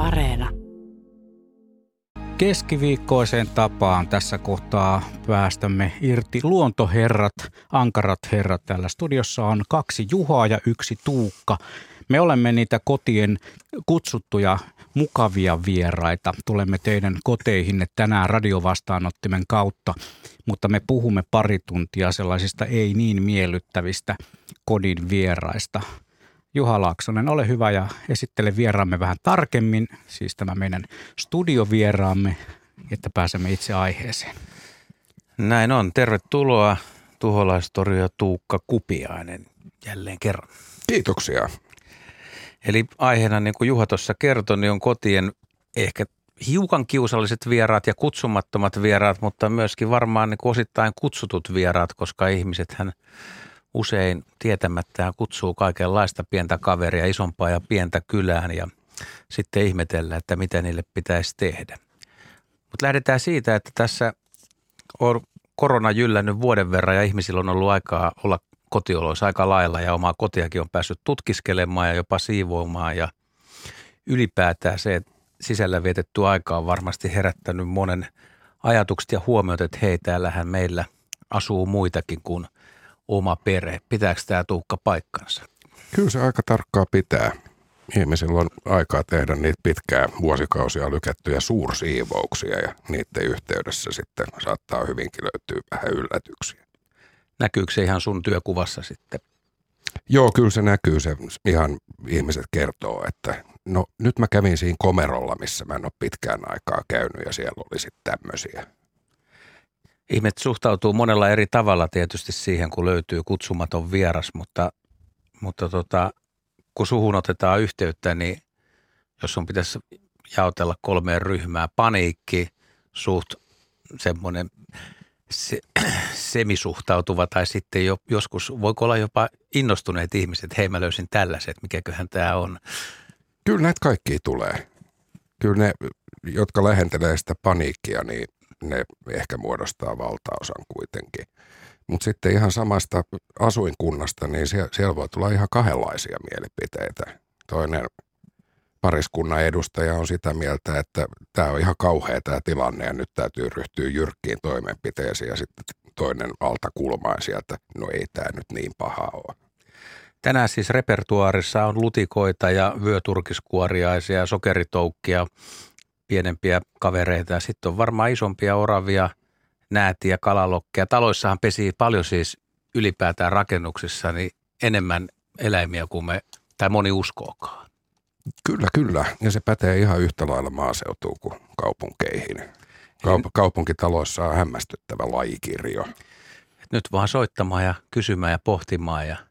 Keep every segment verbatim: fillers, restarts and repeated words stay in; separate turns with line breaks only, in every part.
Areena.
Keskiviikkoiseen tapaan tässä kohtaa päästämme irti luontoherrat, ankarat herrat. Täällä studiossa on kaksi Juhaa ja yksi Tuukka. Me olemme niitä kotien kutsuttuja mukavia vieraita. Tulemme teidän koteihinne tänään radiovastaanottimen kautta, mutta me puhumme pari tuntia sellaisista ei niin miellyttävistä kodin vieraista. Juha Laaksonen, ole hyvä ja esittele vieraamme vähän tarkemmin, siis tämä meidän studiovieraamme, että pääsemme itse aiheeseen.
Näin on. Tervetuloa tuholaistorjunta Tuukka Kupiainen jälleen kerran.
Kiitoksia.
Eli aiheena, niin kuin Juha tuossa kertoi, niin on kotien ehkä hiukan kiusalliset vieraat ja kutsumattomat vieraat, mutta myöskin varmaan niin kuin osittain kutsutut vieraat, koska ihmisethän usein tietämättään kutsuu kaikenlaista pientä kaveria, isompaa ja pientä kylään ja sitten ihmetellään, että mitä niille pitäisi tehdä. Mutta lähdetään siitä, että tässä on korona jyllännyt vuoden verran ja ihmisillä on ollut aikaa olla kotioloissa aika lailla ja omaa kotiakin on päässyt tutkiskelemaan ja jopa siivoamaan ja ylipäätään se, että sisällä vietetty aika on varmasti herättänyt monen ajatukset ja huomiot, että hei, täällähän meillä asuu muitakin kuin oma perhe. Pitääkö tämä Tuukka paikkansa?
Kyllä se aika tarkkaa pitää. Ihmisillä on aikaa tehdä niitä pitkää vuosikausia lykättyjä suursiivouksia ja niiden yhteydessä sitten saattaa hyvinkin löytyä vähän yllätyksiä.
Näkyykö se ihan sun työkuvassa sitten?
Joo, kyllä se näkyy. Se ihan ihmiset kertoo, että no nyt mä kävin siinä komerolla, missä mä en ole pitkään aikaa käynyt ja siellä oli sitten tämmöisiä.
Ihmiset suhtautuu monella eri tavalla tietysti siihen, kun löytyy kutsumaton vieras, mutta, mutta tota, kun suhun otetaan yhteyttä, niin jos sun pitäisi jaotella kolmeen ryhmään, paniikki, suht semmoinen se, semisuhtautuva tai sitten jo, joskus voiko olla jopa innostuneet ihmiset, hei mä löysin tällaiset, mikäköhän tämä on.
Kyllä näitä kaikkia tulee. Kyllä ne, jotka lähentelee sitä paniikkia, niin ne ehkä muodostaa valtaosan kuitenkin. Mutta sitten ihan samasta asuinkunnasta, niin siellä, siellä voi tulla ihan kahdenlaisia mielipiteitä. Toinen pariskunnan edustaja on sitä mieltä, että tämä on ihan kauhea tämä tilanne ja nyt täytyy ryhtyä jyrkkiin toimenpiteisiin. Ja sitten toinen alta kulmaa sieltä, no ei tämä nyt niin paha ole.
Tänään siis repertuaarissa on lutikoita ja vyöturkiskuoriaisia ja sokeritoukkia, pienempiä kavereita ja sitten on varmaan isompia oravia, näätiä, kalalokkeja. Taloissahan pesii paljon siis ylipäätään rakennuksissa niin enemmän eläimiä kuin me, tai moni uskookaan.
Kyllä, kyllä. Ja se pätee ihan yhtä lailla maaseutuun kuin kaupunkeihin. Kaup- kaupunkitaloissa on hämmästyttävä lajikirjo.
Et nyt vaan soittamaan ja kysymään ja pohtimaan ja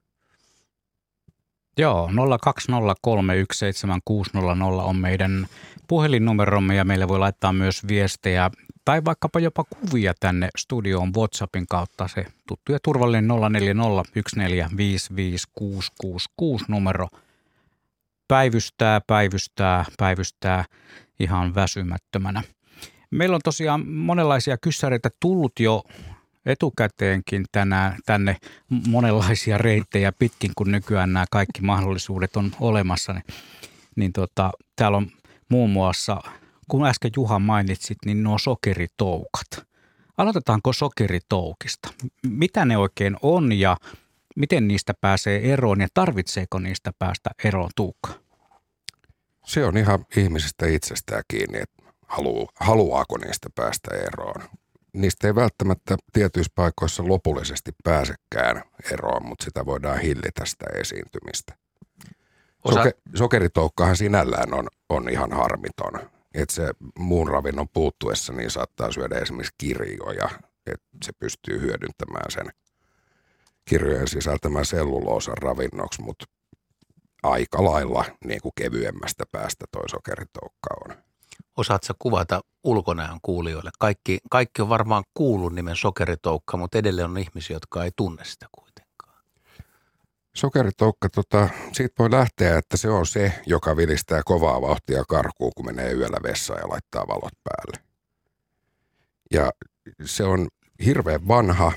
Joo, nolla kaksi nolla kolme yksi seitsemän kuusi nolla nolla on meidän puhelinnumeromme ja meille voi laittaa myös viestejä tai vaikkapa jopa kuvia tänne studioon WhatsAppin kautta. Se tuttu ja turvallinen nolla neljä nolla yksi neljä viisi viisi kuusi kuusi kuusi numero päivystää, päivystää, päivystää ihan väsymättömänä. Meillä on tosiaan monenlaisia kyssäreitä tullut jo etukäteenkin tänään tänne monenlaisia reittejä pitkin, kun nykyään nämä kaikki mahdollisuudet on olemassa. Niin, niin tota, täällä on muun muassa, kun äsken Juha mainitsit, niin nuo sokeritoukat. Aloitetaanko sokeritoukista? Mitä ne oikein on ja miten niistä pääsee eroon ja tarvitseeko niistä päästä eroon, Tuukka?
Se on ihan ihmisestä itsestään kiinni, että halu, haluaako niistä päästä eroon. Niistä ei välttämättä tietyissä paikoissa lopullisesti pääsekään eroon, mutta sitä voidaan hillitä sitä esiintymistä.
Osa...
Soke, sokeritoukkahan sinällään on, on ihan harmiton. Että se muun ravinnon puuttuessa niin saattaa syödä esimerkiksi kirjoja, että se pystyy hyödyntämään sen kirjojen sisältämään selluloosan ravinnoksi, mutta aika lailla niin kuin kevyemmästä päästä toi sokeritoukka on.
Osaatko kuvata ulkonäön kuulijoille? Kaikki, kaikki on varmaan kuullut nimen sokeritoukka, mutta edelleen on ihmisiä, jotka ei tunne sitä kuitenkaan.
Sokeritoukka, tota, siitä voi lähteä, että se on se, joka vilistää kovaa vauhtia karkuun, kun menee yöllä vessaan ja laittaa valot päälle. Ja se on hirveän vanha.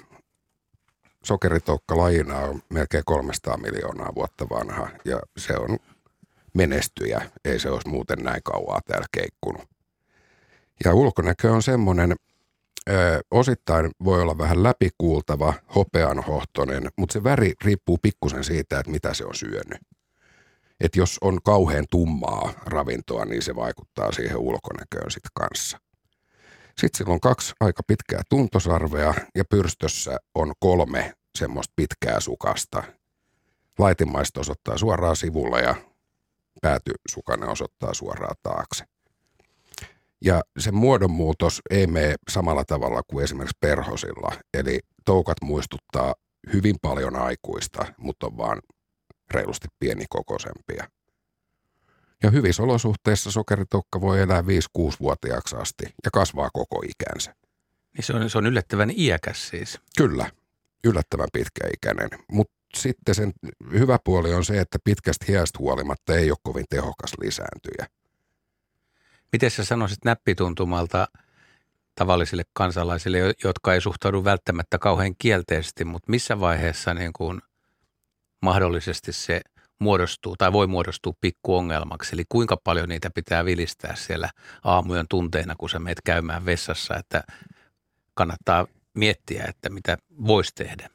Sokeritoukka lajina on melkein kolmesataa miljoonaa vuotta vanha ja se on menestyjä. Ei se olisi muuten näin kauaa täällä keikkunut. Ja ulkonäkö on semmoinen, ö, osittain voi olla vähän läpikuultava, hopeanhohtoinen, mutta se väri riippuu pikkusen siitä, että mitä se on syönyt. Että jos on kauhean tummaa ravintoa, niin se vaikuttaa siihen ulkonäköön sitten kanssa. Sitten sillä on kaksi aika pitkää tuntosarvea ja pyrstössä on kolme semmoista pitkää sukasta. Laitimmaista osoittaa suoraan sivulle ja päätysukainen osoittaa suoraan taakse. Ja se muodonmuutos ei mene samalla tavalla kuin esimerkiksi perhosilla. Eli toukat muistuttaa hyvin paljon aikuista, mutta on vaan reilusti pienikokoisempia. Ja hyvissä olosuhteissa sokeritoukka voi elää viisi-kuusi-vuotiaaksi asti ja kasvaa koko ikänsä.
Niin se on, se on yllättävän iäkäs siis.
Kyllä, yllättävän pitkäikäinen. Mutta sitten sen hyvä puoli on se, että pitkästä hiästä huolimatta ei ole kovin tehokas lisääntyjä.
Miten sä sanoisit näppituntumalta tavallisille kansalaisille, jotka ei suhtaudu välttämättä kauhean kielteisesti, mutta missä vaiheessa niin kuin mahdollisesti se muodostuu tai voi muodostua pikkuongelmaksi? Eli kuinka paljon niitä pitää vilistää siellä aamujen tunteina, kun sä meet käymään vessassa, että kannattaa miettiä, että mitä voisi tehdä?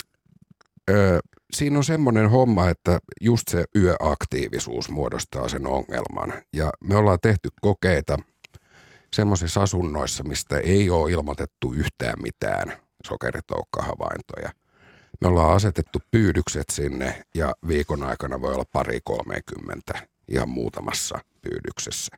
Öö, siinä on semmoinen homma, että just se yöaktiivisuus muodostaa sen ongelman. Ja me ollaan tehty kokeita semmoisissa asunnoissa, mistä ei ole ilmoitettu yhtään mitään sokeritoukkahavaintoja. Me ollaan asetettu pyydykset sinne ja viikon aikana voi olla pari kolmekymmentä ihan muutamassa pyydyksessä.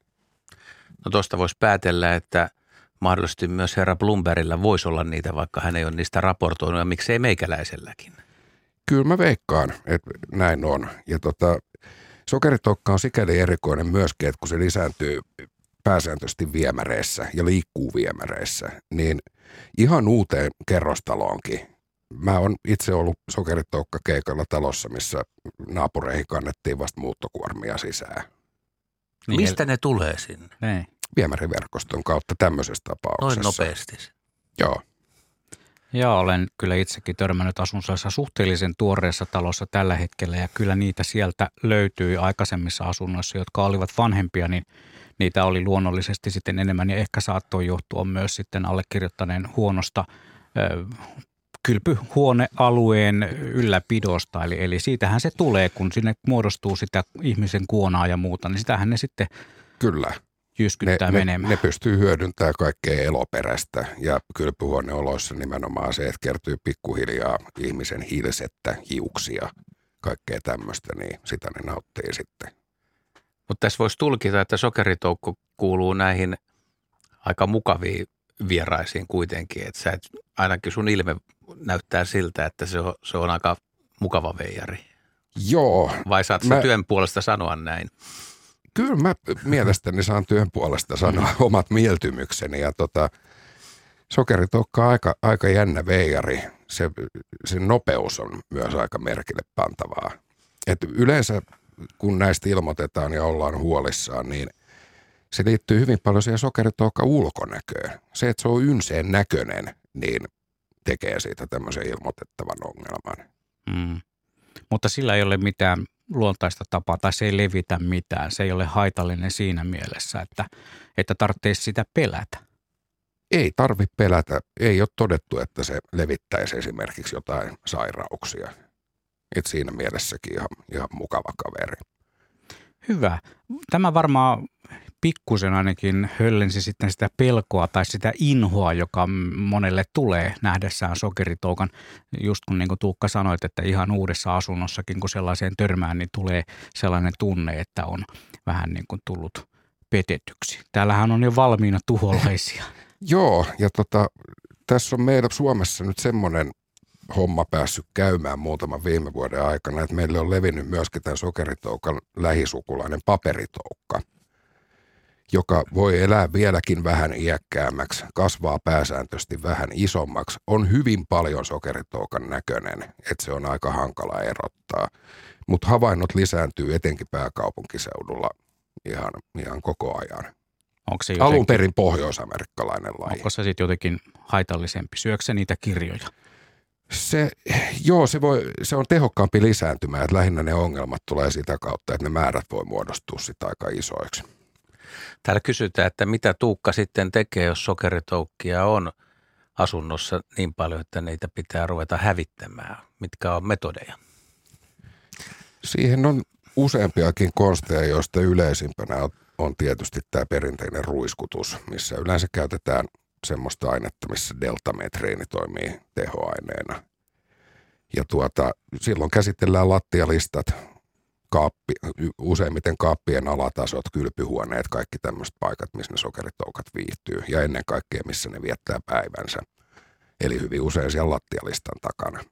No tuosta voisi päätellä, että mahdollisesti myös herra Blumbergillä voisi olla niitä, vaikka hän ei ole niistä raportoinut ja miksei meikäläiselläkin.
Kyllä mä veikkaan, että näin on. Ja tota, sokeritoukka on sikäli erikoinen myöskin, että kun se lisääntyy pääsääntöisesti viemäreissä ja liikkuu viemäreissä, niin ihan uuteen kerrostaloonkin. Mä oon itse ollut sokeritoukkakeikalla talossa, missä naapureihin kannettiin vasta muuttokuormia sisään.
Niin, mistä ne tulee sinne?
Niin.
Viemäriverkoston kautta tämmöisessä tapauksessa.
Noin nopeasti.
Joo.
Ja olen kyllä itsekin törmännyt asun sellaisessa suhteellisen tuoreessa talossa tällä hetkellä ja kyllä niitä sieltä löytyi aikaisemmissa asunnoissa, jotka olivat vanhempia, niin niitä oli luonnollisesti sitten enemmän ja ehkä saattoi johtua myös sitten allekirjoittaneen huonosta ö, kylpyhuonealueen ylläpidosta. Eli, eli siitähän se tulee, kun sinne muodostuu sitä ihmisen kuonaa ja muuta, niin sitähän ne sitten
Kyllä.
jyskyttää
ne,
menemään.
Ne, ne pystyy hyödyntämään kaikkea eloperäistä ja kylpyhuoneoloissa nimenomaan se, että kertyy pikkuhiljaa ihmisen hilsettä, hiuksia, kaikkea tämmöistä, niin sitä ne nauttii sitten.
Mutta tässä voisi tulkita, että sokeritoukko kuuluu näihin aika mukaviin vieraisiin kuitenkin, että sä et, ainakin sun ilme näyttää siltä, että se on, se on aika mukava veijari.
Joo.
Vai saat
mä,
sä työn puolesta sanoa näin?
Kyllä mä mielestäni saan työn puolesta sanoa mm. omat mieltymykseni ja tota, sokeritoukka on aika, aika jännä veijari. Se, se nopeus on myös aika merkille pantavaa. Et yleensä kun näistä ilmoitetaan ja ollaan huolissaan, niin se liittyy hyvin paljon siihen sokeritoukka ulkonäköön. Se, että se on ynseen näköinen, niin tekee siitä tämmöisen ilmoitettavan ongelman.
Mm. Mutta sillä ei ole mitään luontaista tapaa tai se ei levitä mitään. Se ei ole haitallinen siinä mielessä, että, että tarvitsee sitä pelätä.
Ei tarvitse pelätä. Ei ole todettu, että se levittäisi esimerkiksi jotain sairauksia. Et siinä mielessäkin ihan, ihan mukava kaveri.
Hyvä. Tämä varmaan pikkusen ainakin höllensi sitten sitä pelkoa tai sitä inhoa, joka monelle tulee nähdessään sokeritoukan. Just kun niin kuin Tuukka sanoit, että ihan uudessa asunnossakin, kun sellaiseen törmään, niin tulee sellainen tunne, että on vähän niin kuin tullut petetyksi. Täällähän on jo valmiina tuholaisia.
Joo, ja tota, tässä on meillä Suomessa nyt semmoinen homma päässyt käymään muutaman viime vuoden aikana, että meille on levinnyt myöskin tämän sokeritoukan lähisukulainen paperitoukka, joka voi elää vieläkin vähän iäkkäämmäksi, kasvaa pääsääntöisesti vähän isommaksi, on hyvin paljon sokeritoukan näköinen, että se on aika hankala erottaa. Mutta havainnot lisääntyy etenkin pääkaupunkiseudulla ihan, ihan koko ajan.
Onko se jotenkin,
alun perin pohjois-amerikkalainen laji.
Onko se sitten jotenkin haitallisempi? Syökö se niitä kirjoja?
Se, joo, se, voi, se on tehokkaampi lisääntymään, että lähinnä ne ongelmat tulee sitä kautta, että ne määrät voi muodostua sitä aika isoiksi.
Täällä kysytään, että mitä Tuukka sitten tekee, jos sokeritoukkia on asunnossa niin paljon, että niitä pitää ruveta hävittämään. Mitkä on metodeja?
Siihen on useampiakin konsteja, joista yleisimpänä on, on tietysti tämä perinteinen ruiskutus, missä yleensä käytetään semmoista ainetta, missä deltametriini toimii tehoaineena. Ja tuota, silloin käsitellään lattialistat, kaappi, useimmiten kaappien alatasot, kylpyhuoneet, kaikki tämmöiset paikat, missä ne sokeritoukat viihtyy ja ennen kaikkea, missä ne viettää päivänsä. Eli hyvin usein siellä lattialistan takana.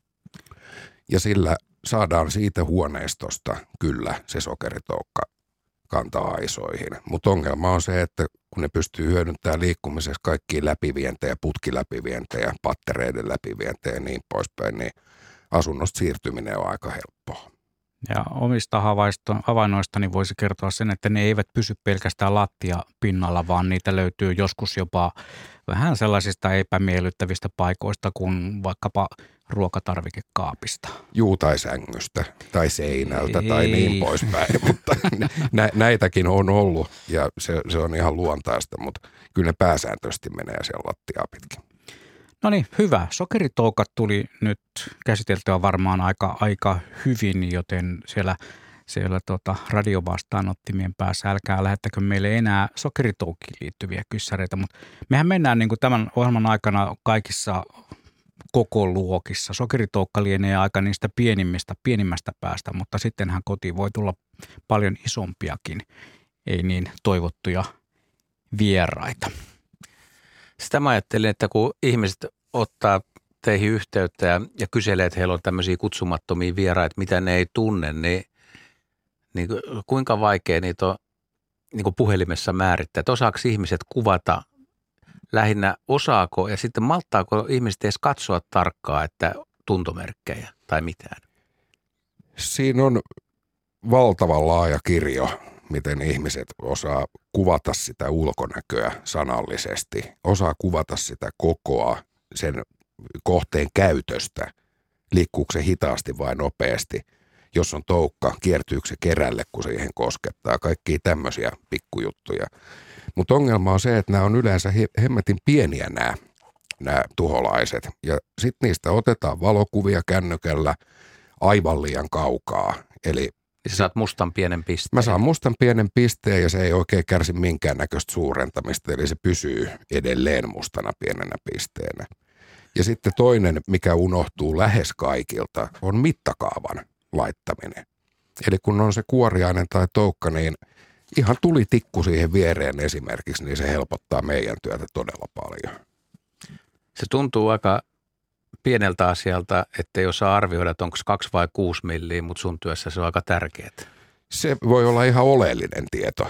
Ja sillä saadaan siitä huoneistosta kyllä se sokeritoukka kantaa aisoihin. Mutta ongelma on se, että kun ne pystyy hyödyntämään liikkumisessa kaikkia läpivientejä, putkiläpivientejä, pattereiden läpivientejä ja niin poispäin, niin asunnosta siirtyminen on aika helppoa.
Ja omista havainnoistani voisi kertoa sen, että ne eivät pysy pelkästään lattiapinnalla, vaan niitä löytyy joskus jopa vähän sellaisista epämiellyttävistä paikoista kuin vaikkapa ruokatarvikekaapista.
Juu, tai sängystä, tai seinältä, Ei. tai niin poispäin, mutta nä- näitäkin on ollut, ja se, se on ihan luontaista, mutta kyllä ne pääsääntöisesti menee siellä lattiaa pitkin.
No niin, hyvä. Sokeritoukat tuli nyt käsiteltyä varmaan aika, aika hyvin, joten siellä, siellä tota radiovastaanottimien päässä älkää lähettäkö meille enää sokeritoukkiin liittyviä kyssäreitä, mutta mehän mennään niin kuin tämän ohjelman aikana kaikissa koko luokissa. Sokeritoukka lienee aika niistä pienimmistä, pienimmästä päästä, mutta sittenhän kotiin voi tulla paljon isompiakin, ei niin toivottuja vieraita.
Sitä mä ajattelin, että kun ihmiset ottaa teihin yhteyttä ja, ja kyselee, että heillä on tämmöisiä kutsumattomia vieraita, mitä ne ei tunne, niin, niin kuinka vaikea niitä on niin kuin puhelimessa määrittää? Että osaako ihmiset kuvata, lähinnä osaako ja sitten malttaako ihmiset edes katsoa tarkkaa, että tuntomerkkejä tai mitään?
Siinä on valtavan laaja kirjo, miten ihmiset osaa kuvata sitä ulkonäköä sanallisesti, osaa kuvata sitä kokoa, sen kohteen käytöstä, liikkuuko se hitaasti vai nopeasti, jos on toukka, kiertyykö se kerälle, kun siihen koskettaa, kaikkia tämmöisiä pikkujuttuja. Mutta ongelma on se, että nämä on yleensä hemmetin pieniä nämä, nämä tuholaiset, ja sitten niistä otetaan valokuvia kännykällä aivan liian kaukaa, eli
sä saat mustan pienen pisteen.
Mä saan mustan pienen pisteen ja se ei oikein kärsi minkäännäköistä suurentamista, eli se pysyy edelleen mustana pienenä pisteenä. Ja sitten toinen, mikä unohtuu lähes kaikilta, on mittakaavan laittaminen. Eli kun on se kuoriainen tai toukka, niin ihan tuli tikku siihen viereen esimerkiksi, niin se helpottaa meidän työtä todella paljon.
Se tuntuu aika pieneltä asialta, ettei osaa arvioida, että onko kaksi vai kuusi milliä, mutta sun työssä se on aika tärkeää.
Se voi olla ihan oleellinen tieto.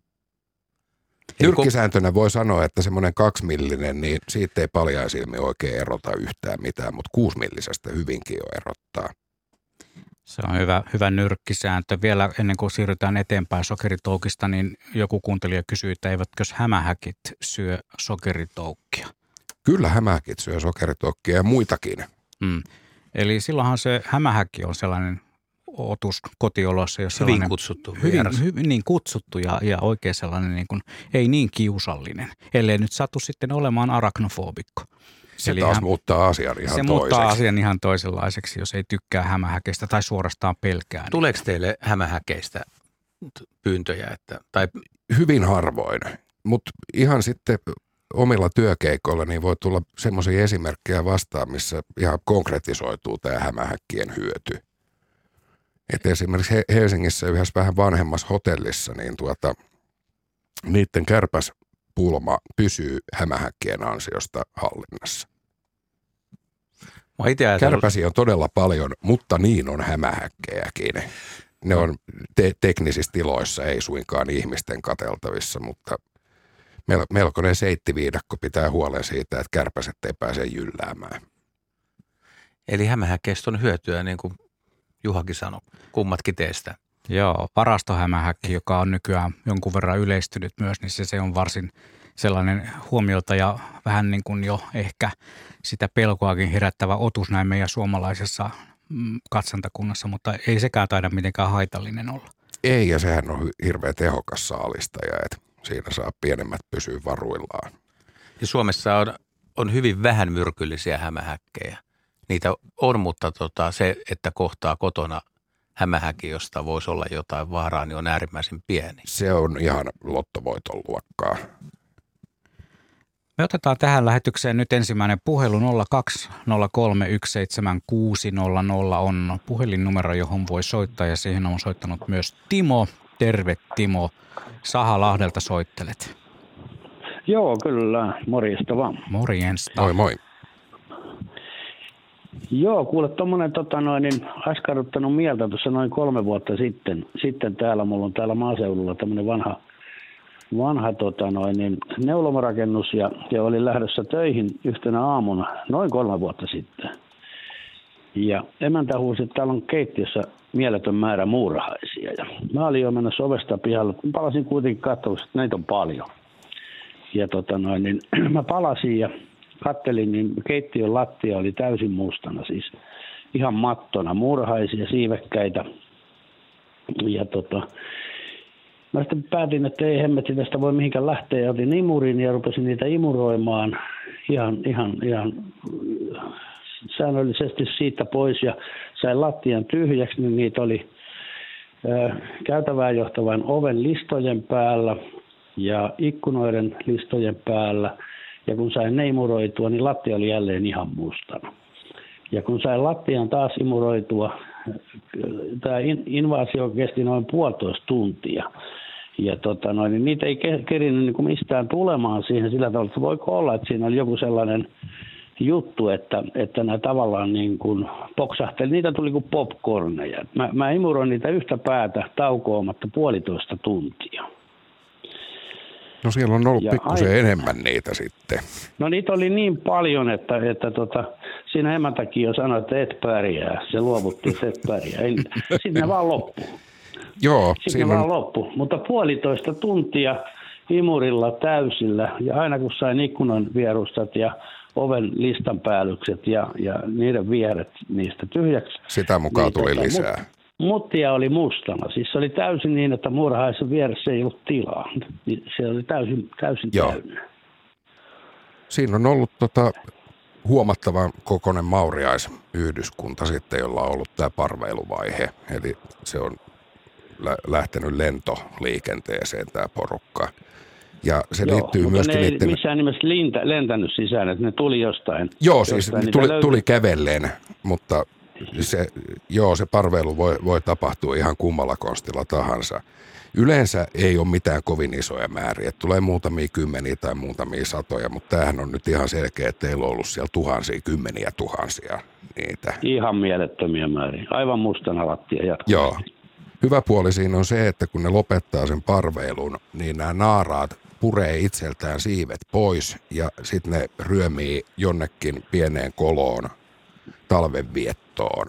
Nyrkkisääntönä voi sanoa, että semmoinen kaksmillinen, niin siitä ei paljaisilmi oikein erota yhtään mitään, mutta kuusmillisestä hyvinkin jo erottaa.
Se on hyvä, hyvä nyrkkisääntö. Vielä ennen kuin siirrytään eteenpäin sokeritoukista, niin joku kuuntelija kysyy, että eivätkö hämähäkit syö sokeritoukkia?
Kyllä hämähäkit syö sokeritoukkia ja muitakin.
Mm. Eli silloinhan se hämähäkki on sellainen otus kotiolossa, jos
hyvin kutsuttu.
Hyvin, hyvin niin kutsuttu ja, ja oikein sellainen niin kuin, ei niin kiusallinen, ellei nyt satu sitten olemaan arachnofobikko.
Se
Eli
taas
hän,
muuttaa asian ihan
se
toiseksi.
Se muuttaa asian ihan toisenlaiseksi, jos ei tykkää hämähäkeistä tai suorastaan pelkää.
Tuleeko teille hämähäkeistä pyyntöjä? Että, tai...
Hyvin harvoin, mutta ihan sitten omilla työkeikoilla niin voi tulla semmoisia esimerkkejä vastaan, missä ihan konkretisoituu tämä hämähäkkien hyöty. Et esimerkiksi Helsingissä yhdessä vähän vanhemmassa hotellissa, niin tuota, niiden kärpäspulma pysyy hämähäkkien ansiosta hallinnassa. Kärpäsiä on todella paljon, mutta niin on hämähäkkejäkin. Ne on te- teknisissä tiloissa, ei suinkaan ihmisten katseltavissa, mutta melkoinen seittiviidakko pitää huolen siitä, että kärpäset ei pääse jylläämään.
Eli hämähäkkeistä on hyötyä, niin kuin Juhakin sanoi, kummatkin teistä.
Joo, varastohämähäkki, joka on nykyään jonkun verran yleistynyt myös, niin se, se on varsin sellainen huomiota ja vähän niin kuin jo ehkä sitä pelkoakin herättävä otus näin meidän suomalaisessa katsantakunnassa, mutta ei sekään taida mitenkään haitallinen olla.
Ei, ja sehän on hirveän tehokas saalistaja, että siinä saa pienemmät pysyä varuillaan.
Ja Suomessa on, on hyvin vähän myrkyllisiä hämähäkkejä. Niitä on, mutta tota, se, että kohtaa kotona hämähäkin, josta voisi olla jotain vaaraa, niin on äärimmäisen pieni.
Se on ihan lottovoiton luokkaa.
Me otetaan tähän lähetykseen nyt ensimmäinen puhelu. Nolla kaksi nolla kolme yksi seitsemän kuusi nolla nolla on puhelinnumero, johon voi soittaa, ja siihen on soittanut myös Timo. Terve Timo. Sahalahdelta soittelet.
Joo, kyllä. Morjesta vaan.
Morjesta.
Moi moi.
Joo, kuule, tuommoinen tota noin, niin askarruttanut mieltä tuossa noin kolme vuotta sitten. Sitten täällä, mulla on täällä maaseudulla tämmöinen vanha, vanha tota noin, niin neulomarakennus, ja, ja olin lähdössä töihin yhtenä aamuna noin kolme vuotta sitten. Ja emäntä huusi, että täällä on keittiössä mieletön määrä muurahaisia. Ja mä olin jo menossa ovesta pihalle. Mä palasin kuitenkin katsomaan, että näitä on paljon. Ja tota noin, niin mä palasin ja kattelin, niin keittiön lattia oli täysin mustana, siis ihan mattona, muurahaisia, siivekkäitä. Ja tota, mä sitten päätin, että ei hemmetti tästä voi mihinkään lähteä, ja otin imurin ja rupesin niitä imuroimaan ihan, ihan, ihan säännöllisesti siitä pois, ja sain lattian tyhjäksi, niin niitä oli ää, käytävään johtavan oven listojen päällä ja ikkunoiden listojen päällä. Ja kun sain ne imuroitua, niin lattia oli jälleen ihan mustana. Ja kun sain lattian taas imuroitua, tämä invaasio kesti noin puolitoista tuntia. Ja tota noin, niin niitä ei kerinyt niin kuin mistään tulemaan siihen sillä tavalla, että voiko olla, että siinä oli joku sellainen juttu, että, että nämä tavallaan niin kuin poksahteli. Niitä tuli kuin popcorneja. Mä, mä imuroin niitä yhtä päätä taukoamatta puolitoista tuntia.
No siellä on ollut
ja
pikkusen
ai...
enemmän niitä sitten.
No niitä oli niin paljon, että, että tota, siinä emäntäkin jo sanoi, että et pärjää. Se luovutti, että et pärjää. Sitten ne vaan loppuu.
Joo.
Sitten ne on... vaan loppuu. Mutta puolitoista tuntia imurilla täysillä. Ja aina kun sain ikkunan vierustat ja oven listan päällykset ja, ja niiden vieret niistä tyhjäksi.
Sitä mukaan
niin,
tuli
tota,
lisää.
Mut, muttia oli mustana. Siis se oli täysin niin, että muurahaisen vieressä ei ollut tilaa. Se oli täysin, täysin täynnä. Siinä
on ollut tota, huomattavan kokoinen mauriaisyhdyskunta sitten, jolla on ollut tämä parveiluvaihe. Eli se on lä- lähtenyt lentoliikenteeseen tämä porukka. Ja se
Joo,
liittyy
mutta
myöskin
ne ei
niiden...
missään nimessä lintä, lentänyt sisään, että ne tuli jostain.
Joo, siis
jostain
tuli,
löytyi...
tuli kävellen, mutta se, joo, se parveilu voi, voi tapahtua ihan kummalla konstilla tahansa. Yleensä ei ole mitään kovin isoja määriä. Tulee muutamia kymmeniä tai muutamia satoja, mutta tämähän on nyt ihan selkeä, että teillä on ollut siellä tuhansia, kymmeniä tuhansia niitä.
Ihan mielettömiä määriä. Aivan mustana lattia jatkuu.
Joo. Hyvä puoli siinä on se, että kun ne lopettaa sen parveilun, niin nämä naaraat puree itseltään siivet pois ja sitten ne ryömii jonnekin pieneen koloon talvenviettoon.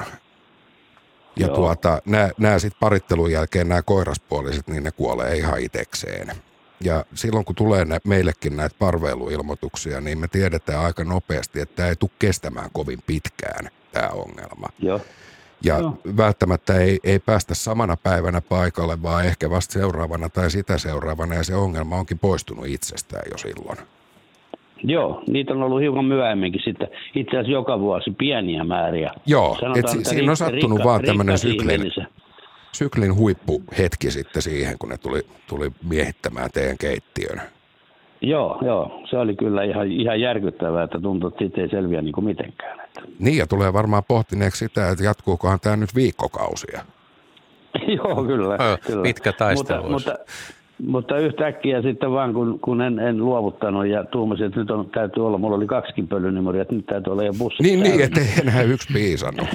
Ja Joo. tuota, nämä sitten parittelun jälkeen nämä koiraspuoliset, niin ne kuolee ihan itekseen. Ja silloin kun tulee ne, meillekin näitä parveiluilmoituksia, niin me tiedetään aika nopeasti, että tämä ei tule kestämään kovin pitkään tämä ongelma.
Joo.
Ja
no.
välttämättä ei, ei päästä samana päivänä paikalle, vaan ehkä vasta seuraavana tai sitä seuraavana, ja se ongelma onkin poistunut itsestään jo silloin.
Joo, niitä on ollut hiukan myöhemminkin sitten, itse asiassa joka vuosi pieniä määriä.
Joo, et si- siinä on sattunut rikka, vaan tämmöinen syklin, syklin huippuhetki sitten siihen, kun ne tuli, tuli miehittämään teidän keittiön.
Joo, joo, se oli kyllä ihan, ihan järkyttävää, että tuntuu, että siitä ei selviä niin kuin mitenkään. Että.
Niin, ja tulee varmaan pohtineeksi sitä, että jatkuukohan tämä nyt viikkokausia.
Joo, kyllä.
Oh,
kyllä.
Pitkä taistelu.
Mutta, mutta, mutta yhtäkkiä sitten vaan, kun, kun en, en luovuttanut ja tuumasin, että nyt on, täytyy olla, mulla oli kaksikin pölynimuria, että nyt täytyy olla jo bussit.
Niin, niin ettei enää yksi piisannut.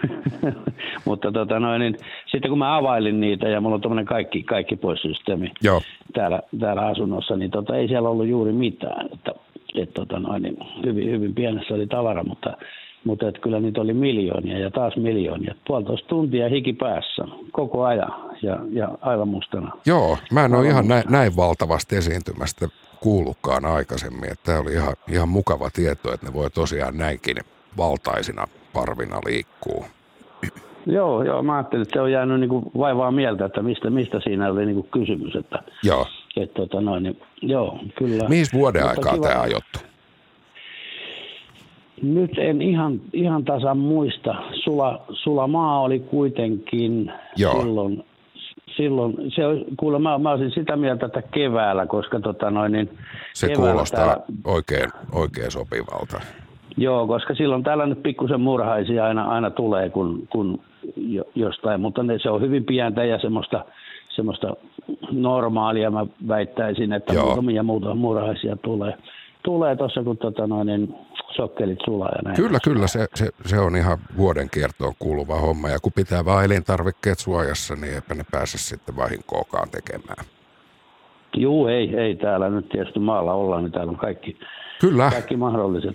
Mutta tota noin, niin, sitten kun mä availin niitä ja mulla on tuommoinen kaikki, kaikki pois-systeemi täällä, täällä asunnossa, niin tota, ei siellä ollut juuri mitään. Että, et, tota noin, niin, hyvin, hyvin pienessä oli tavara, mutta, mutta et kyllä niitä oli miljoonia ja taas miljoonia. Puolitoista tuntia hiki päässä koko ajan. ja, ja aivan mustana.
Joo, mä en ole ihan näin, näin valtavasti esiintymästä kuullutkaan aikaisemmin, että tämä oli ihan, ihan mukava tieto, että ne voi tosiaan näinkin valtaisina parvina liikkuu.
Joo, joo, mä ajattelin, että se on jäänyt niin kuin vaivaa mieltä, että mistä, mistä siinä oli niin kuin kysymys. Että,
joo.
Että, tota noin, niin, joo, kyllä.
Mihin vuoden
Mutta
aikaa
kiva.
tämä ajoittu?
Nyt en ihan, ihan tasan muista. Sula, Sula maa oli kuitenkin
joo.
silloin, silloin se, kuule, mä, mä olisin sitä mieltä, että keväällä, koska tota noin, niin
se kuulostaa täällä, oikein, oikein sopivalta.
Joo, koska silloin täällä nyt pikkusen murhaisia aina, aina tulee, kun, kun jostain, mutta ne, se on hyvin pientä ja semmoista, semmoista normaalia mä väittäisin, että joo. muutamia muuta murhaisia tulee. Tulee tuossa, kun tota noin, niin sokkelit sulaa ja näin.
Kyllä, kyllä. Se, se, se on ihan vuoden kiertoon kuuluva homma. Ja kun pitää vaan elintarvikkeet suojassa, niin eipä ne pääse sitten vahinkoakaan tekemään.
Juu, ei, ei. Täällä nyt tietysti maalla ollaan, niin täällä on kaikki,
kyllä.
kaikki mahdolliset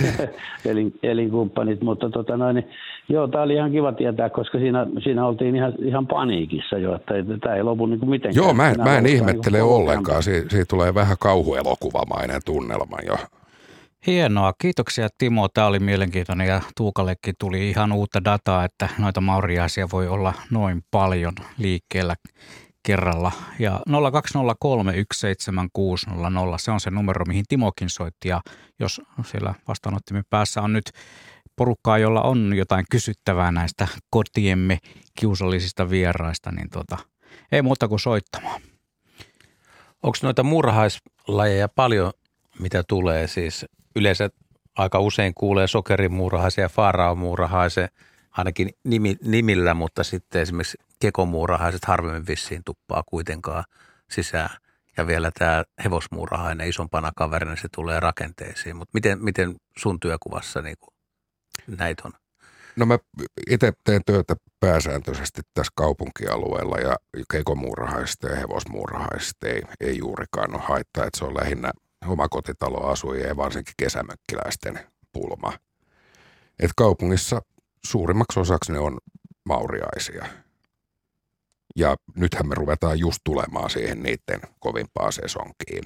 Elin, elinkumppanit. Mutta tota noin, niin, joo, tämä oli ihan kiva tietää, koska siinä, siinä oltiin ihan, ihan paniikissa jo, että tämä ei lopu niin kuin mitenkään.
Joo, mä, mä en ihmettele
niin
ollenkaan. Si, siitä tulee vähän kauhuelokuvamainen tunnelma jo.
Hienoa. Kiitoksia Timo. Tämä oli mielenkiintoinen ja Tuukallekin tuli ihan uutta dataa, että noita mauriaisia voi olla noin paljon liikkeellä kerralla. Ja nolla kaksi nolla kolme yksi seitsemän kuusi nolla nolla, se on se numero, mihin Timokin soitti. Ja jos siellä vastaanottimen päässä on nyt porukkaa, jolla on jotain kysyttävää näistä kotiemme kiusallisista vieraista, niin tota, ei muuta kuin soittamaan.
Onko noita murhaislajeja paljon, mitä tulee siis? Yleensä aika usein kuulee sokerimuurahaisen ja faaraomuurahaisen ainakin nimi, nimillä, mutta sitten esimerkiksi kekomuurahaiset harvemmin vissiin tuppaa kuitenkaan sisään. Ja vielä tämä hevosmuurahainen isompana kaverina, se tulee rakenteisiin. Mutta miten, miten sun työkuvassa niin näitä on?
No mä itse teen työtä pääsääntöisesti tässä kaupunkialueella ja kekomuurahaisista ja hevosmuurahaisista ei, ei juurikaan ole haittaa, että se on lähinnä omakotitaloasujien ja varsinkin kesämökkiläisten pulma. Et kaupungissa suurimmaksi osaksi ne on mauriaisia. Ja nythän me ruvetaan just tulemaan siihen niiden kovimpaan sesonkiin.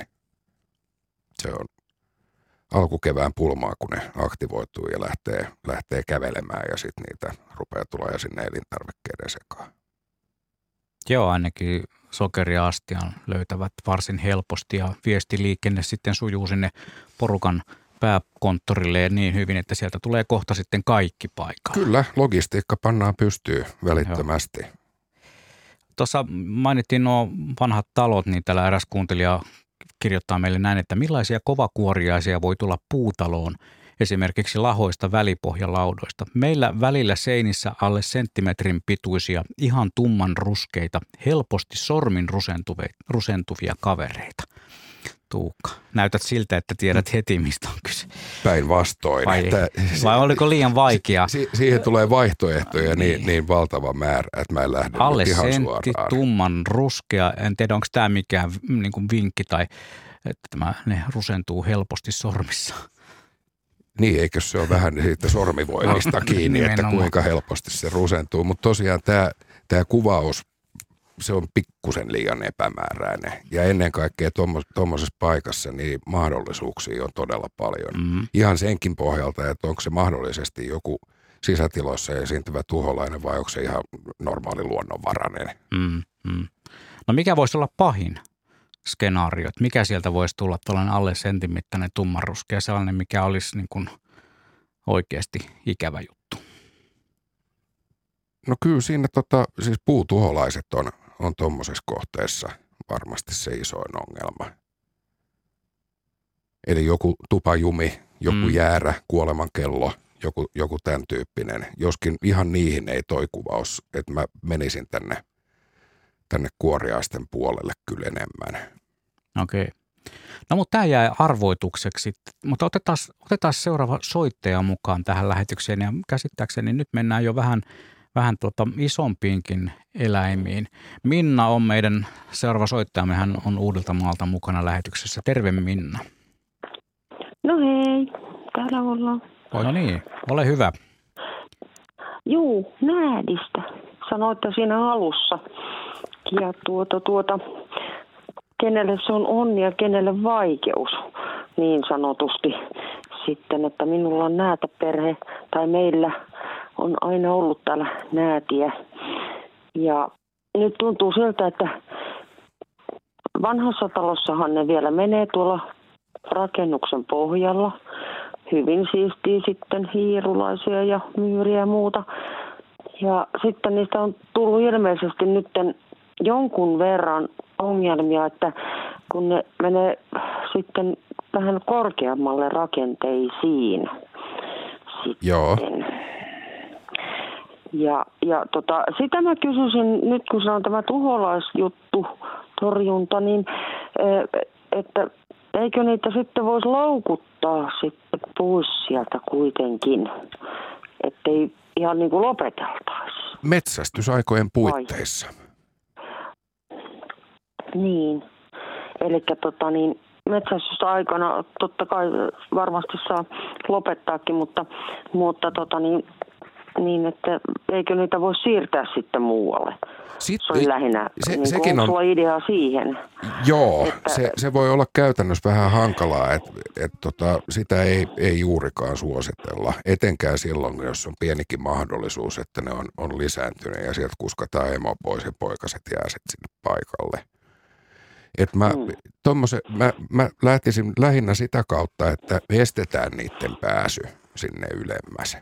Se on alkukevään pulmaa, kun ne aktivoituu ja lähtee, lähtee kävelemään ja sitten niitä rupeaa tulemaan sinne elintarvikkeiden sekaan.
Joo, ainakin sokeriastian löytävät varsin helposti ja viestiliikenne sitten sujuu sinne porukan pääkonttorille niin hyvin, että sieltä tulee kohta sitten kaikki paikalle.
Kyllä, logistiikka pannaan pystyyn välittömästi. Joo.
Tuossa mainittiin nuo vanhat talot, niin täällä eräs kuuntelija kirjoittaa meille näin, että millaisia kovakuoriaisia voi tulla puutaloon, esimerkiksi lahoista välipohjalaudoista. Meillä välillä seinissä alle senttimetrin pituisia, ihan tumman ruskeita, helposti sormin rusentuvia, rusentuvia kavereita. Tuukka, näytät siltä, että tiedät heti, mistä on kyse.
Päinvastoin.
Vai, vai oliko liian vaikea?
Si- siihen tulee vaihtoehtoja niin, niin, niin valtava määrä, että mä en lähde
alle
ihan
sentti,
suoraan.
tumman ruskea. En tiedä, onko tämä mikään niin kuin vinkki tai että tämä, ne rusentuu helposti sormissa.
Niin, eikö se ole vähän siitä sormivoimista kiinni, että kuinka helposti se rusentuu. Mutta tosiaan tämä, tämä kuvaus, se on pikkusen liian epämääräinen. Ja ennen kaikkea tuommoisessa paikassa niin mahdollisuuksia on todella paljon. Mm. Ihan senkin pohjalta, että onko se mahdollisesti joku sisätiloissa esiintyvä tuholainen vai onko se ihan normaali luonnonvarainen.
Mm, mm. No mikä voisi olla pahin skenaario? Mikä sieltä voisi tulla tällainen alle sentin mittainen tummanruskea, sellainen mikä olisi niin kuin oikeasti ikävä juttu?
No kyllä siinä tota, siis puutuholaiset on, on tuommoisessa kohteessa varmasti se isoin ongelma. Eli joku tupajumi, joku mm. jäärä, kuolemankello, joku, joku tämän tyyppinen. Joskin ihan niihin ei toi kuvaus, että mä menisin tänne, tänne kuoriaisten puolelle kyllä enemmän.
Okei. Okay. No mutta tämä jää arvoitukseksi, mutta otetaan, otetaan seuraava soittaja mukaan tähän lähetykseen ja käsittääkseni nyt mennään jo vähän vähän tuota isompiinkin eläimiin. Minna on meidän seuraava soittajamme, hän on Uudeltamaalta mukana lähetyksessä. Terve Minna.
No hei, täällä ollaan.
No niin, ole hyvä.
Juu, näädistä. Sanoitte siinä alussa. Ja tuota, tuota, kenelle se on onni ja kenelle vaikeus, niin sanotusti. Sitten, että minulla on näätäperhe, tai meillä on aina ollut täällä näätiä. Ja nyt tuntuu siltä, että vanhassa talossahan ne vielä menee tuolla rakennuksen pohjalla. Hyvin siistiä sitten hiirulaisia ja myyriä ja muuta. Ja sitten niistä on tullut ilmeisesti nyt jonkun verran ongelmia, että kun ne menee sitten vähän korkeammalle rakenteisiin. Sitten.
Joo.
Ja, ja tota, sitä mä kysyisin nyt, kun se on tämä tuholaisjuttu, torjunta, niin että eikö niitä sitten voisi loukuttaa sitten pois sieltä kuitenkin, ettei ihan niin kuin lopeteltaisi.
Metsästysaikojen puitteissa.
Vai? Niin, eli tota niin, metsästysaikana totta kai varmasti saa lopettaakin, mutta, mutta tota niin, niin, että eikö niitä voi siirtää sitten muualle? Sitten, se on lähinnä, se, niin sekin on sulla ideaa siihen?
Joo,
että,
se, se voi olla käytännössä vähän hankalaa, että et tota, sitä ei, ei juurikaan suositella, etenkään silloin, jos on pienikin mahdollisuus, että ne on, on lisääntynyt ja sieltä kuskataan emo pois ja poikaset jää sitten sinne paikalle. Et mä, mm. tommose, mä, mä lähtisin lähinnä sitä kautta, että estetään niiden pääsy sinne ylemmäs.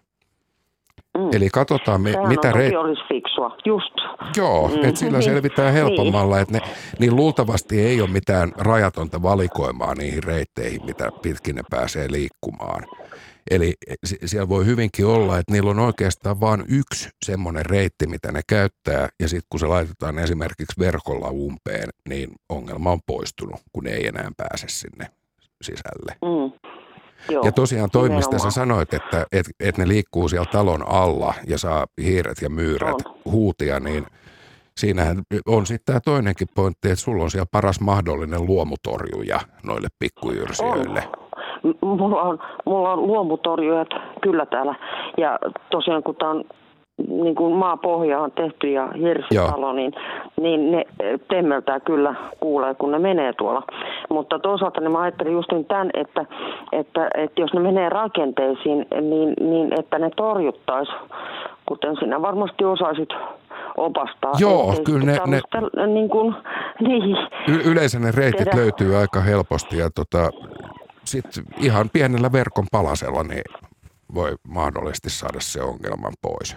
Mm. Eli katsotaan, me, mitä
reittejä olisi fiksua, just.
Joo, mm. että sillä selvitään helpommalla, että ne, niin luultavasti ei ole mitään rajatonta valikoimaa niihin reitteihin, mitä pitkin ne pääsee liikkumaan. Eli siellä voi hyvinkin olla, että niillä on oikeastaan vain yksi semmoinen reitti, mitä ne käyttää, ja sitten kun se laitetaan esimerkiksi verkolla umpeen, niin ongelma on poistunut, kun ne ei enää pääse sinne sisälle. Mm. Joo, ja tosiaan toi, mistä sä sanoit, että et, et ne liikkuu siellä talon alla ja saa hiiret ja myyrät on. huutia, niin siinähän on sitten tämä toinenkin pointti, että sulla on siellä paras mahdollinen luomutorjuja noille pikkujyrsijöille.
Mulla on, mulla on luomutorjujat kyllä täällä, ja tosiaan kun tämä on niin kuin maapohja on tehty ja hirsitalo, niin, niin ne temmeltää kyllä kuulee, kun ne menee tuolla. Mutta toisaalta niin mä ajattelin just niin tämän, että, että, että jos ne menee rakenteisiin, niin, niin että ne torjuttaisiin, kuten sinä varmasti osaisit opastaa.
Joo, kyllä ne, ne
niin kuin, niin,
y- yleensä ne reitit tehdä. löytyy aika helposti ja tota, sitten ihan pienellä verkon palasella niin voi mahdollisesti saada se ongelman pois.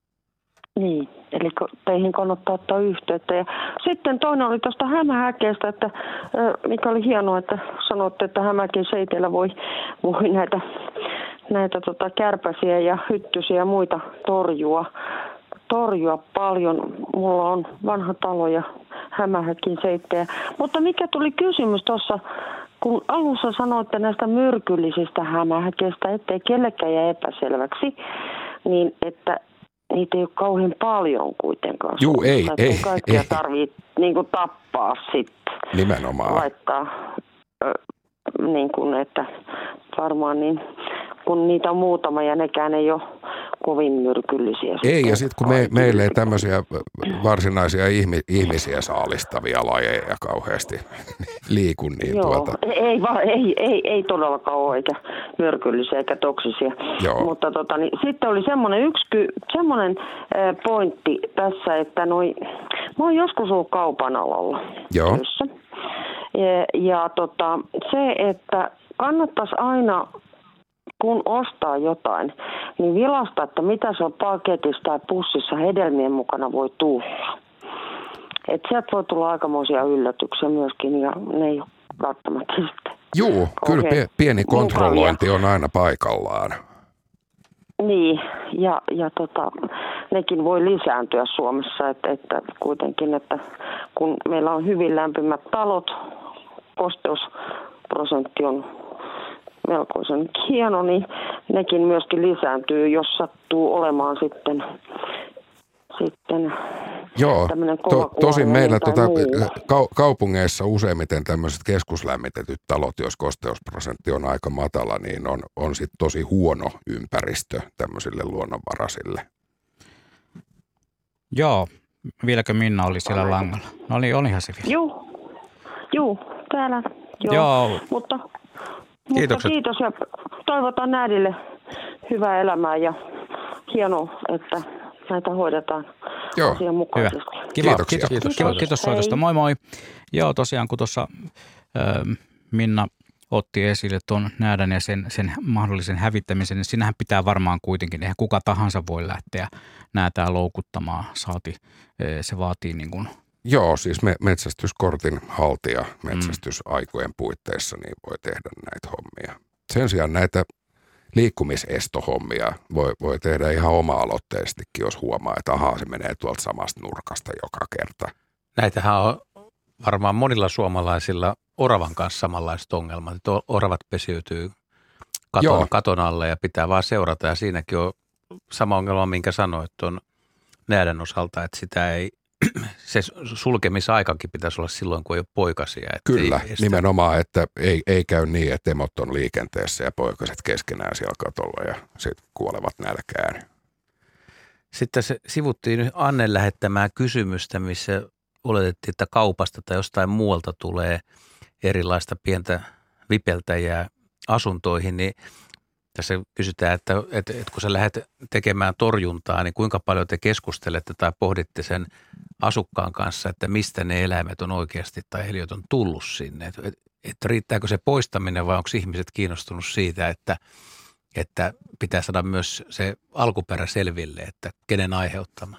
Niin, eli teihin kannattaa ottaa yhteyttä. Ja sitten toinen oli tuosta hämähäkeestä, että mikä oli hienoa, että sanoitte, että hämäkin seiteillä voi, voi näitä, näitä tota kärpäsiä ja hyttysiä ja muita torjua, torjua paljon. Mulla on vanha talo ja hämähäkin seittejä. Mutta mikä tuli kysymys tuossa, kun alussa sanoitte näistä myrkyllisistä hämähäkeistä, ettei kellekään jää epäselväksi, niin että niitä ei ole kauhean paljon kuitenkaan.
Juu, ei, ei. Ei
kaikkia tarvitsee niin tappaa sitten.
Nimenomaan.
Laittaa, ö, niin kuin, että varmaan niin, kun niitä on muutama ja nekään ei ole kovin myrkyllisiä.
Ei, ja sitten kun me, meillä ei tämmöisiä varsinaisia ihmi, ihmisiä saalistavia lajeja kauheasti liiku, niin
Joo,
tuota.
Ei, ei, ei, ei todellakaan ole, eikä myrkyllisiä eikä toksisia.
Joo.
Mutta tota, niin, sitten oli semmoinen yksi semmoinen äh, pointti tässä, että noi, mä oon joskus ollut kaupan alalla.
Joo.
Ja, ja tota, se, että kannattaisi aina, kun ostaa jotain, niin vilasta, että mitä se on paketissa tai pussissa hedelmien mukana voi tulla. Että sieltä voi tulla aikamoisia yllätyksiä myöskin, ja ne ei välttämättä sitten.
Juu, kyllä okay. Pieni kontrollointi on aina paikallaan.
Niin, ja, ja tota, nekin voi lisääntyä Suomessa, että, että kuitenkin, että kun meillä on hyvin lämpimät talot, kosteusprosentti on melkoisen hieno, niin nekin myöskin lisääntyy, jos sattuu olemaan sitten, sitten
Joo, to, tosin meillä tota,
ka-
kaupungeissa useimmiten tämmöiset keskuslämmitetyt talot, jos kosteusprosentti on aika matala, niin on, on sitten tosi huono ympäristö tämmöisille luonnonvaraisille.
Joo, Vieläkö Minna oli siellä langalla? No oli, olihan se vielä.
Juu, juu, täällä. Joo.
Joo.
Mutta,
Kiitokset.
mutta kiitos ja toivotan äidille hyvää elämää ja hienoa, että näitä hoidetaan
Joo.
asianmukaisesti.
Hyvä. Kiva.
Kiitoksia.
Kiitos,
Kiitos.
kiitos, kiitos soitosta. Moi moi. Joo, tosiaan kun tuossa Minna otti esille tuon näädän ja sen, sen mahdollisen hävittämisen, niin siinähän pitää varmaan kuitenkin, eihän kuka tahansa voi lähteä näätää loukuttamaan, saati se vaatii niin kuin.
Joo, siis me, metsästyskortin haltija metsästysaikojen puitteissa niin voi tehdä näitä hommia. Sen sijaan näitä liikkumisestohommia voi, voi tehdä ihan oma-aloitteisestikin, jos huomaa, että ahaa, se menee tuolta samasta nurkasta joka kerta.
Näitähän on varmaan monilla suomalaisilla oravan kanssa samanlaiset ongelmat, että oravat pesiytyy katon, katon alle ja pitää vaan seurata. Ja siinäkin on sama ongelma, minkä sanoit tuon näädän osalta, että sitä ei, se sulkemisaikakin pitäisi olla silloin, kun ei ole poikasia.
Kyllä, nimenomaan, että ei, ei käy niin, että emot on liikenteessä ja poikaset keskenään siellä katolla ja sitten kuolevat nälkään.
Sitten se sivuttiin Annen lähettämää kysymystä, missä oletettiin, että kaupasta tai jostain muualta tulee erilaista pientä vipeltäjää asuntoihin, niin tässä kysytään, että, että, että kun sä lähdet tekemään torjuntaa, niin kuinka paljon te keskustelette tai pohditte sen asukkaan kanssa, että mistä ne eläimet on oikeasti tai eliöt on tullut sinne. Että, että riittääkö se poistaminen vai onko ihmiset kiinnostunut siitä, että, että pitää saada myös se alkuperä selville, että kenen aiheuttama?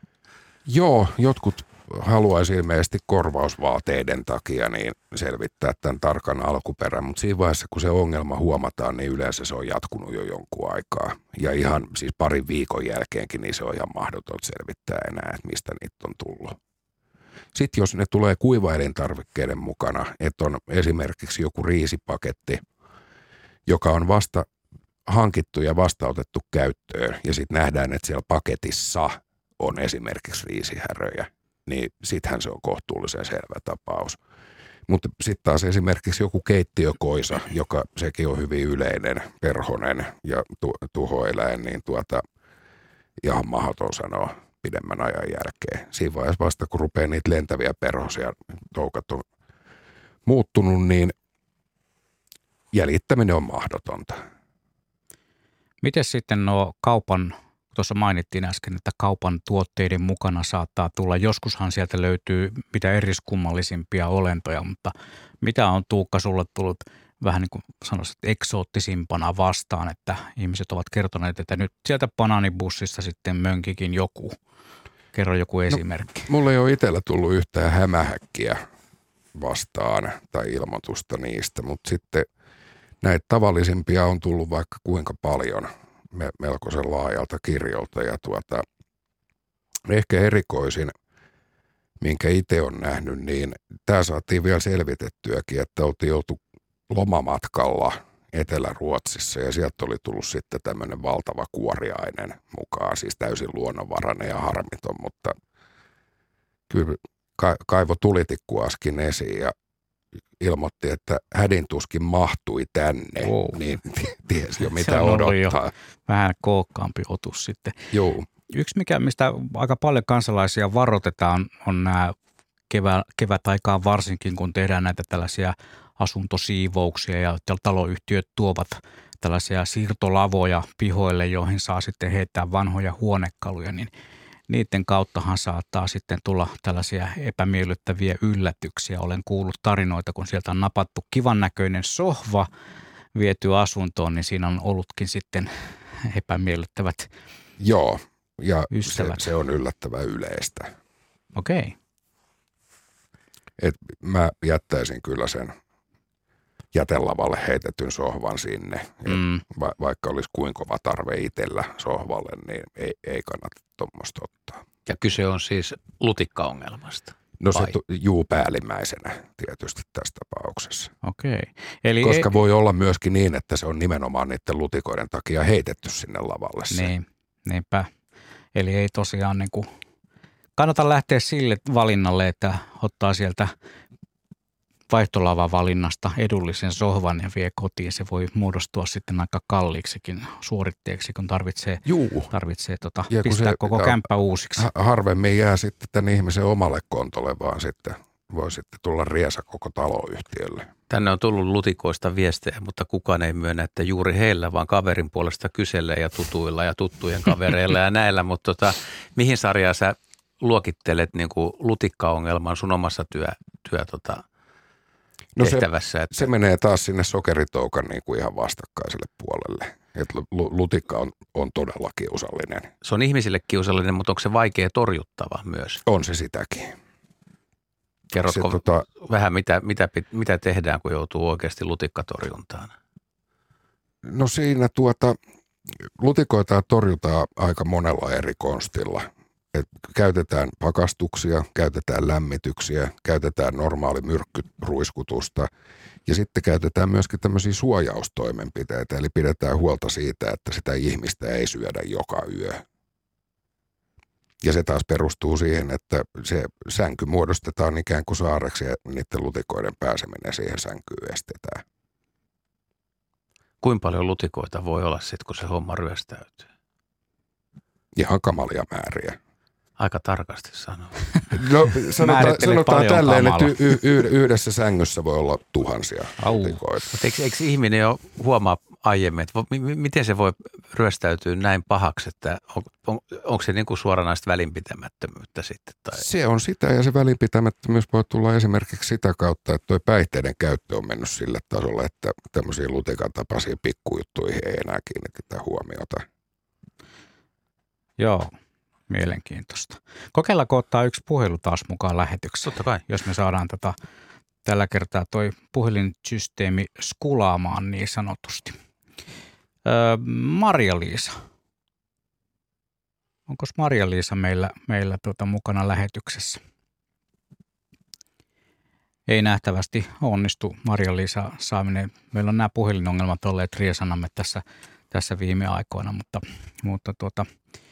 Joo, jotkut haluaisi ilmeisesti korvausvaateiden takia niin selvittää tämän tarkan alkuperän, mutta siinä vaiheessa, kun se ongelma huomataan, niin yleensä se on jatkunut jo jonkun aikaa. Ja ihan siis parin viikon jälkeenkin, niin se on ihan mahdoton selvittää enää, että mistä niitä on tullut. Sitten jos ne tulee kuivaelintarvikkeiden mukana, että on esimerkiksi joku riisipaketti, joka on vasta hankittu ja vastaotettu käyttöön, ja sitten nähdään, että siellä paketissa on esimerkiksi riisihäröjä, niin sittenhän se on kohtuullisen selvä tapaus. Mutta sitten taas esimerkiksi joku keittiökoisa, joka sekin on hyvin yleinen, perhonen ja tu- tuhoeläin, niin tuota ihan mahdoton sanoa pidemmän ajan jälkeen. Siinä vaiheessa vasta, kun rupeaa niitä lentäviä perhosia, toukat on muuttunut, niin jäljittäminen on mahdotonta.
Miten sitten nuo kaupan, tuossa mainittiin äsken, että kaupan tuotteiden mukana saattaa tulla, joskushan sieltä löytyy mitä eriskummallisimpia olentoja, mutta mitä on Tuukka sulle tullut vähän niin kuin sanoisit eksoottisimpana vastaan, että ihmiset ovat kertoneet, että nyt sieltä banaanibussista sitten mönkikin joku. Kerro joku esimerkki.
No, mulla ei ole itsellä tullut yhtään hämähäkkiä vastaan tai ilmoitusta niistä, mutta sitten näitä tavallisimpia on tullut vaikka kuinka paljon melkoisen laajalta kirjolta ja tuota, ehkä erikoisin, minkä itse on nähnyt, niin tämä saatiin vielä selvitettyäkin, että oltiin oltu lomamatkalla Etelä-Ruotsissa ja sieltä oli tullut sitten tämmöinen valtava kuoriainen mukaan, siis täysin luonnonvarainen ja harmiton, mutta kyllä kaivo tulitikkuaskin esiin ja ilmoitti, että hädintuskin mahtui tänne, wow. Niin tiesi jo mitä odottaa. Jo
vähän kookkaampi otus sitten.
Joo.
Yksi, mikä, mistä aika paljon kansalaisia varoitetaan, on nämä kevä, kevätaikaan varsinkin, kun tehdään näitä tällaisia asuntosiivouksia ja taloyhtiöt tuovat tällaisia siirtolavoja pihoille, joihin saa sitten heittää vanhoja huonekaluja, niin niiden kauttahan saattaa sitten tulla tällaisia epämiellyttäviä yllätyksiä. Olen kuullut tarinoita, kun sieltä on napattu kivan näköinen sohva viety asuntoon, niin siinä on ollutkin sitten epämiellyttävät
Joo, ja se,
ystävät.
se on yllättävän yleistä.
Okei. Okay.
Et mä jättäisin kyllä sen jätelavalle heitetyn sohvan sinne. Mm. Va- vaikka olisi kuinka kova tarve itsellä sohvalle, niin ei, ei kannata tuommoista ottaa.
Ja kyse on siis lutikkaongelmasta.
No vai? Se tu- juu päällimmäisenä tietysti tässä tapauksessa.
Okei. Eli
Koska
ei...
voi olla myöskin niin, että se on nimenomaan niiden lutikoiden takia heitetty sinne lavalle. Se.
Niin, niinpä. Eli ei tosiaan niin kuin kannata lähteä sille valinnalle, että ottaa sieltä vaihtolavavalinnasta edullisen sohvan ja vie kotiin. Se voi muodostua sitten aika kalliiksikin suoritteeksi, kun tarvitsee,
Juu.
tarvitsee tota,
Ja kun
pistää
se-
koko
ja-
kämppä uusiksi.
Ha- harvemmin jää sitten tämän ihmisen omalle kontolle, vaan sitten voi sitten tulla riesa koko taloyhtiölle.
Tänne on tullut lutikoista viestejä, mutta kukaan ei myönnä, että juuri heillä, vaan kaverin puolesta kyselee ja tutuilla ja tuttujen kavereilla ja näillä. Mutta tota, mihin sarjaan sä luokittelet niin kuin lutikkaongelman sun omassa työ, työ tota,
No se,
tehtävässä? Että
se menee taas sinne sokeritoukan niin kuin ihan vastakkaiselle puolelle. Et lu- lutikka on, on todella kiusallinen.
se on ihmisille kiusallinen, mutta onko se vaikea torjuttava myös?
On se sitäkin.
Kerrotko
Se, tota,
vähän, mitä, mitä, pit- mitä tehdään, kun joutuu oikeasti lutikkatorjuntaan?
no siinä tuota, lutikoita torjutaan aika monella eri konstilla. Et käytetään pakastuksia, käytetään lämmityksiä, käytetään normaali myrkkyruiskutusta ja sitten käytetään myöskin tämmöisiä suojaustoimenpiteitä, eli pidetään huolta siitä, että sitä ihmistä ei syödä joka yö. Ja se taas perustuu siihen, että se sänky muodostetaan ikään kuin saareksi ja niiden lutikoiden pääseminen siihen sänkyyn estetään.
Kuinka paljon lutikoita voi olla sitten, kun se homma ryöstäytyy?
Ihan kamalia määriä.
Aika tarkasti sanoo.
No sanotaan,
Määrittele
sanotaan
paljon
tälleen, että
kamala.
y- y- yhdessä sängyssä voi olla tuhansia
Au.
lutikoita.
Mutta eikö, eikö ihminen jo huomaa aiemmin, että vo- mi- mi- miten se voi ryöstäytyä näin pahaksi, että on, on, onko se niin kuin suoranaista välinpitämättömyyttä sitten? Tai?
Se on sitä ja se välinpitämättömyys voi tulla esimerkiksi sitä kautta, että tuo päihteiden käyttö on mennyt sille tasolle, että tämmöisiä lutikan tapaisia pikkujuttuihin ei enää kiinnitetä huomiota.
Joo, mielenkiintoista. Kokeillaanko ottaa yksi puhelu taas mukaan lähetykseen,
Totta kai.
jos me saadaan tätä, tällä kertaa toi puhelinsysteemi skulaamaan niin sanotusti. Öö, Marja-Liisa. Onko Marja-Liisa meillä, meillä tuota mukana lähetyksessä? Ei nähtävästi onnistu Marja-Liisa saaminen. Meillä on nämä puhelinongelmat olleet riesanamme tässä, tässä viime aikoina, mutta, mutta tuota,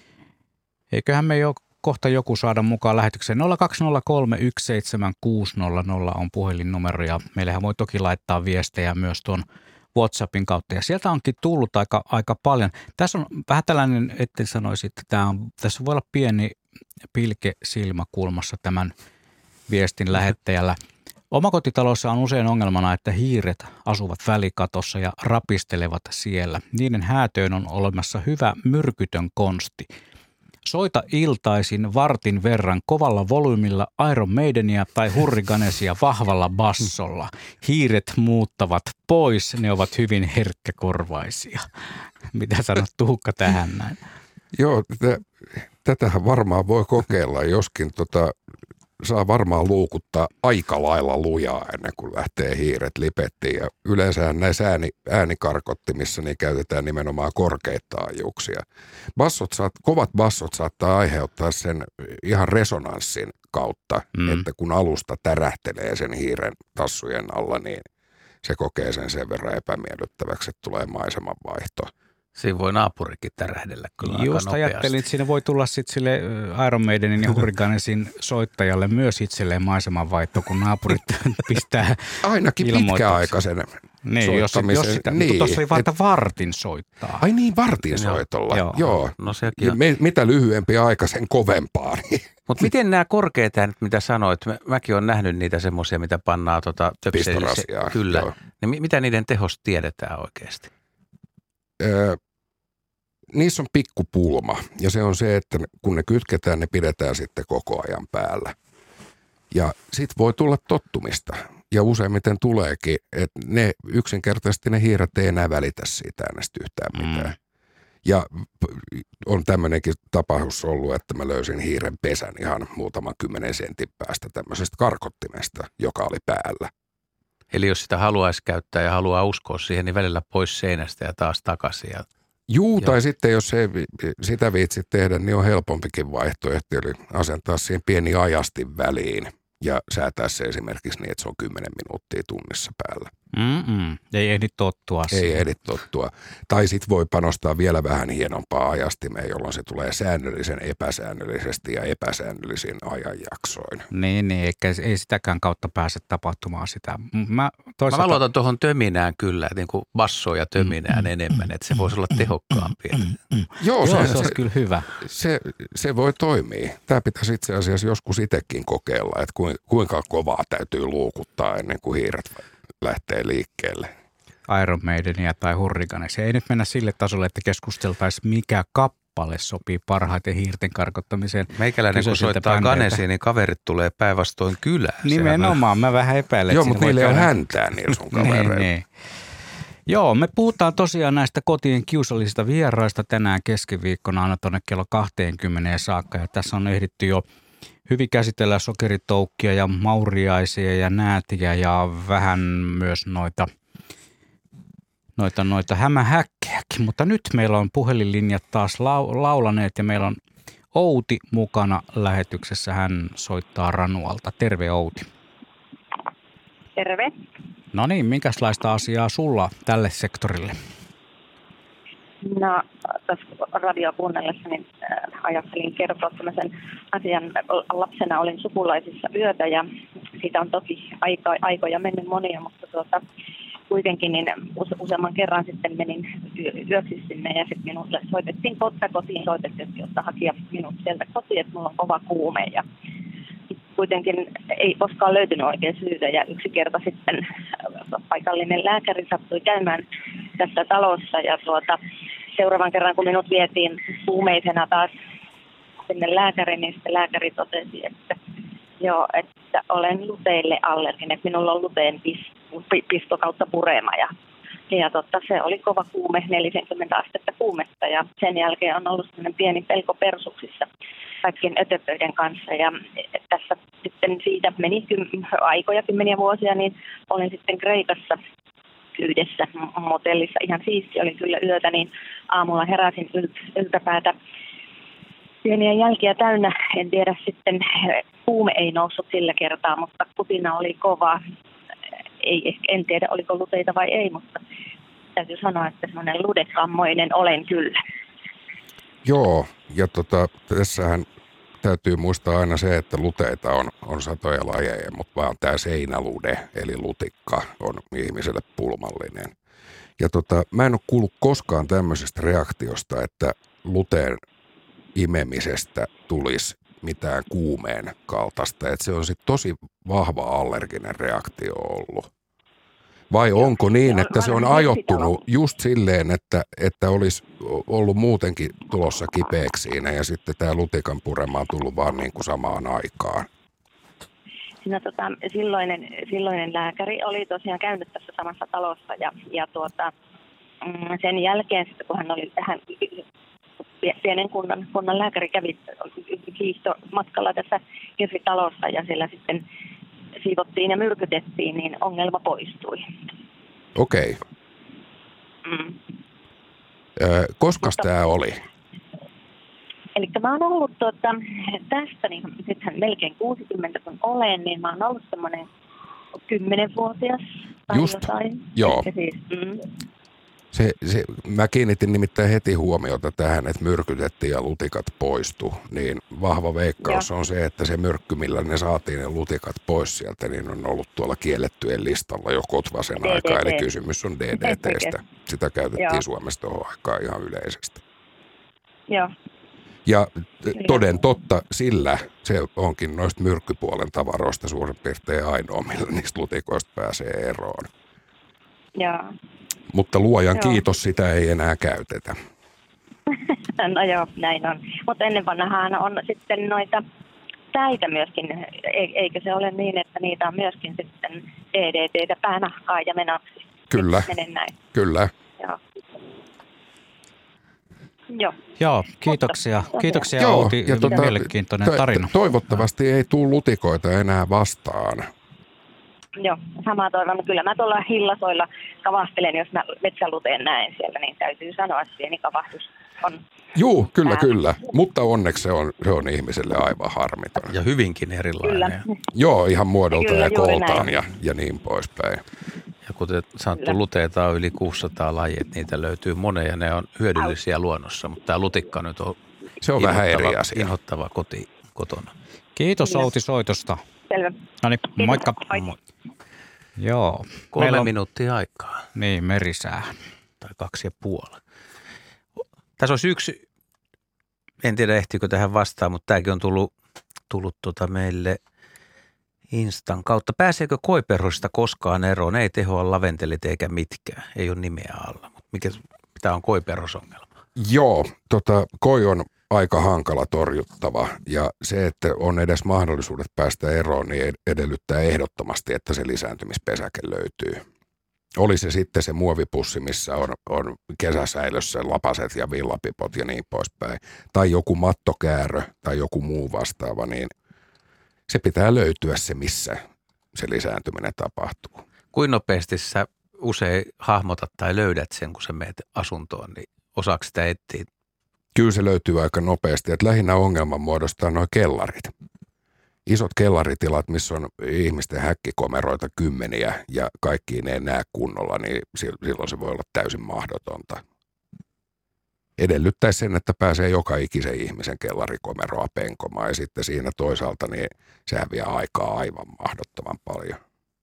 eiköhän me jo kohta joku saada mukaan lähetykseen. nolla kaksi nolla kolme yksi seitsemän kuusi nolla nolla on puhelinnumero ja meillähän voi toki laittaa viestejä myös tuon WhatsAppin kautta. Ja sieltä onkin tullut aika, aika paljon. Tässä on vähän tällainen, etten sanoisi, että tämä on, tässä voi olla pieni pilke silmäkulmassa tämän viestin lähettäjällä. Omakotitalossa on usein ongelmana, että hiiret asuvat välikatossa ja rapistelevat siellä. Niiden häätöön on olemassa hyvä myrkytön konsti. Soita iltaisin vartin verran kovalla volyymilla Iron Maidenia tai Hurriganesia vahvalla bassolla. Hiiret muuttavat pois, ne ovat hyvin herkkäkorvaisia. Mitä sanot Tuukka tähän näin?
Joo, t- tätähän varmaan voi kokeilla, joskin tota, saa varmaan luukuttaa aika lailla lujaa ennen kuin lähtee hiiret lipettiin. Ja yleensä näissä ääni, äänikarkottimissa niin käytetään nimenomaan korkeita taajuuksia. Bassot saat, kovat bassot saattaa aiheuttaa sen ihan resonanssin kautta,
Mm.
että kun alusta tärähtelee sen hiiren tassujen alla, niin se kokee sen sen verran epämiellyttäväksi, että tulee maisemanvaihto.
Siinä voi naapurikin tärähdellä kyllä
Just
aika nopeasti.
ajattelin, että siinä voi tulla sitten sille ö, Iron Maidenin ja Hurriganesin soittajalle myös itselleen maisemanvaihto, kun naapurit pistää
Ainakin
ilmoituksen.
pitkäaikaisen
Niin, jos,
soittamisen.
jos sitä,
niin,
mutta tuossa ei vaan,
et-
että vartin soittaa.
Ai niin, vartin soitolla.
Joo.
Joo.
No sekin
Ja
on.
me, mitä lyhyempi aika, sen kovempaa. Niin
Mutta miten nämä korkeat äänet, mitä sanoit, mä, mäkin olen nähnyt niitä semmoisia, mitä pannaan tota, töpseliin.
Pistorasiaa,
Kyllä.
joo.
Niin mi- mitä niiden tehosta tiedetään oikeasti?
Öö, niissä on pikkupulma ja se on se, että kun ne kytketään, ne pidetään sitten koko ajan päällä. Ja sit voi tulla tottumista ja useimmiten tuleekin, että ne yksinkertaisesti ne hiiret ei enää välitä siitä äänestä yhtään mitään. Mm. Ja on tämmöinenkin tapaus ollut, että mä löysin hiiren pesän ihan muutaman kymmenen sentin päästä tämmöisestä karkottimesta, joka oli päällä.
Eli jos sitä haluaisi käyttää ja haluaa uskoa siihen, niin välillä pois seinästä ja taas takaisin. Ja
Juu,
Joo.
tai sitten jos ei vi- sitä viitsi tehdä, niin on helpompikin vaihtoehto, eli asentaa siihen pieni ajastin väliin ja säätää se esimerkiksi niin, että se on kymmenen minuuttia tunnissa päällä.
Mm-mm. Ei ehdi tottua
Ei
siihen.
ehdi tottua. Tai sitten voi panostaa vielä vähän hienompaa ajastimeen, jolloin se tulee säännöllisen epäsäännöllisesti ja epäsäännöllisin ajanjaksoin.
Niin, niin, eikä ei sitäkään kautta pääse tapahtumaan sitä. Mä, toisaalta...
Mä luotan tuohon töminään kyllä, että niin kuin bassoa ja töminään mm, enemmän, että se voisi olla tehokkaampi.
Mm, mm.
Joo, se,
Joo, se,
se
olisi kyllä hyvä.
Se, se voi toimia. Tämä pitäisi itse asiassa joskus itsekin kokeilla, että kuinka kovaa täytyy luukuttaa ennen kuin hiiret lähtee liikkeelle.
Iron Maidenia tai Hurricanesia. Ei nyt mennä sille tasolle, että keskusteltaisiin, mikä kappale sopii parhaiten hiirten karkottamiseen.
Meikäläinen kun soittaa Ganesiin, niin kaverit tulee päinvastoin kylään.
Nimenomaan, mä vähän epäilen.
Joo, mutta niillä ei ole häntää niillä sun kavereilla.
niin, niin. Joo, me puhutaan tosiaan näistä kotien kiusallisista vieraista tänään keskiviikkona aina tuonne kello kaksikymmentä saakka. Ja tässä on ehditty jo hyvin käsitellä sokeritoukkia ja mauriaisia ja näätiä ja vähän myös noita, noita, noita hämähäkkejäkin. Mutta nyt meillä on puhelinlinjat taas lau, laulaneet ja meillä on Outi mukana lähetyksessä. Hän soittaa Ranualta. Terve Outi.
Terve.
No niin, minkälaista asiaa sulla tälle sektorille?
No, tässä radio kuunnellessa niin äh, ajattelin kertoa sellaisen asian. Lapsena olin sukulaisissa yötä ja siitä on toki aika, aikoja mennyt monia, mutta tuota, kuitenkin niin use, useamman kerran sitten menin yöksi sinne ja sitten minulle soitettiin kotta kotiin, soitettiin, jotta hakija minut sieltä kotiin, että mulla on kova kuume ja kuitenkin ei koskaan löytynyt oikein syytä ja yksi kerta sitten paikallinen lääkäri sattui käymään tässä talossa ja tuota, seuraavan kerran kun minut vietiin kuumeisena taas sinne lääkäriin, niin sitten lääkäri totesi, että joo, että olen luteille allerginen, että minulla on luteen pisto kautta purema ja Ja totta, se oli kova kuume, neljäkymmentä astetta kuumetta ja sen jälkeen on ollut sellainen pieni pelko persuksissa kaikkien ötöpöiden kanssa. Ja tässä sitten siitä meni kym- aikoja, kymmeniä vuosia, niin olin sitten Kreikassa yhdessä motellissa. Ihan siisti oli kyllä yötä, niin aamulla heräsin yl- yltäpäätä pieniä jälkiä täynnä. En tiedä sitten, kuume ei noussut sillä kertaa, mutta kutina oli kova. Ei, en tiedä, oliko luteita vai ei, mutta täytyy sanoa, että semmoinen ludekammoinen olen kyllä.
Joo, ja tota, tässähän täytyy muistaa aina se, että luteita on, on satoja lajeja, mutta vaan tämä seinälude, eli lutikka, on ihmiselle pulmallinen. Ja tota, mä en ole kuullut koskaan tämmöisestä reaktiosta, että luteen imemisestä tulisi mitään kuumeen kaltaista, että se on sitten tosi vahva allerginen reaktio ollut. Vai onko niin, että se on ajoittunut just silleen, että, että olisi ollut muutenkin tulossa kipeäksi siinä ja sitten tämä lutikan purema on tullut vaan niin kuin samaan aikaan?
Siinä, tota, silloinen, silloinen lääkäri oli tosiaan käynyt tässä samassa talossa ja, ja tuota, sen jälkeen, sitten, kun hän oli tähän pienen kunnan, kunnan lääkäri kävi hiihtomatkalla tässä Hirsi-talossa ja siellä sitten siivottiin ja myrkytettiin, niin ongelma poistui.
Okei.
Mm.
Ö, koskas tämä oli?
Eli mä oon ollut tuota, tästä, niin nythän melkein kuusikymmentä kun olen, niin mä oon ollut semmoinen kymmenvuotias tai
Just,
jotain.
joo.
Siis, mm.
Se, se, mä kiinnitin nimittäin heti huomiota tähän, että myrkytettiin ja lutikat poistu. Niin vahva veikkaus Joo. on se, että se myrkky, millä ne saatiin ne lutikat pois sieltä, niin on ollut tuolla kiellettyjen listalla jo kotvasen aikaa. Eli kysymys on D D T:stä. Sitä käytettiin Joo. Suomessa tuohon aikaan ihan yleisesti.
Joo.
Ja toden totta, sillä se onkin noista myrkkypuolen tavaroista suurin piirtein ainoa, millä niistä lutikoista pääsee eroon.
Joo.
Mutta luojan
joo.
kiitos, sitä ei enää käytetä.
No joo, näin on. Mutta ennen vanhaan on sitten noita täitä myöskin, eikö se ole niin, että niitä on myöskin sitten D D T:tä, päänahkaa ja menoksi?
Kyllä,
näin.
kyllä.
Joo. Joo.
Joo, kiitoksia. Kiitoksia Joo, Outi, ja tota, mielenkiintoinen to, tarina.
Toivottavasti ei tule lutikoita enää vastaan.
Joo, samaa toivon. Kyllä mä tuolla hillasoilla kavahtelen, jos mä metsäluteen näen siellä, niin täytyy sanoa, että pieni kavahdus on.
Juu, kyllä, ää. kyllä. Mutta onneksi se on, se on ihmiselle aivan harmiton.
Ja hyvinkin erilainen.
Kyllä.
Joo, ihan muodolta kyllä, ja kooltaan ja, ja niin poispäin.
Ja kuten sanottu, luteita on yli kuusisataa lajia, niitä löytyy monia ja ne on hyödyllisiä luonnossa, mutta tämä lutikka nyt on,
se on vähän eri asia.
Inhottava koti, kotona.
Kiitos Outi soitosta.
Selvä.
No niin, moikka.
Moi.
Joo.
Kolme
on,
minuuttia aikaa.
Niin, merisää.
Tai kaksi ja puoli. Tässä olisi yksi, en tiedä ehtiikö tähän vastaan, mutta tämäkin on tullut, tullut tota meille Instan kautta. Pääseekö koiperhosista koskaan eroon? Ei tehoa laventelit eikä mitkään. Ei ole nimeä alla. Mutta mikä tämä on koiperhosongelma?
Joo, tota, koi on aika hankala torjuttava ja se, että on edes mahdollisuudet päästä eroon, niin edellyttää ehdottomasti, että se lisääntymispesäke löytyy. Oli se sitten se muovipussi, missä on, on kesäsäilössä lapaset ja villapipot ja niin poispäin, tai joku mattokäärö tai joku muu vastaava, niin se pitää löytyä se, missä se lisääntyminen tapahtuu.
Kuinka nopeasti sä usein hahmotat tai löydät sen, kun sä menet asuntoon, niin osaako sitä etsiä?
Kyllä se löytyy aika nopeasti, että lähinnä ongelman muodostaa nuo kellarit. Isot kellaritilat, missä on ihmisten häkkikomeroita kymmeniä ja kaikkiin ei näe kunnolla, niin silloin se voi olla täysin mahdotonta. Edellyttäisi sen, että pääsee joka ikisen ihmisen kellarikomeroa penkomaan ja sitten siinä toisaalta niin se häviää aikaa aivan mahdottoman paljon.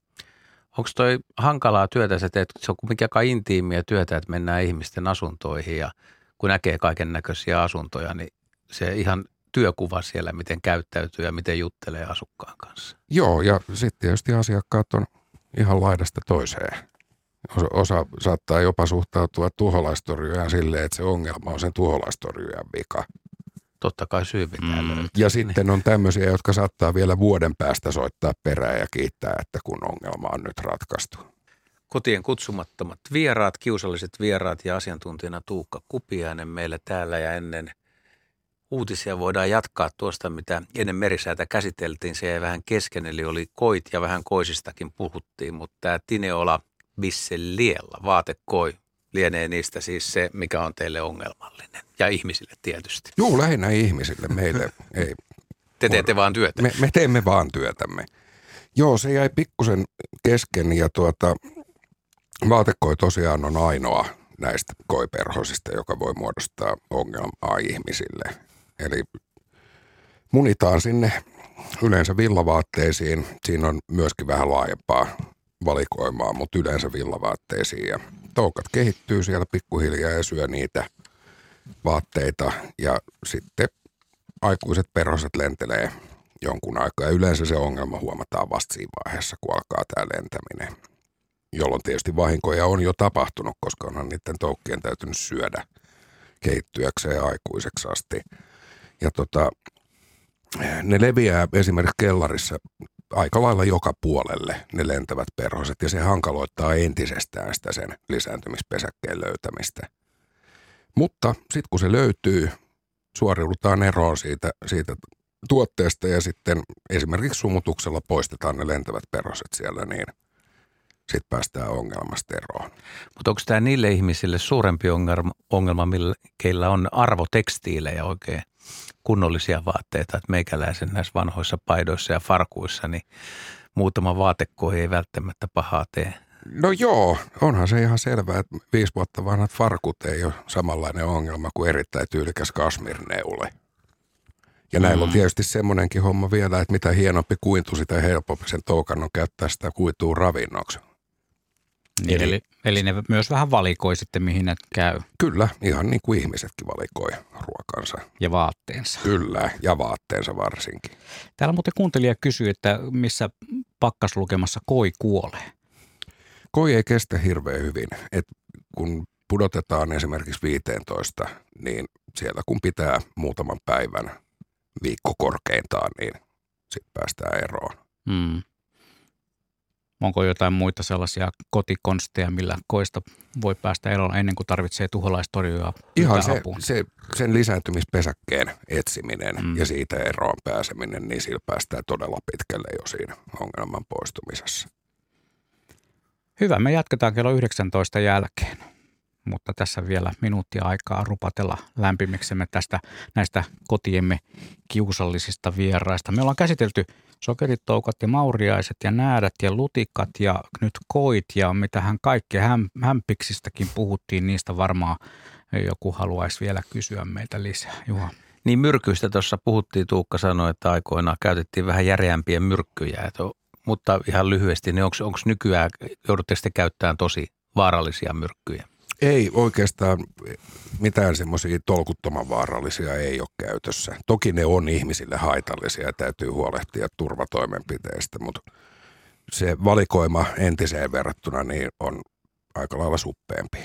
Onko toi hankalaa työtä, sä teet, se on kuitenkin aika intiimiä työtä, että mennään ihmisten asuntoihin ja kun näkee kaiken näköisiä asuntoja, niin se ihan työkuva siellä, miten käyttäytyy ja miten juttelee asukkaan kanssa.
Joo, ja sitten tietysti asiakkaat on ihan laidasta toiseen. Osa, osa saattaa jopa suhtautua tuholaistorjujaan silleen, että se ongelma on sen tuholaistorjujan vika.
Totta kai syy pitää mm. löytää.
Ja sitten on tämmöisiä, jotka saattaa vielä vuoden päästä soittaa perään ja kiittää, että kun ongelma on nyt ratkaistu.
Kotien kutsumattomat vieraat, kiusalliset vieraat ja asiantuntijana Tuukka Kupiainen meillä täällä ja ennen uutisia voidaan jatkaa tuosta, mitä ennen merisäätä käsiteltiin. Se jäi vähän kesken, eli oli koit ja vähän koisistakin puhuttiin, mutta tämä Tineola Bisseliellä vaatekoi lienee niistä siis se, mikä on teille ongelmallinen ja ihmisille tietysti.
Joo, lähinnä ihmisille, meille ei.
Te teette vaan työtä.
Me, me teemme vaan työtämme. Joo, se jäi pikkusen kesken ja tuota, vaatekoi tosiaan on ainoa näistä koiperhosista, joka voi muodostaa ongelmaa ihmisille. Eli munitaan sinne yleensä villavaatteisiin. Siinä on myöskin vähän laajempaa valikoimaa, mutta yleensä villavaatteisiin. Ja toukat kehittyy siellä pikkuhiljaa ja syö niitä vaatteita. Ja sitten aikuiset perhoset lentelee jonkun aikaa. Ja yleensä se ongelma huomataan vasta siinä vaiheessa, kun alkaa tämä lentäminen. Jolloin tietysti vahinkoja on jo tapahtunut, koska onhan niiden toukkien täytynyt syödä kehittyäkseen aikuiseksi asti. Ja tota, ne leviää esimerkiksi kellarissa aika lailla joka puolelle, ne lentävät perhoset, ja se hankaloittaa entisestään sitä sen lisääntymispesäkkeen löytämistä. Mutta sitten kun se löytyy, suoriudutaan eroon siitä, siitä tuotteesta, ja sitten esimerkiksi sumutuksella poistetaan ne lentävät perhoset siellä, niin sitten päästään ongelmasta eroon.
Mutta onko tämä niille ihmisille suurempi ongelma, ongelma millä, keillä on arvotekstiilejä oikein kunnollisia vaatteita, että meikäläisen näissä vanhoissa paidoissa ja farkuissa, niin muutama vaatekoi ei välttämättä pahaa tee.
No joo, onhan se ihan selvää, että viisi vuotta vanhat farkut ei ole samanlainen ongelma kuin erittäin tyylikäs kasmirneule. Ja näillä on tietysti semmoinenkin homma vielä, että mitä hienompi kuitu, sitä helpompi sen toukan on käyttää sitä kuitua ravinnoksi.
Niin, eli, eli ne myös vähän valikoi sitten, mihin ne käy.
Kyllä, ihan niin kuin ihmisetkin valikoi ruokansa.
Ja vaatteensa.
Kyllä, ja vaatteensa varsinkin.
Täällä muuten kuuntelija kysyy, että missä pakkaslukemassa koi kuolee?
Koi ei kestä hirveän hyvin. Et kun pudotetaan esimerkiksi viisitoista, niin siellä kun pitää muutaman päivän, viikko korkeintaan, niin sitten päästään eroon.
Hmm. Onko jotain muita sellaisia kotikonsteja, millä koista voi päästä eroon ennen kuin tarvitsee tuholaistorjujaa?
Ihan se, se, sen lisääntymispesäkkeen etsiminen mm. ja siitä eroon pääseminen, niin sillä päästään todella pitkälle jo siinä ongelman poistumisessa.
Hyvä, me jatketaan kello yhdeksäntoista jälkeen. mutta tässä vielä minuuttia aikaa rupatella lämpimiksemme tästä näistä kotiemme kiusallisista vieraista. Me ollaan käsitelty sokeritoukat ja mauriaiset ja näädät ja lutikat ja nyt koit ja mitähän kaikkea häm, hämpiksistäkin puhuttiin. Niistä varmaan joku haluaisi vielä kysyä meiltä lisää. Juha.
Niin myrkyistä tuossa puhuttiin, Tuukka sanoi, että aikoinaan käytettiin vähän järeämpiä myrkkyjä. Että, mutta ihan lyhyesti, niin onko nykyään, joudutteko te käyttämään tosi vaarallisia myrkkyjä?
Ei oikeastaan mitään semmoisia tolkuttoman vaarallisia ei ole käytössä. Toki ne on ihmisille haitallisia ja täytyy huolehtia turvatoimenpiteistä, mutta se valikoima entiseen verrattuna niin on aika lailla suppeampi.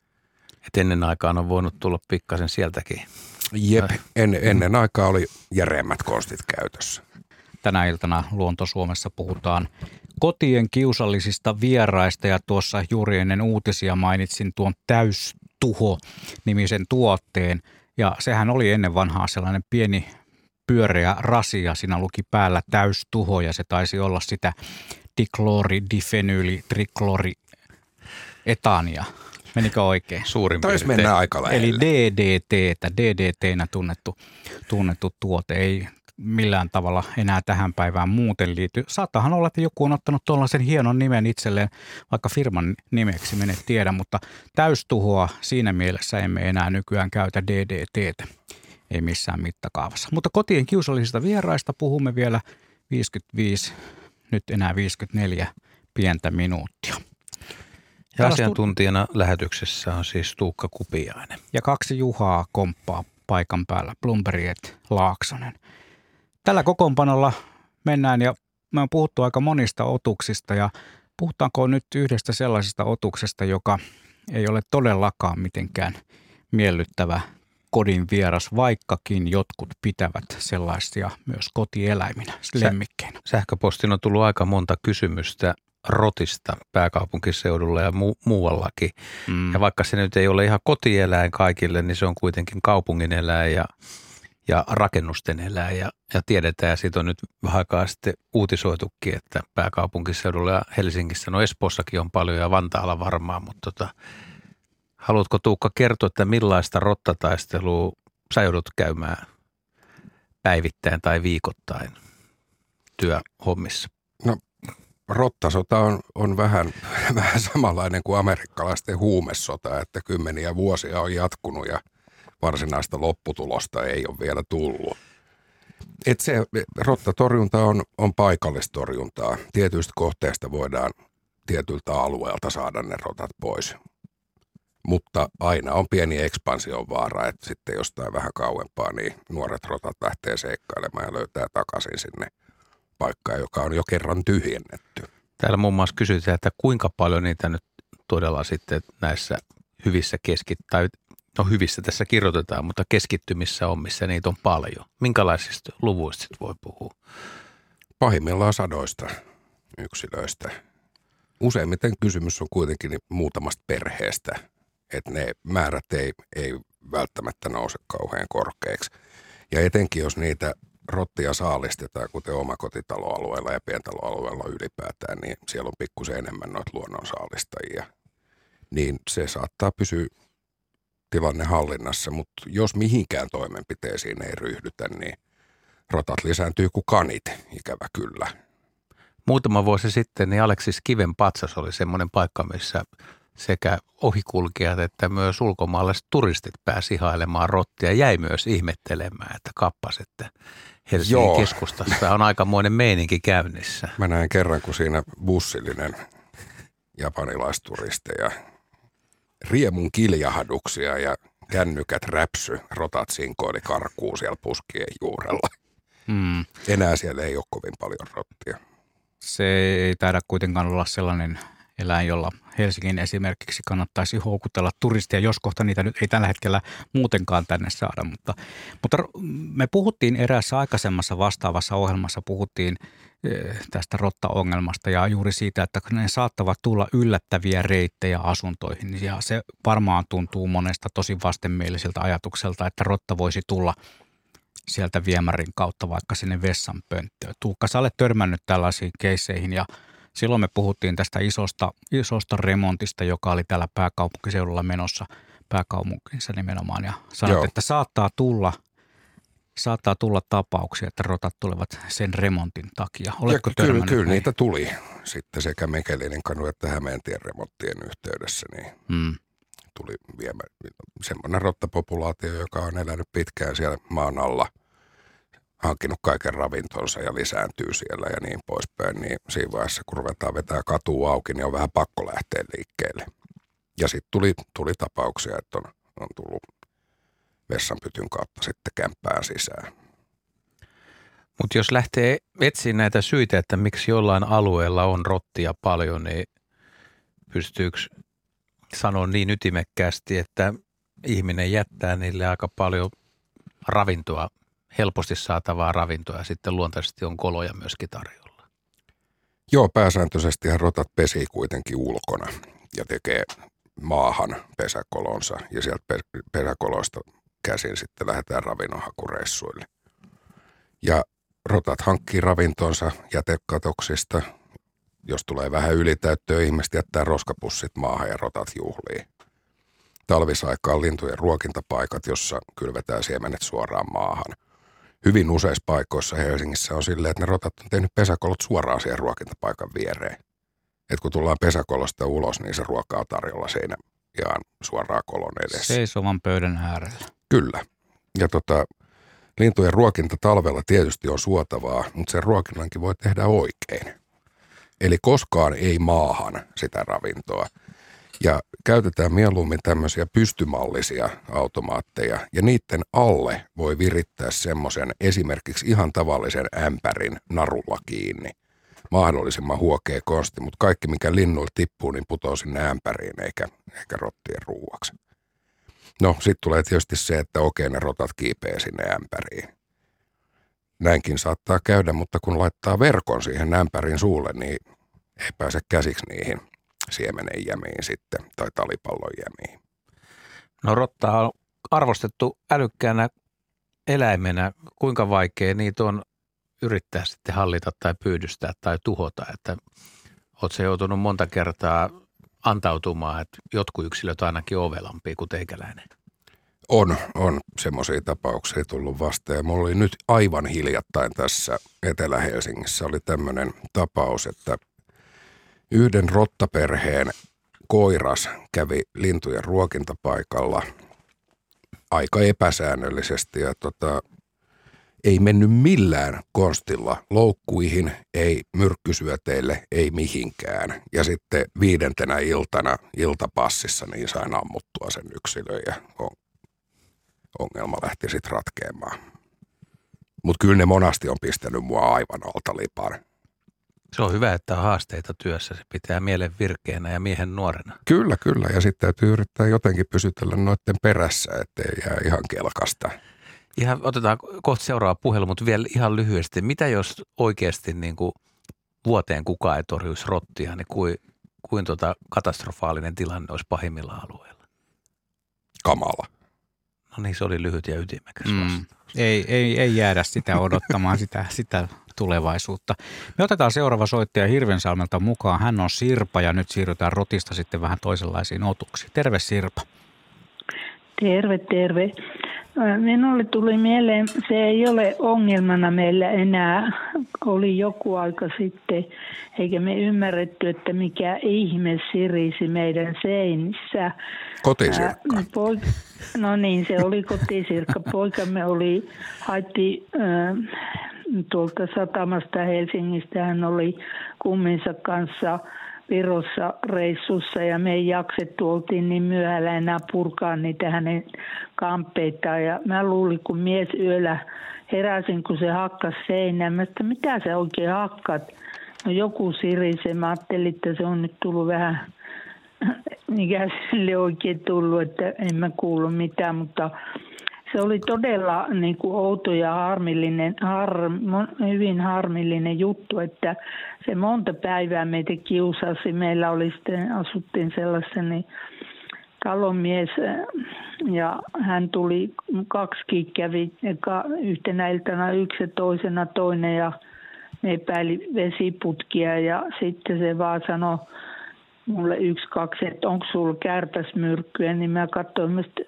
Et ennen aikaan on voinut tulla pikkasen sieltäkin.
Jep, en, ennen aikaa oli järeemmät konstit käytössä.
Tänä iltana Luonto-Suomessa puhutaan kotien kiusallisista vieraista ja tuossa juuri ennen uutisia mainitsin tuon Täystuho-nimisen tuotteen ja sehän oli ennen vanhaa sellainen pieni pyöreä rasia, siinä luki päällä Täystuho ja se taisi olla sitä dikloridifenyyli triklorietaania. Menikö oikein?
Suurin
Taisi
piirtein.
mennä aika lähelle.
Eli D D T, D D T:nä tunnettu, tunnettu tuote ei millään tavalla enää tähän päivään muuten liity. Saattahan olla, että joku on ottanut tuollaisen hienon nimen itselleen, vaikka firman nimeksi mene tiedä, mutta täystuhoa siinä mielessä emme enää nykyään käytä D D T:tä, ei missään mittakaavassa. Mutta kotien kiusallisista vieraista puhumme vielä viisikymmentäviisi, nyt enää viisikymmentäneljä pientä minuuttia.
Ja asiantuntijana lähetyksessä on siis Tuukka Kupiainen.
Ja kaksi Juhaa komppaa paikan päällä, Blomberget, Laaksonen. Tällä kokoonpanolla mennään ja me on puhuttu aika monista otuksista ja puhutaanko nyt yhdestä sellaisesta otuksesta, joka ei ole todellakaan mitenkään miellyttävä kodin vieras, vaikkakin jotkut pitävät sellaisia myös kotieläiminä, lemmikkeinä.
Sähköpostiin on tullut aika monta kysymystä rotista pääkaupunkiseudulla ja mu- muuallakin. Mm. Ja vaikka se nyt ei ole ihan kotieläin kaikille, niin se on kuitenkin kaupungin eläin ja, ja rakennusten eläin. Ja, ja tiedetään, ja siitä on nyt vähän aikaa sitten uutisoitukin, että pääkaupunkiseudulla ja Helsingissä, no Espoossakin on paljon ja Vantaalla varmaan, mutta tota, haluatko Tuukka kertoa, että millaista rottataistelua sä joudut käymään päivittäin tai viikoittain työhommissa?
No rottasota on, on vähän, vähän samanlainen kuin amerikkalaisten huumesota, että kymmeniä vuosia on jatkunut ja varsinaista lopputulosta ei ole vielä tullut. Et se rottatorjunta on, on paikallistorjuntaa. Tietyistä kohteista voidaan tietyltä alueelta saada ne rotat pois. Mutta aina on pieni ekspansion vaara, että sitten jostain vähän kauempaa niin nuoret rotat lähtee seikkailemaan ja löytää takaisin sinne paikkaan, joka on jo kerran tyhjennetty.
Täällä muun muassa kysytään, että kuinka paljon niitä nyt todella sitten näissä hyvissä keskit tai no hyvissä tässä kirjoitetaan, mutta keskittymissä on, missä niitä on paljon. Minkälaisista luvuista sit voi puhua?
Pahimmillaan sadoista yksilöistä. Useimmiten kysymys on kuitenkin muutamasta perheestä, että ne määrät ei, ei välttämättä nouse kauhean korkeaksi. Ja etenkin jos niitä rottia saalistetaan, kuten omakotitaloalueella ja pientaloalueella ylipäätään, niin siellä on pikkusen enemmän noita luonnon saalistajia. Niin se saattaa pysyä tilanne hallinnassa, mutta jos mihinkään toimenpiteisiin ei ryhdytä, niin rotat lisääntyy kuin kanit, ikävä kyllä.
Muutama vuosi sitten niin Aleksis Kiven patsas oli semmoinen paikka, missä sekä ohikulkijat että myös ulkomaalaiset turistit pääsi ihailemaan rottia. Jäi myös ihmettelemään, että kappas, että Helsingin Joo. keskustassa on aikamoinen meininki käynnissä.
Mä näin kerran, kun siinä bussillinen japanilaisturisteja, riemun kiljahduksia ja kännykät räpsy, rotat sinkoili karkuun siellä puskien juurella. Mm. Enää siellä ei ole kovin paljon rottia.
Se ei taida kuitenkaan olla sellainen eläin, jolla Helsingin esimerkiksi kannattaisi houkutella turistia, jos kohta niitä nyt ei tällä hetkellä muutenkaan tänne saada. Mutta, mutta me puhuttiin eräässä aikaisemmassa vastaavassa ohjelmassa, puhuttiin tästä rottaongelmasta ja juuri siitä, että ne saattavat tulla yllättäviä reittejä asuntoihin. Ja se varmaan tuntuu monesta tosi vastenmieliseltä ajatukselta, että rotta voisi tulla sieltä viemärin kautta vaikka sinne vessanpönttöön. Tuukka, sä olet törmännyt tällaisiin keisseihin ja Silloin me puhuttiin tästä isosta, isosta remontista, joka oli täällä pääkaupunkiseudulla menossa, pääkaupungissa nimenomaan. Ja sanoit, että saattaa tulla, saattaa tulla tapauksia, että rotat tulevat sen remontin takia. Oletko
ja kyllä, kyllä niitä tuli sitten sekä Mekelinin kanu että Hämeentien remonttien yhteydessä. Niin hmm. tuli viemä, semmoinen rottapopulaatio, joka on elänyt pitkään siellä maan alla, hankkinut kaiken ravintonsa ja lisääntyy siellä ja niin poispäin, niin siinä vaiheessa, kun ruvetaan vetää katua auki, niin on vähän pakko lähteä liikkeelle. Ja sitten tuli, tuli tapauksia, että on, on tullut vessanpytyn kautta sitten kämppään sisään.
Mutta jos lähtee etsiä näitä syitä, että miksi jollain alueella on rottia paljon, niin pystyykö sanoa niin ytimekkäästi, että ihminen jättää niille aika paljon ravintoa, helposti saatavaa ravintoa ja sitten luontaisesti on koloja myöskin tarjolla?
Joo, pääsääntöisesti rotat pesii kuitenkin ulkona ja tekee maahan pesäkolonsa ja sieltä pesäkoloista käsin sitten lähdetään ravinnonhakureissuille. Ja rotat hankkii ravintonsa jätekatoksista. Jos tulee vähän ylitäyttöä, ihmiset jättää roskapussit maahan ja rotat juhlii. Talvisaikaan lintujen ruokintapaikat, jossa kylvetään siemenet suoraan maahan. Hyvin useissa paikoissa Helsingissä on silleen, että ne rotat on tehnyt pesäkolot suoraan siihen ruokintapaikan viereen. Et kun tullaan pesäkolosta ulos, niin se ruoka on tarjolla siinä ihan suoraan kolon edessä.
Seisovan pöydän äärellä.
Kyllä. Ja tota, lintujen ruokinta talvella tietysti on suotavaa, mutta sen ruokinnankin voi tehdä oikein. Eli koskaan ei maahan sitä ravintoa. Ja käytetään mieluummin tämmöisiä pystymallisia automaatteja, ja niiden alle voi virittää semmoisen esimerkiksi ihan tavallisen ämpärin narulla kiinni. Mahdollisimman huokea konsti, mutta kaikki mikä linnuilla tippuu, niin putoo sinne ämpäriin eikä, eikä rottien ruuaksi. No, sitten tulee tietysti se, että okei, ne rotat kiipee sinne ämpäriin. Näinkin saattaa käydä, mutta kun laittaa verkon siihen ämpärin suulle, niin ei pääse käsiksi niihin siemenen jämiin sitten, tai talipallon jämiin.
No rottaa on arvostettu älykkäänä eläimenä. Kuinka vaikea niitä on yrittää sitten hallita tai pyydystää tai tuhota, että oot se joutunut monta kertaa antautumaan, että jotkut yksilöt ainakin ovelampia kuin teikäläinen?
On, on semmoisia tapauksia tullut vastaan. Ja mulla oli nyt aivan hiljattain tässä Etelä-Helsingissä oli tämmöinen tapaus, että yhden rottaperheen koiras kävi lintujen ruokintapaikalla aika epäsäännöllisesti ja tota, ei mennyt millään konstilla loukkuihin, ei myrkkysyöteille, ei mihinkään. Ja sitten viidentenä iltana iltapassissa niin sain ammuttua sen yksilön ja ongelma lähti sitten ratkeamaan. Mutta kyllä ne monasti on pistänyt mua aivan alta lipaan.
Se on hyvä, että on haasteita työssä. Se pitää mielen virkeänä ja miehen nuorena.
Kyllä, kyllä. Ja sitten täytyy yrittää jotenkin pysytellä noiden perässä, ettei jää ihan kelkasta.
Ihan otetaan kohta seuraava puhelu, mutta vielä ihan lyhyesti. Mitä jos oikeasti niin kuin vuoteen kukaan ei torjuisi rottia, niin kuin, kuin tota katastrofaalinen tilanne olisi pahimmilla alueilla?
Kamala.
No niin, se oli lyhyt ja ytimekäs
mm.
vastaus.
Ei, ei, ei jäädä sitä odottamaan, sitä, sitä tulevaisuutta. Me otetaan seuraava soittaja Hirvensalmelta mukaan. Hän on Sirpa ja nyt siirrytään rotista sitten vähän toisenlaisiin otuksiin. Terve Sirpa.
Terve, terve. Minulle tuli mieleen, se ei ole ongelmana meillä enää, oli joku aika sitten, eikä me ymmärretty, että mikä ihme sirisi meidän seinissä.
Kotisirkka.
Poik- no niin, se oli kotisirkka. Poikamme oli, haitti äh, tuolta satamasta Helsingistä, hän oli kumminsa kanssa Virossa reissussa ja me ei jaksettu, oltiin niin myöhällä enää purkaa niitä hänen kamppeitaan. Ja mä luulin, kun mies yöllä heräsin, kun se hakkas seinään, mä että mitä sä oikein hakkat? No joku sirise, mä ajattelin, että se on nyt tullut vähän, mikä sille oikein tullut, että en mä kuullut mitään, mutta se oli todella niin kuin outo ja harmillinen, har, hyvin harmillinen juttu, että se monta päivää meitä kiusasi. Meillä oli sitten, asuttiin sellaisen niin talonmies ja hän tuli, kaksikin kävi, yhtenä iltana yksi ja toisena toinen ja epäili vesiputkia ja sitten se vaan sanoi mulle yksi, kaksi, että onko sulla kärpäsmyrkkyä, niin mä katsoin, että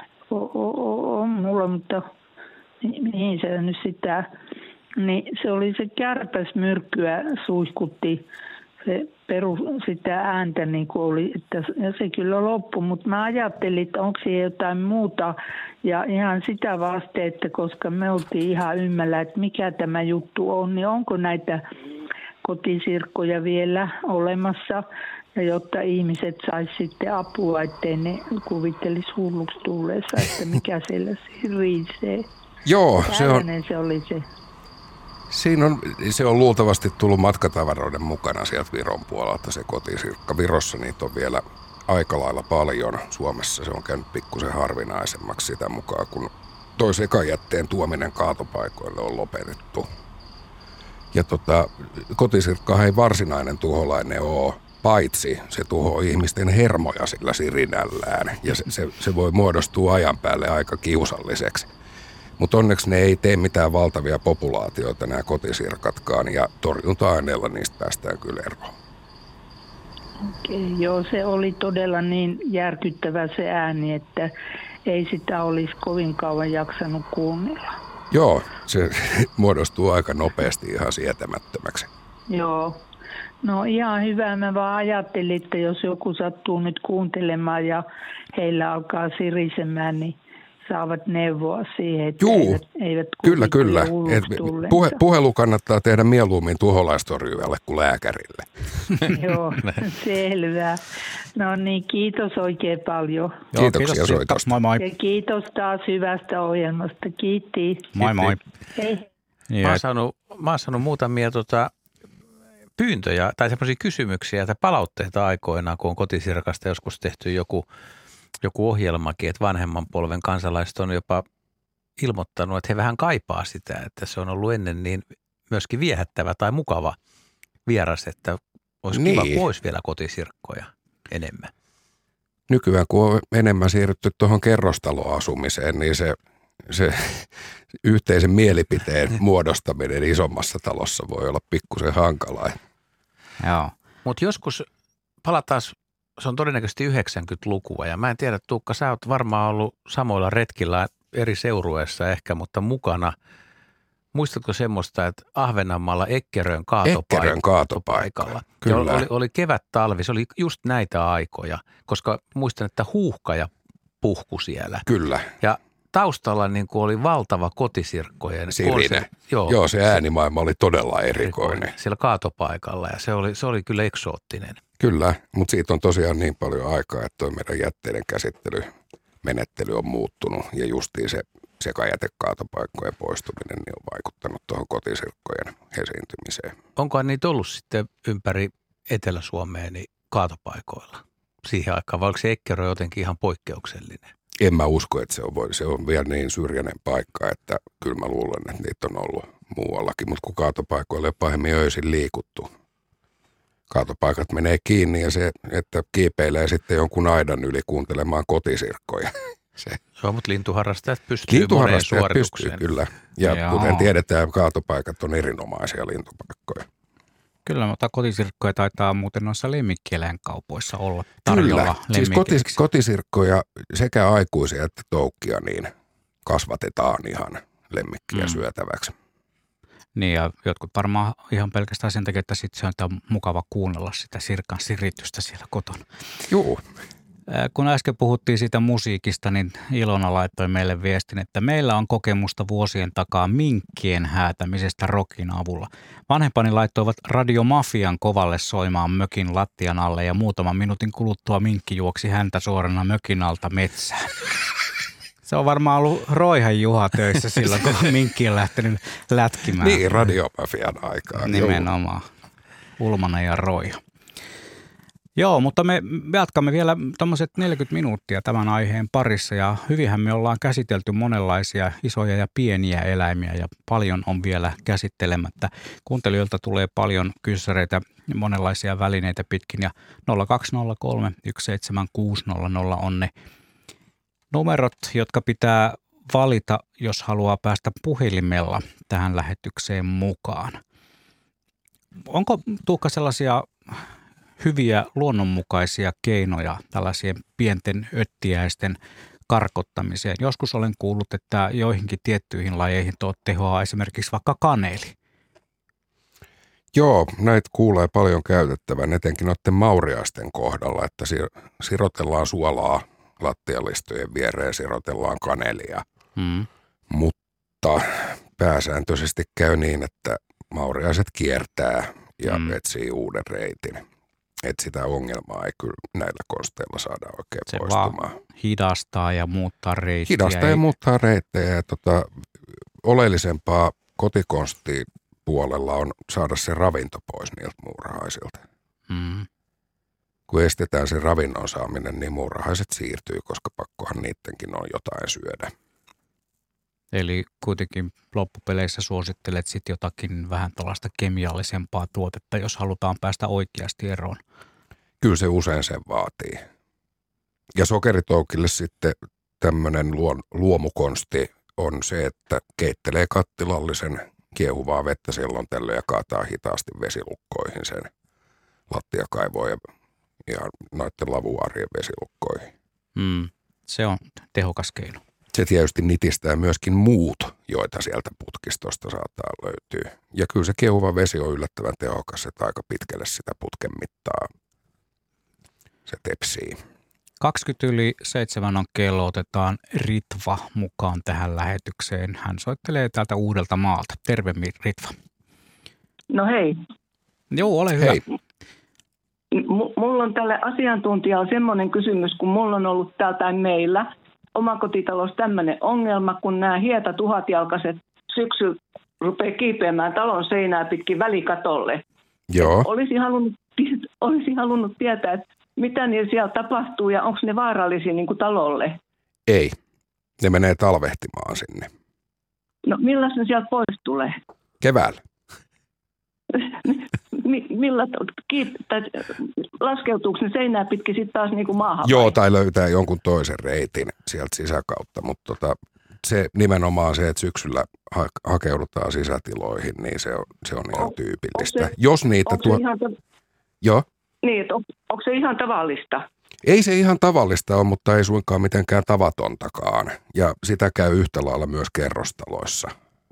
on mulla, mutta mihin se nyt sitä, niin se oli se kärpäsmyrkkyä suihkutti se peru sitä ääntä niin kuin oli, että ja se kyllä loppui, mutta mä ajattelin, että onko siihen jotain muuta ja ihan sitä vasten, että koska me oltiin ihan ymmällä, että mikä tämä juttu on, niin onko näitä kotisirkkoja vielä olemassa ja jotta ihmiset sais sitten apua, ettei ne kuvittelisi hulluksi tulleessa, että mikä siellä riisee.
Joo, se on,
se oli se.
Siinä on, se on luultavasti tullut matkatavaroiden mukana sieltä Viron puolelta se kotisirkka. Virossa niitä on vielä aika lailla paljon. Suomessa se on käynyt pikkusen harvinaisemmaksi sitä mukaan, kun toi sekajätteen tuominen kaatopaikoille on lopetettu. Ja tota, kotisirkka ei varsinainen tuholainen ole, paitsi se tuhoaa ihmisten hermoja sillä sirinällään. Ja se, se, se voi muodostua ajan päälle aika kiusalliseksi. Mutta onneksi ne ei tee mitään valtavia populaatioita nämä kotisirkatkaan ja torjunta-aineilla niistä päästään kyllä eroon.
Okei, joo, se oli todella niin järkyttävä se ääni, että ei sitä olisi kovin kauan jaksanut kuunnella.
Joo, se muodostuu aika nopeasti ihan sietämättömäksi.
Joo, no ihan hyvä. Mä vaan ajattelin, että jos joku sattuu nyt kuuntelemaan ja heillä alkaa sirisemään, niin saavat neuvoa siihen, että
Juu,
eivät, eivät
kyllä, kyllä. Et puhe, puhelu kannattaa tehdä mieluummin tuholaistorjujalle kuin lääkärille.
Joo, selvä. No niin, kiitos oikein paljon.
Joo, kiitoksia kiitos soitosta.
Moi moi.
Ja kiitos taas hyvästä ohjelmasta. Kiitti.
Moi moi.
Hei.
Mä oon saanut, mä oon saanut muutamia tota, pyyntöjä tai semmoisia kysymyksiä tai palautteita aikoinaan, kun on kotisirkasta joskus tehty joku joku ohjelmakin, että vanhemman polven kansalaiset on jopa ilmoittanut, että he vähän kaipaa sitä, että se on ollut ennen niin myöskin viehättävä tai mukava vieras, että olisi niin kiva, kun olisi vielä kotisirkkoja enemmän.
Nykyään, kun on enemmän siirrytty tuohon kerrostaloasumiseen, niin se, se yhteisen mielipiteen muodostaminen isommassa talossa voi olla pikkusen hankalaa.
Joo.
Mutta joskus palataan. Se on todennäköisesti yhdeksänkymmentälukua ja mä en tiedä, Tuukka, sä oot varmaan ollut samoilla retkillä eri seurueissa ehkä, mutta mukana. Muistatko semmoista, että Ahvenanmaalla Eckerön kaatopaik-
Eckerön kaatopaikalla?
Kyllä. Oli, oli kevät-talvi, se oli just näitä aikoja, koska muistan, että huuhkaja puhku siellä.
Kyllä.
Ja taustalla niin kuin oli valtava kotisirkkojen
sirine. Joo, Joo, se äänimaailma oli todella erikoinen.
Siellä kaatopaikalla ja se oli, se oli kyllä eksoottinen.
Kyllä, mutta siitä on tosiaan niin paljon aikaa, että tuo meidän jätteiden käsittelymenettely on muuttunut ja justiin se sekajätekaatopaikkojen poistuminen niin on vaikuttanut tuohon kotisirkkojen esiintymiseen.
Onkohan niitä ollut sitten ympäri Etelä-Suomea niin kaatopaikoilla siihen aikaan, vai oliko se Eckerö jotenkin ihan poikkeuksellinen?
En mä usko, että se on, se on vielä niin syrjäinen paikka, että kyllä mä luulen, että niitä on ollut muuallakin, mutta kun kaatopaikoille ei pahemmin öisin liikuttu. Kaatopaikat menee kiinni ja se, että kiipeilee sitten jonkun aidan yli kuuntelemaan kotisirkkoja. Se.
Joo, mutta lintuharrastajat pystyy moneen suoritukseen.
Pystyy, kyllä. Ja Joo. Kuten tiedetään, kaatopaikat on erinomaisia lintupaikkoja.
Kyllä, mutta kotisirkkoja taitaa muuten noissa lemmikkieläinkaupoissa olla tarjolla.
Kyllä, siis kotis, kotisirkkoja sekä aikuisia että toukkia niin kasvatetaan ihan lemmikkiä mm. syötäväksi.
Niin ja jotkut varmaan ihan pelkästään sen takia, että sit se on mukava kuunnella sitä sirkan siritystä siellä kotona.
Joo.
Kun äsken puhuttiin siitä musiikista, niin Ilona laittoi meille viestin, että meillä on kokemusta vuosien takaa minkkien häätämisestä rockin avulla. Vanhempani laittoivat radiomafian kovalle soimaan mökin lattian alle ja muutaman minuutin kuluttua minkki juoksi häntä suorana mökin alta metsään. Se on varmaan ollut Roihan Juha töissä silloin, kun minkki on lähtenyt lätkimään.
Niin, radiomafian aikaan.
Nimenomaan. Ulmanen ja Roiha. Joo, mutta me jatkamme vielä tommoset neljäkymmentä minuuttia tämän aiheen parissa ja hyvinhän me ollaan käsitelty monenlaisia isoja ja pieniä eläimiä ja paljon on vielä käsittelemättä. Kuuntelijoilta tulee paljon kyssäreitä, monenlaisia välineitä pitkin ja nolla kaksi nolla kolme yksi seitsemän kuusi nolla nolla on ne numerot, jotka pitää valita, jos haluaa päästä puhelimella tähän lähetykseen mukaan. onko Tuukka sellaisia hyviä luonnonmukaisia keinoja tällaisien pienten öttiäisten karkottamiseen? Joskus olen kuullut, että joihinkin tiettyihin lajeihin tuo tehoa esimerkiksi vaikka kaneeli.
Joo, näitä kuulee paljon käytettävän, etenkin noiden mauriaisten kohdalla, että sirotellaan suolaa lattialistojen viereen, sirotellaan kanelia. Mm. Mutta pääsääntöisesti käy niin, että mauriaiset kiertää ja mm. etsii uuden reitin. Että sitä ongelmaa ei kyllä näillä konsteilla saada oikein
se
poistumaan.
Vaan hidastaa ja muuttaa reittejä.
Hidastaa ja muuttaa reittejä. Ja tota, oleellisempaa kotikonstia puolella on saada se ravinto pois niiltä muurahaisilta. Mm. Kun estetään se ravinnon saaminen, niin muurahaiset siirtyy, koska pakkohan niidenkin on jotain syödä.
Eli kuitenkin loppupeleissä suosittelet sit jotakin vähän tuollaista kemiallisempaa tuotetta, jos halutaan päästä oikeasti eroon.
Kyllä se usein sen vaatii. Ja sokeritoukille sitten tämmöinen luomukonsti on se, että keittelee kattilallisen kiehuvaa vettä silloin tällöin ja kaataa hitaasti vesilukkoihin sen lattiakaivoon ja, ja noiden lavuaarien vesilukkoihin.
Mm, se on tehokas keino.
Se tietysti nitistää myöskin muut, joita sieltä putkistosta saattaa löytyä. Ja kyllä se kiehuva vesi on yllättävän tehokas, että aika pitkälle sitä putken mittaa se tepsii.
kaksikymmentä yli seitsemän on kello, otetaan Ritva mukaan tähän lähetykseen. Hän soittelee täältä Uudelta maalta. Terve Ritva.
No hei.
Joo, ole hyvä.
Hei.
M- mulla on tälle asiantuntijalle semmoinen kysymys, kun mulla on ollut täältä meillä omakotitalossa tämmöinen ongelma, kun nämä hieta tuhatjalkaiset syksyllä rupeaa kiipeämään talon seinää pitkin välikatolle.
Joo.
Olisi halunnut, olisi halunnut tietää, että mitä niillä siellä tapahtuu ja onko ne vaarallisia niin kuin talolle?
Ei. Ne menee talvehtimaan sinne.
No milläs ne sieltä pois tulee?
Keväällä.
Millä, kiip- tai laskeutuuko ne seinää pitkin sitten taas niin kuin maahan?
Joo,
vai?
tai löytää jonkun toisen reitin sieltä sisäkautta, mutta tota, se nimenomaan se, että syksyllä ha- hakeudutaan sisätiloihin, niin se on, se on ihan tyypillistä.
Se,
Jos niitä tuo...
Ihan ta-
Joo.
Niin, että on, onko se ihan tavallista?
Ei se ihan tavallista ole, mutta ei suinkaan mitenkään tavatontakaan. Ja sitä käy yhtä lailla myös kerrostaloissa.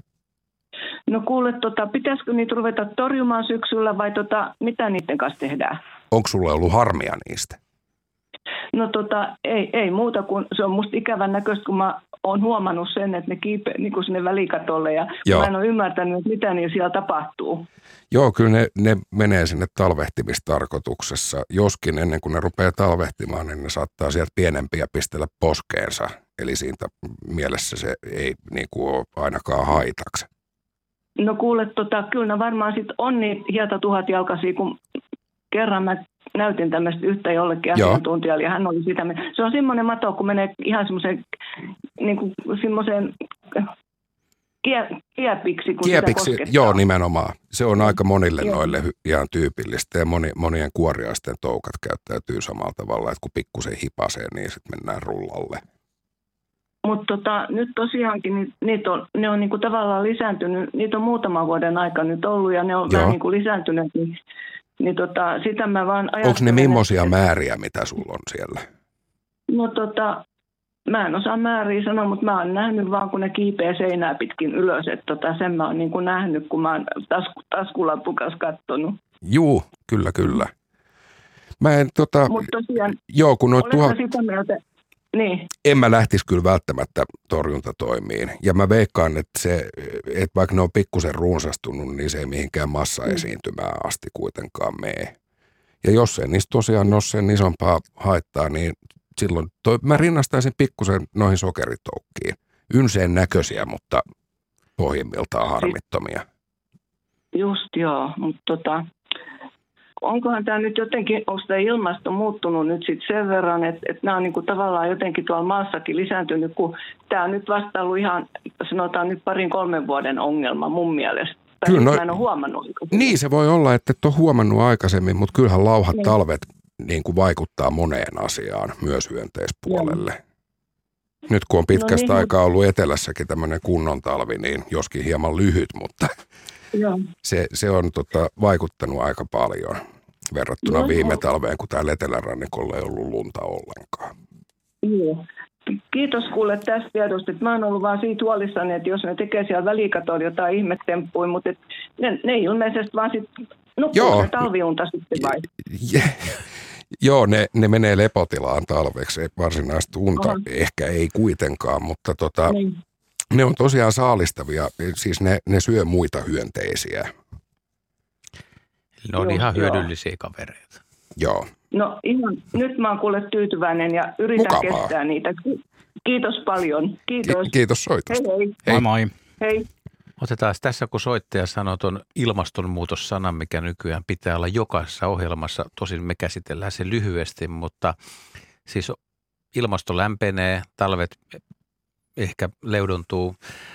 No kuule, tota, pitäisikö niitä ruveta torjumaan syksyllä vai tota, mitä niiden kanssa tehdään?
Onko sulla ollut harmia niistä?
No tota, ei, ei muuta kuin se on musta ikävän näköistä, kun mä oon huomannut sen, että ne kiipeä niin kuin sinne välikatolle ja Joo. mä en ole ymmärtänyt, että mitä niillä siellä tapahtuu.
Joo, kyllä ne, ne menee sinne talvehtimistarkoituksessa. Joskin ennen kuin ne rupeaa talvehtimaan, niin ne saattaa sieltä pienempiä pistellä poskeensa. Eli siitä mielessä se ei niin kuin ole ainakaan haitaksi.
No kuule, tota, kyllä ne varmaan sitten on niitä hieta tuhatjalkaisia, kun kerran mä näytin tämmöistä yhtä jollekin asiantuntijalle ja hän oli sitä. Se on semmoinen mato, kun menee ihan semmoiseen niin kuin semmoiseen kie, kiepiksi, kun
kiepiksi,
sitä koskettaa.
Joo, nimenomaan. Se on aika monille joo. noille ihan tyypillistä ja moni, monien kuoriaisten toukat käyttäytyy samalla tavalla, että kun pikkusen hipasee, niin sitten mennään rullalle.
Mutta tota, nyt tosiaankin ni, niitä on, ne on niinku tavallaan lisääntynyt, niitä on muutaman vuoden aika nyt ollut ja ne on joo. vähän niinku lisääntyneet, niin, niin tota, sitä mä vaan ajattelen.
Onko ne millaisia että, määriä, mitä sulla on siellä?
No tota, mä en osaa määriä sanoa, mutta mä oon nähnyt vaan, kun ne kiipeää seinää pitkin ylös, että tota, sen mä oon niinku nähnyt, kun mä oon tasku, taskulampu kanssa katsonut.
Juu, kyllä, kyllä. Mä en tota,
Mut tosiaan,
joo, kun noit tuhat...
sitä mieltä, niin.
En mä lähtisi kyllä välttämättä torjuntatoimiin. Ja mä veikkaan, että, se, että vaikka ne on pikkusen runsastunut, niin se ei mihinkään massaesiintymään asti kuitenkaan mene. Ja jos ei niistä tosiaan ole sen isompaa haittaa, niin silloin toi, mä rinnastaisin pikkusen noihin sokeritoukkiin. Ynseen näköisiä, mutta pohjimmiltaan harmittomia.
Just joo, mutta tota... Onkohan tämä nyt jotenkin, onko tämä ilmasto muuttunut nyt sitten sen verran, että, että nämä on niin kuin tavallaan jotenkin tuolla maassakin lisääntynyt, kun tämä on nyt vasta ollut ihan, sanotaan nyt parin kolmen vuoden ongelma mun mielestä. Tai kyllä, no, mä en ole huomannut.
Niin se voi olla, että et ole huomannut aikaisemmin, mutta kyllähän lauhat niin. talvet niin kuin vaikuttaa moneen asiaan, myös hyönteispuolelle. Ja. Nyt kun on pitkästä no niin, aikaa ollut etelässäkin tämmöinen kunnon talvi, niin joskin hieman lyhyt, mutta... se, se on tota, vaikuttanut aika paljon verrattuna
Joo.
viime talveen, kun täällä Etelärannikolla ei ollut lunta ollenkaan.
Joo. Kiitos kuule tästä tiedosta. Mä oon ollut vaan siitä huolissani, että jos ne tekee siellä välikatolla jotain ihmetemppuja, mutta et ne, ne ilmeisesti vaan sitten nukkuu ne talviunta sitten vai?
Je, joo, ne, ne menee lepotilaan talveksi, ei varsinaista unta, Aha. ehkä ei kuitenkaan, mutta tota, niin. ne on tosiaan saalistavia, siis ne, ne syö muita hyönteisiä.
Ne on
joo,
ihan
joo.
hyödyllisiä kavereita.
Joo.
No ihan, nyt mä oon kuule tyytyväinen ja yritän Mukavaa. kestää niitä. Kiitos paljon. Kiitos.
Ki- kiitos soitosta.
Hei hei.
Moi moi.
Hei.
Otetaan tässä, kun soittaja sanoo tuon ilmastonmuutossanan, mikä nykyään pitää olla jokaisessa ohjelmassa. Tosin me käsitellään se lyhyesti, mutta siis ilmasto lämpenee, talvet ehkä leudontuu.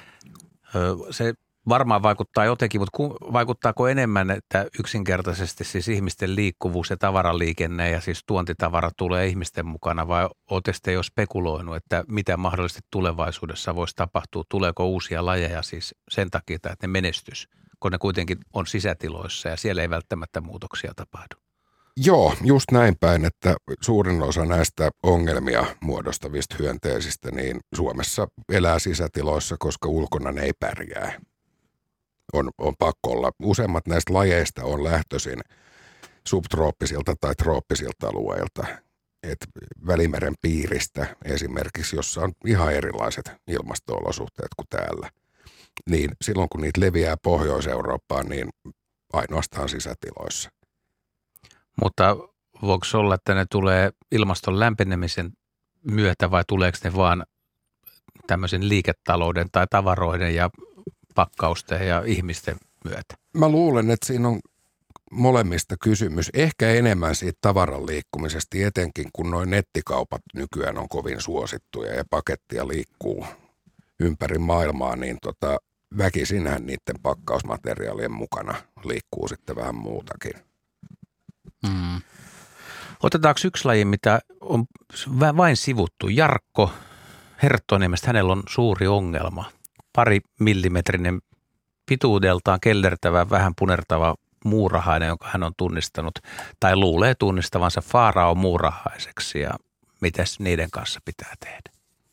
Se varmaan vaikuttaa jotenkin, mutta vaikuttaako enemmän, että yksinkertaisesti siis ihmisten liikkuvuus ja tavaraliikenne ja siis tuontitavara tulee ihmisten mukana, vai oletteko te jo spekuloinut, että mitä mahdollisesti tulevaisuudessa voisi tapahtua? Tuleeko uusia lajeja siis sen takia, että ne menestys, kun ne kuitenkin on sisätiloissa ja siellä ei välttämättä muutoksia tapahdu?
Joo, just näin päin, että suurin osa näistä ongelmia muodostavista hyönteisistä niin Suomessa elää sisätiloissa, koska ulkona ne ei pärjää. On, on pakko olla. Useimmat näistä lajeista on lähtöisin subtrooppisilta tai trooppisilta alueilta. Et Välimeren piiristä esimerkiksi, jossa on ihan erilaiset ilmasto-olosuhteet kuin täällä. Niin silloin kun niitä leviää Pohjois-Eurooppaan, niin ainoastaan sisätiloissa.
Mutta voiko olla, että ne tulee ilmaston lämpenemisen myötä vai tuleeko ne vaan tämmöisen liiketalouden tai tavaroiden ja pakkausten ja ihmisten myötä?
Mä luulen, että siinä on molemmista kysymys. Ehkä enemmän siitä tavaran liikkumisesta, etenkin kun nuo nettikaupat nykyään on kovin suosittuja ja pakettia liikkuu ympäri maailmaa, niin tota, väkisinhän niiden pakkausmateriaalien mukana liikkuu sitten vähän muutakin.
Hmm. Otetaanko yksi laji, mitä on vain sivuttu? Jarkko Herttoniemestä, hänellä on suuri ongelma. Pari millimetrinen pituudeltaan kellertävä, vähän punertava muurahainen, jonka hän on tunnistanut tai luulee tunnistavansa faarao muurahaiseksi. Ja mitäs niiden kanssa pitää tehdä?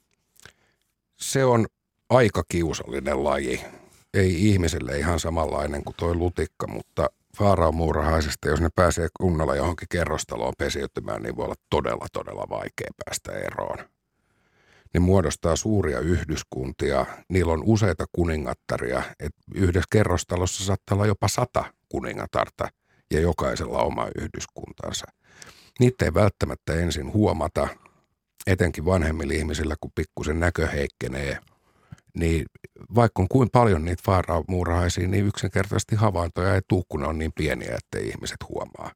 Se on aika kiusallinen laji. Ei ihmiselle ihan samanlainen kuin toi lutikka, mutta faaraomuurahaisesta, jos ne pääsee kunnolla johonkin kerrostaloon pesiytymään, niin voi olla todella, todella vaikea päästä eroon. Ne muodostaa suuria yhdyskuntia, niillä on useita kuningattaria, että yhdessä kerrostalossa saattaa olla jopa sata kuningatarta ja jokaisella oma yhdyskuntansa. Niitä ei välttämättä ensin huomata, etenkin vanhemmilla ihmisillä, kun pikkusen näkö heikkenee, niin vaikka on kuin paljon niitä faaraomuurahaisia, niin yksinkertaisesti havaintoja ei tule, kun ne on niin pieniä, ettei ihmiset huomaa.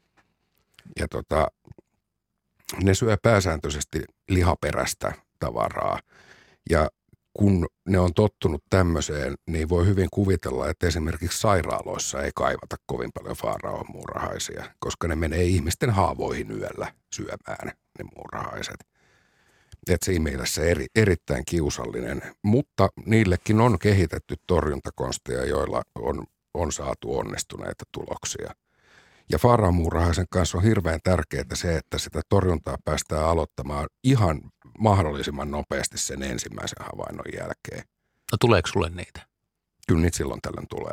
Ja tota, ne syö pääsääntöisesti lihaperäistä tavaraa. Ja kun ne on tottunut tämmöiseen, niin voi hyvin kuvitella, että esimerkiksi sairaaloissa ei kaivata kovin paljon faaraomuurahaisia, koska ne menee ihmisten haavoihin yöllä syömään, ne muurahaiset. Että siinä mielessä eri, erittäin kiusallinen, mutta niillekin on kehitetty torjuntakonsteja, joilla on, on saatu onnistuneita tuloksia. Ja faaraomuurahaisen kanssa on hirveän tärkeää se, että sitä torjuntaa päästään aloittamaan ihan mahdollisimman nopeasti sen ensimmäisen havainnon jälkeen.
No tuleeko sulle niitä?
Kyllä niitä silloin tällöin tulee.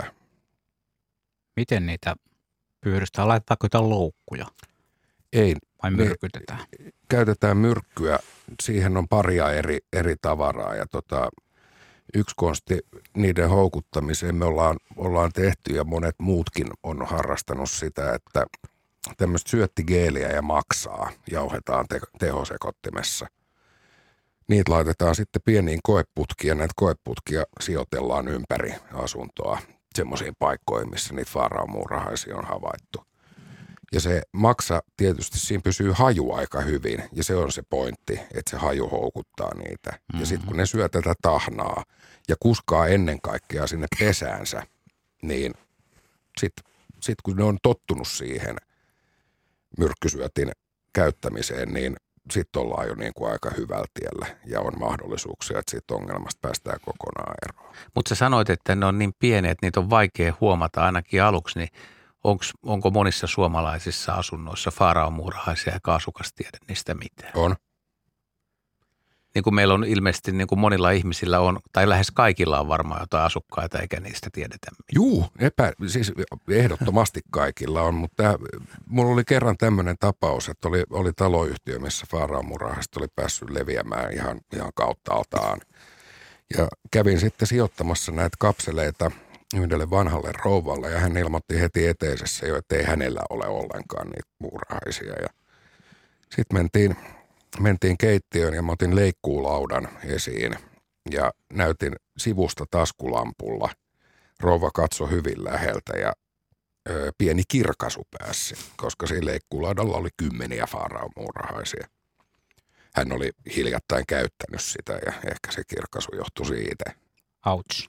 Miten niitä pyydystää? Laitetaanko jotain loukkuja?
Ei.
Vai myrkytetään?
Käytetään myrkkyä. Siihen on paria eri, eri tavaraa ja tota, yksi konsti niiden houkuttamiseen me ollaan, ollaan tehty ja monet muutkin on harrastanut sitä, että tämmöistä syöttigeeliä ja maksaa jauhetaan te- tehosekottimessa. Niitä laitetaan sitten pieniin koeputkiin ja näitä koeputkia sijoitellaan ympäri asuntoa semmoisiin paikkoihin, missä niitä faaraomuurahaisia on havaittu. Ja se maksa tietysti, siinä pysyy haju aika hyvin ja se on se pointti, että se haju houkuttaa niitä. Mm-hmm. Ja sitten kun ne syö tätä tahnaa ja kuskaa ennen kaikkea sinne pesäänsä, niin sitten sit kun ne on tottunut siihen myrkkysyötin käyttämiseen, niin sitten ollaan jo niin kuin aika hyvällä tiellä ja on mahdollisuuksia, että siitä ongelmasta päästään kokonaan eroon.
Mutta sä sanoit, että ne on niin pieniä, että niitä on vaikea huomata ainakin aluksi, niin onks, onko monissa suomalaisissa asunnoissa faaraomuurahaisia ja asukas tiedä niistä mitään?
On.
Niin kuin meillä on ilmeisesti, niin kuin monilla ihmisillä on, tai lähes kaikilla on varmaan jotain asukkaita, eikä niistä tiedetä mitään.
Juu, epä, siis ehdottomasti kaikilla on, mutta tää, mulla oli kerran tämmöinen tapaus, että oli, oli taloyhtiö, missä faaraomuurahaiset oli päässyt leviämään ihan, ihan kautta altaan. Ja kävin sitten sijoittamassa näitä kapseleita yhdelle vanhalle rouvalle ja hän ilmoitti heti eteisessä jo, että ei hänellä ole ollenkaan niitä muurahaisia. Ja sitten mentiin, mentiin keittiöön ja mä otin leikkuulaudan esiin ja näytin sivusta taskulampulla. Rouva katsoi hyvin läheltä ja ö, pieni kirkaisu pääsi, koska siinä leikkuulaudalla oli kymmeniä faaraomuurahaisia. Hän oli hiljattain käyttänyt sitä ja ehkä se kirkaisu johtui siitä.
Ouch.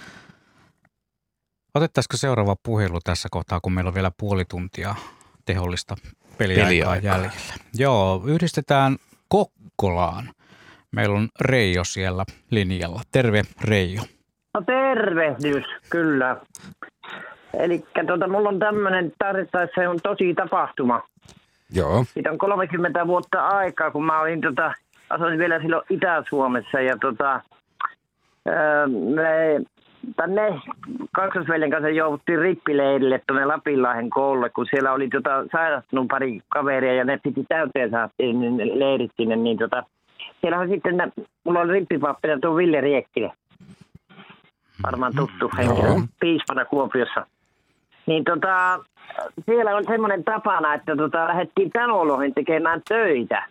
Otettaisiko seuraava puhelu tässä kohtaa, kun meillä on vielä puoli tuntia tehollista peliaikaa, peliaikaa jäljellä? Joo, yhdistetään Kokkolaan. Meillä on Reijo siellä linjalla. Terve, Reijo.
No tervehdys, kyllä. Eli tuota, mulla on tämmöinen tarvittaessa se on tosi tapahtuma.
Joo.
Siitä on kolmekymmentä vuotta aikaa, kun mä olin, tota, asuin vielä silloin Itä-Suomessa ja tota, öö, me tänne kaksosveljen kanssa jouduttiin rippileirille tuonne Lapinlahden koululle, kun siellä oli tota, sairastunut pari kaveria ja ne piti täyteen saada niin leirit sinne, niin tota, siellä on sitten, ne, mulla oli rippipappina tuo Ville Riekkinen, varmaan tuttu henkilö, piispana Kuopiossa. Niin tota, siellä on semmoinen tapana, että tota, lähdettiin taloihin tekemään töitä.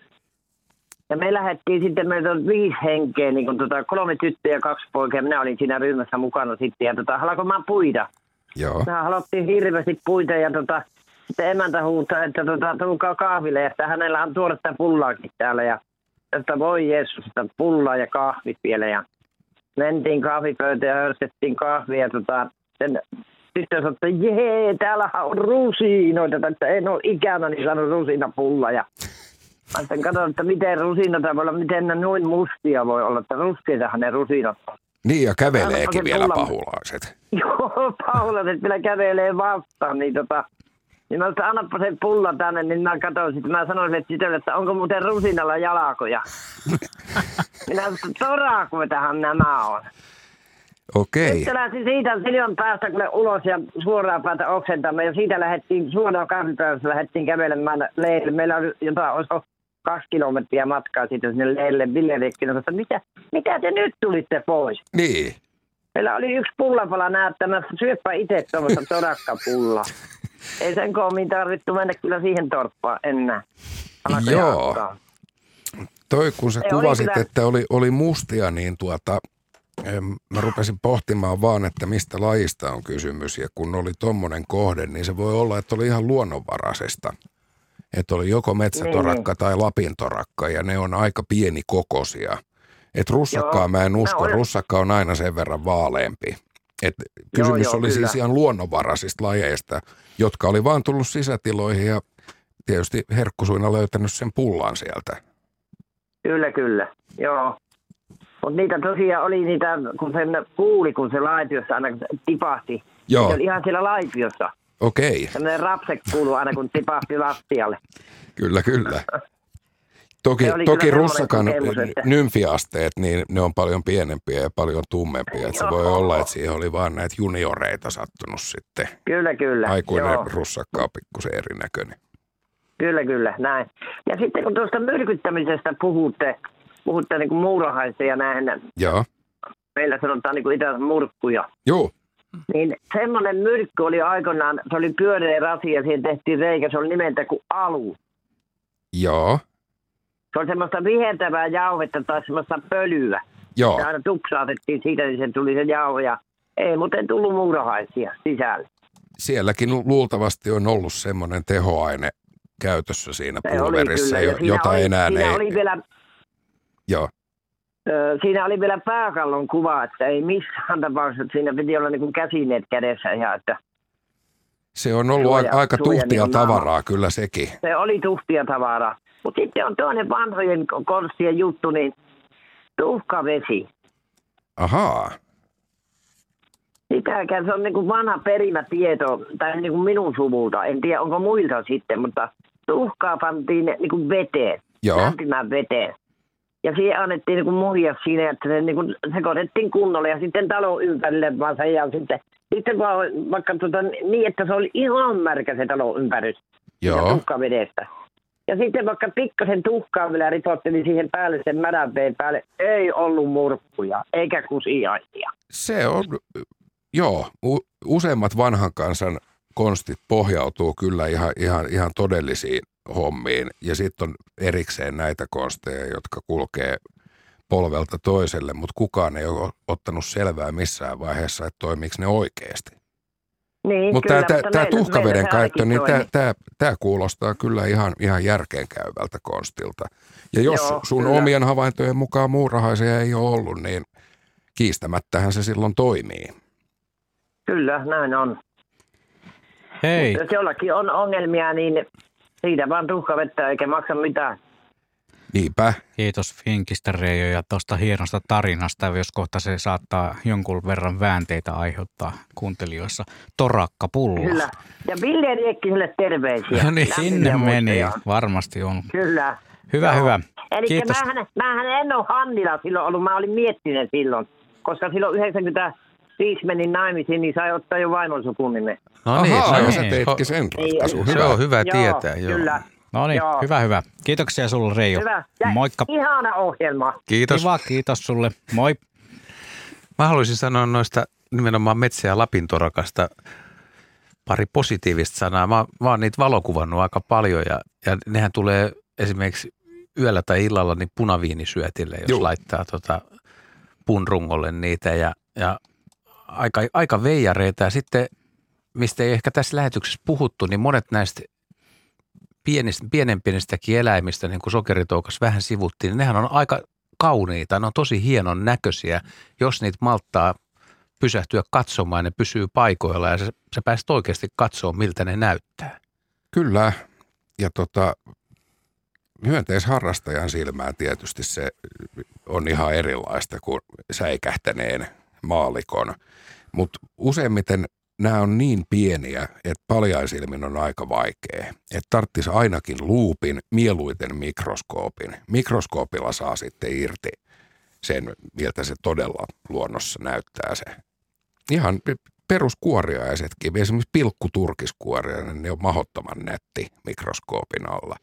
Ja me lähdettiin sitten, meitä on viisi henkeä, niin kun tota, kolme tyttöä ja kaksi poikaa. Minä olin siinä ryhmässä mukana sitten ja tota, halkomaan puida.
Joo.
Mehän halottiin hirveästi puita ja tota, sitten emäntä huutaa, että tota, tulkaa kahville. Ja että hänellä on tuoretta pullaakin täällä. Ja että voi Jeesus, että pullaa ja kahvit vielä. Ja mentiin kahvipöytä ja hörstettiin kahvia ja tota, sen tyttö sanoi, että jee, täällähän on rusinoita, että en ole ikänäni saanut rusinapulla. Ja mä sitten katsoin, että miten rusinata voi olla, miten ne noin mustia voi olla, että ruskeitahan ne rusinat on.
Niin ja käveleekin vielä pulla. Pahulaiset.
Joo, pahulaiset vielä kävelee vastaan, niin tota, niin mä sanoin, annappa sen pulla tänne, niin mä katsoin sitten, mä sanoin sille tytölle, että onko muuten rusinalla jalkoja. Minä sanoin, että torakoitahan nämä on.
Okei.
Sitten lähti siitä silloin päästä kyllä ulos ja suoraan päätä oksentamaan ja siitä lähdettiin suoraan kahvipäivässä lähdettiin kävelemään leirille. Meillä oli jotain, olisiko kaksi kilometriä matkaa siitä sinne leirille. Ville Riekkinen sanoi, että mitä, mitä te nyt tulitte pois?
Niin.
Meillä oli yksi pullapala näyttämässä, syöppä itse tuommoista torakkapullaa. Ei sen koomiin tarvittu mennä kyllä siihen torppaan enää. Alkoi
Joo.
jatkaa.
Toi kun sä
Se
kuvasit,
oli kyllä
että oli, oli mustia, niin tuota, mä rupesin pohtimaan vaan, että mistä lajista on kysymys. Ja kun oli tommonen kohde, niin se voi olla, että oli ihan luonnonvaraisesta. Että oli joko metsätorakka
niin.
tai lapintorakka ja ne on aika pienikokoisia. Että russakkaa mä en usko,
on...
russakka on aina sen verran vaaleampi. Että kysymys
joo,
oli
kyllä.
siis ihan luonnonvaraisista lajeista, jotka oli vaan tullut sisätiloihin ja tietysti herkkusuina löytänyt sen pullan sieltä.
Kyllä, kyllä. Joo. Mutta niitä tosiaan oli niitä, kun sen kuuli, kun se laipiossa aina tipahti.
Joo.
Se oli ihan siellä laipiossa.
Okei.
Sellainen rapsek kuului aina, kun tipahti lattialle.
Kyllä, kyllä. Toki, toki russakan kokemus, että... nymfiasteet, niin ne on paljon pienempiä ja paljon tummempia. Että se voi olla, että siihen oli vaan näitä junioreita sattunut sitten.
Kyllä, kyllä.
Aikuinen
joo.
russakka on pikkusen erinäköinen.
Kyllä, kyllä, näin. Ja sitten kun tuosta myrkyttämisestä puhutte, puhutte niin kuin muurahaisia ja näin.
Joo.
Meillä sanotaan niin kuin itänsä murkkuja.
Joo.
Niin semmoinen myrkky oli aikoinaan, se oli pyöreä rasi ja siihen tehtiin reikä, se oli nimeltä kuin alu.
Joo.
Se oli semmoista vihertävää jauhetta tai semmoista pölyä.
Joo.
Ja aina tupsaatettiin siitä, niin se tuli se jauho ja ei muuten tullut muurahaisia sisälle.
Sielläkin luultavasti on ollut semmoinen tehoaine käytössä siinä
se
pulverissa, jo, jota
oli,
enää
siinä
ei...
Oli vielä,
Joo.
ö, siinä oli vielä pääkallon kuva, että ei missään tapauksessa, että siinä piti olla niin kuin käsineet kädessä ihan, että...
Se on ollut
suoja,
aika
suoja,
tuhtia
niin
tavaraa, kyllä sekin.
Se oli tuhtia tavaraa. Mutta sitten on toinen vanhojen konstien juttu, niin tuhkavesi.
Ahaa.
Sitäkään se on niin kuin vanha perimätieto, tai niin kuin minun suvulta. En tiedä, onko muilta sitten, mutta tuhkaa pantiin niin kuin veteen, lämpimään veteen. Ja siihen annettiin niin kuin muhia siinä, että se niin kuin sekoitettiin kunnolla ja sitten talon ympärille vaan se ja sitten, sitten vaan vaikka tuota, niin, että se oli ihan märkä se talon ympärys.
Joo.
Tuhkavedestä. Ja sitten vaikka pikkasen tuhkaa vielä ripotteli siihen päälle sen märän veen päälle, ei ollut murkkuja eikä kusiaisia.
Se on, joo, u- useimmat vanhan kansan konstit pohjautuu kyllä ihan, ihan, ihan todellisiin hommiin. Ja sitten on erikseen näitä konsteja, jotka kulkee polvelta toiselle, mutta kukaan ei ole ottanut selvää missään vaiheessa, että toimiiko ne oikeasti.
Niin,
Mut
kyllä,
tää,
mutta
tämä
meillä-
tuhkaveden
meillä se
käyttö,
ainakin
niin tämä,
toimi.
tämä, tämä kuulostaa kyllä ihan, ihan järkeenkäyvältä konstilta. Ja jos
Joo,
sun
kyllä.
omien havaintojen mukaan muurahaisia ei ole ollut, niin kiistämättähän se silloin toimii.
Kyllä, näin on.
Hei,
Jos jollakin on ongelmia, niin siitä vaan tuhkavettä eikä maksa mitään.
Niinpä.
kiitos vinkistä Reijo ja tuosta hienosta tarinasta, jos kohta se saattaa jonkun verran väänteitä aiheuttaa kuuntelijoissa. Torakkapulla.
Kyllä. Ja Ville Riekkiselle terveisiä.
No niin,
Lämpimiä
sinne meni,
muistoja.
varmasti on.
Kyllä.
Hyvä,
Joo.
hyvä.
Eli
Kiitos.
mähän, mähän en ole Hannila silloin ollut, mä olin Miettinen silloin. Koska silloin yhdeksänkymmentäviisi menin naimisiin, niin sai ottaa jo vaimon sukunimen.
No niin,
Ahaa,
se
ja
on,
sä teitkin sen ratkaisun.
se
Hyvä.
on hyvä
Joo,
tietää. Joo.
Kyllä.
No niin,
Joo.
hyvä, hyvä. Kiitoksia sulle Reijo.
Hyvä. Ja
Moikka.
ihana ohjelma.
Kiitos.
Kiva, kiitos sulle. Moi.
Mä haluaisin sanoa noista nimenomaan Metsä- ja Lapintorakasta pari positiivista sanaa. Mä, mä oon niitä valokuvannut aika paljon ja, ja nehän tulee esimerkiksi yöllä tai illalla niin punaviinisyötille, jos
Juu.
laittaa tota puun rungolle niitä ja, ja aika, aika veijareita. Ja sitten, mistä ei ehkä tässä lähetyksessä puhuttu, niin monet näistä pienistä, pienenpienistäkin eläimistä, niin kuin sokeritoukas vähän sivuttiin, niin nehän on aika kauniita, ne on tosi hienon näköisiä, jos niitä malttaa pysähtyä katsomaan, ne pysyy paikoilla ja sä, sä pääset oikeasti katsomaan, miltä ne näyttää.
Kyllä. Ja tota, hyönteisharrastajan silmään tietysti se on ihan erilaista kuin säikähtäneen maalikon. Mutta useimmiten nämä on niin pieniä, että paljaisilmin on aika vaikea. Että tarvitsisi ainakin luupin, mieluiten mikroskoopin. Mikroskoopilla saa sitten irti sen, miltä se todella luonnossa näyttää se. Ihan peruskuoriaisetkin, esimerkiksi pilkkuturkiskuoriainen, ne on mahdottoman nätti mikroskoopin alla.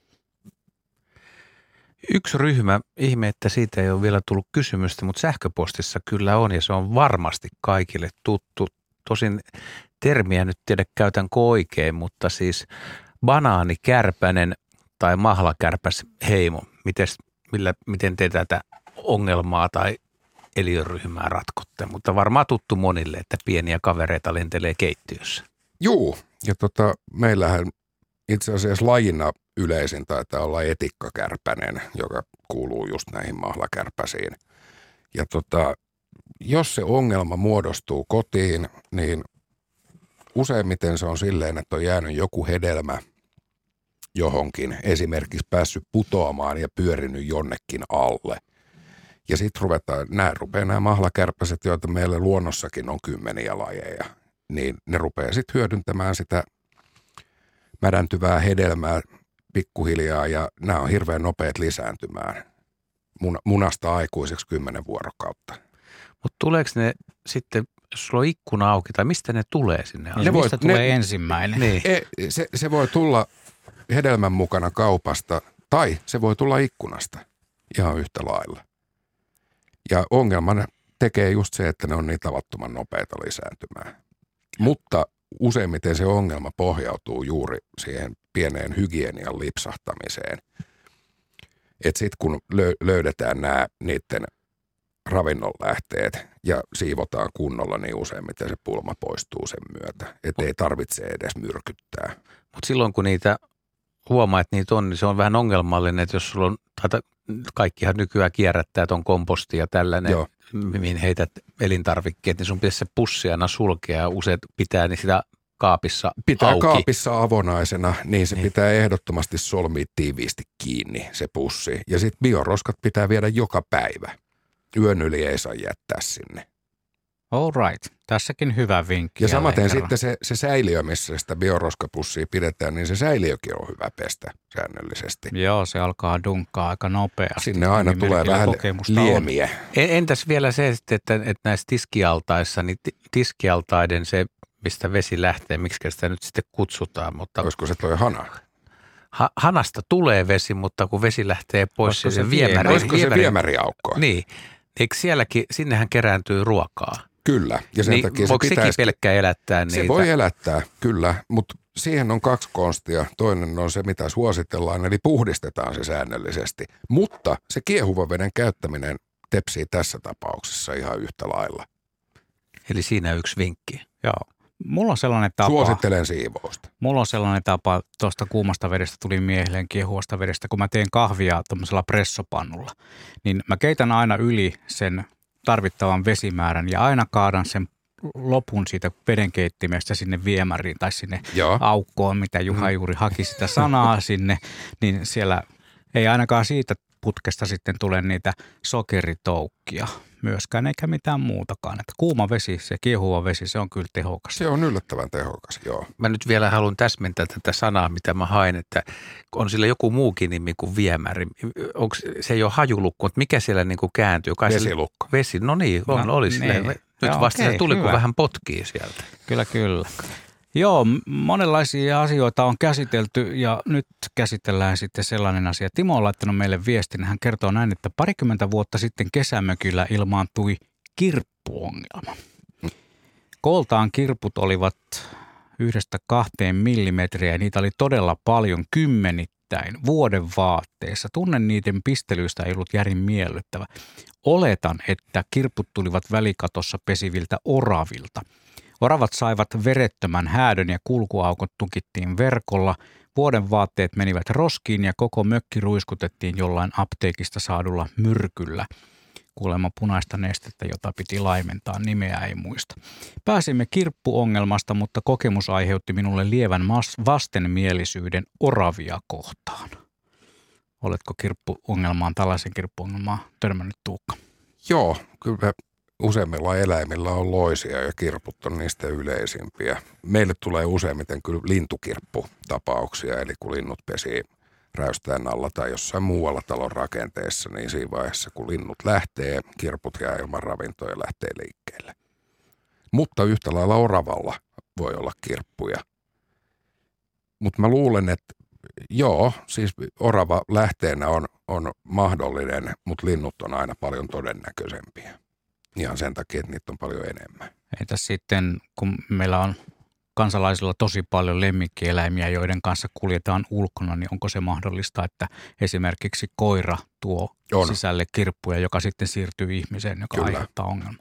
Yksi ryhmä, ihme, että siitä ei ole vielä tullut kysymystä, mutta sähköpostissa kyllä on ja se on varmasti kaikille tuttu. Tosin termiä nyt tiedä käytänkö oikein, mutta siis banaanikärpänen tai mahlakärpäs heimo. Mites, millä, miten te tätä ongelmaa tai eliöryhmää ratkotte? Mutta varmaan tuttu monille, että pieniä kavereita lentelee keittiössä.
Juu, ja tota, meillähän itse asiassa lajina yleisin taitaa olla etikkakärpänen, joka kuuluu just näihin mahlakärpäsiin. Ja tota, jos se ongelma muodostuu kotiin, niin useimmiten se on silleen, että on jäänyt joku hedelmä johonkin, esimerkiksi päässyt putoamaan ja pyörinyt jonnekin alle. Ja sitten ruvetaan, nämä rupeaa nämä mahlakärpäset, joita meillä luonnossakin on kymmeniä lajeja, niin ne rupeaa sitten hyödyntämään sitä mädäntyvää hedelmää pikkuhiljaa ja nämä on hirveän nopeat lisääntymään Mun, munasta aikuiseksi kymmenen vuorokautta.
Mutta tuleeko ne sitten, jos sulla on ikkuna auki, tai mistä ne tulee sinne?
Niin
Ne voi-
mistä tulee
ne-
ensimmäinen?
Niin.
E, se, se voi tulla hedelmän mukana kaupasta tai se voi tulla ikkunasta ihan yhtä lailla. Ja ongelman tekee just se, että ne on niin tavattoman nopeita lisääntymään. Mutta useimmiten se ongelma pohjautuu juuri siihen pieneen hygienian lipsahtamiseen. Että sitten kun lö, löydetään nämä niiden ravinnonlähteet ja siivotaan kunnolla, niin useimmiten se pulma poistuu sen myötä. Että ei tarvitse edes myrkyttää.
Mutta silloin kun niitä huomaa, että niitä on, niin se on vähän ongelmallinen, että jos sulla on, tai kaikkihan nykyään kierrättää ton komposti ja tällainen,
Joo.
mihin heität elintarvikkeet, niin sun pitäisi se pussi aina sulkea ja usein pitää niin sitä kaapissa
pitää
auki.
kaapissa avonaisena, niin se
niin.
pitää ehdottomasti solmia tiiviisti kiinni se pussi. Ja sitten bioroskat pitää viedä joka päivä. Yön yli ei saa jättää sinne.
All right. Tässäkin hyvä vinkki.
Ja samaten sitten se, se säiliö, missä sitä bioroskapussia pidetään, niin se säiliökin on hyvä pestä säännöllisesti.
Joo, se alkaa dunkkaa aika nopeasti.
Sinne aina tulee vähän liemiä.
Entäs vielä se, että, että näissä tiskialtaissa, niin tiskialtaiden se, mistä vesi lähtee, miksi sitä nyt sitten kutsutaan. Mutta
olisiko se toi hana?
Ha, hanasta tulee vesi, mutta kun vesi lähtee pois,
olisiko
se,
se
viemäri.
Olisiko
viemäri,
se viemäriaukko?
Niin. Eikö sielläkin, sinnehän kerääntyy ruokaa?
Kyllä. Ja sen
niin,
takia se
voiko
pitäisi...
sekin pelkkää elättää niitä?
Se voi elättää, kyllä, mutta siihen on kaksi konstia. Toinen on se, mitä suositellaan, eli puhdistetaan se säännöllisesti. Mutta se kiehuvan veden käyttäminen tepsii tässä tapauksessa ihan yhtä lailla.
Eli siinä yksi vinkki.
Joo. Mulla on sellainen tapa.
Suosittelen siivousta.
Mulla on sellainen tapa, tuosta kuumasta vedestä tuli miehilleen kiehuvasta vedestä, kun mä teen kahvia tuommoisella pressopannulla, niin mä keitän aina yli sen tarvittavan vesimäärän ja aina kaadan sen lopun siitä vedenkeittimestä sinne viemäriin tai sinne
Joo.
aukkoon, mitä Juha juuri haki sitä sanaa sinne, niin siellä ei ainakaan siitä putkesta sitten tule niitä sokeritoukkia myöskään, eikä mitään muutakaan. Että kuuma vesi, se kiehuva vesi, se on kyllä tehokas.
Se on yllättävän tehokas, joo.
Mä nyt vielä haluan täsmentää tätä sanaa, mitä mä hain, että on sillä joku muukin nimi kuin viemäri. Onko se ei ole hajulukko, mutta mikä siellä niin kuin kääntyy? Kai
Vesilukko.
Se, vesi, no niin, on, no, oli niin. Nyt
ja
vasta
okei,
se tuli,
hyvä.
kun vähän potkii sieltä.
Kyllä, kyllä. Joo, monenlaisia asioita on käsitelty ja nyt käsitellään sitten sellainen asia. Timo on laittanut meille viestin. Hän kertoo näin, että parikymmentä vuotta sitten kesämökillä ilmaantui kirppuongelma. Kooltaan kirput olivat yhdestä kahteen millimetriä ja niitä oli todella paljon kymmenittäin vuoden vaatteessa. Tunnen niiden pistelyistä ei ollut järin miellyttävä. Oletan, että kirput tulivat välikatossa pesiviltä oravilta. Oravat saivat verettömän häädön ja kulkuaukot tukittiin verkolla. Vuoden vaatteet menivät roskiin ja koko mökki ruiskutettiin jollain apteekista saadulla myrkyllä. Kuulemma punaista nestettä, jota piti laimentaa, nimeä ei muista. Pääsimme kirppuongelmasta, mutta kokemus aiheutti minulle lievän vastenmielisyyden oravia kohtaan. Oletko kirppuongelmaan, tällaisen kirppuongelmaan törmännyt, Tuukka?
Joo, kyllä useimmilla eläimillä on loisia ja kirput on niistä yleisimpiä. Meille tulee useimmiten kyllä lintukirpputapauksia, eli kun linnut pesii räystään alla tai jossain muualla talon rakenteessa, niin siinä vaiheessa kun linnut lähtee, kirput jää ilman ravintoa ja lähtee liikkeelle. Mutta yhtä lailla oravalla voi olla kirppuja. Mutta mä luulen, että joo, siis orava lähteenä on, on mahdollinen, mutta linnut on aina paljon todennäköisempiä. Ihan sen takia, että niitä on paljon enemmän.
Entä sitten, kun meillä on kansalaisilla tosi paljon lemmikkieläimiä, joiden kanssa kuljetaan ulkona, niin onko se mahdollista, että esimerkiksi koira tuo on sisälle kirppuja, joka sitten siirtyy ihmiseen, joka
Kyllä.
aiheuttaa ongelman?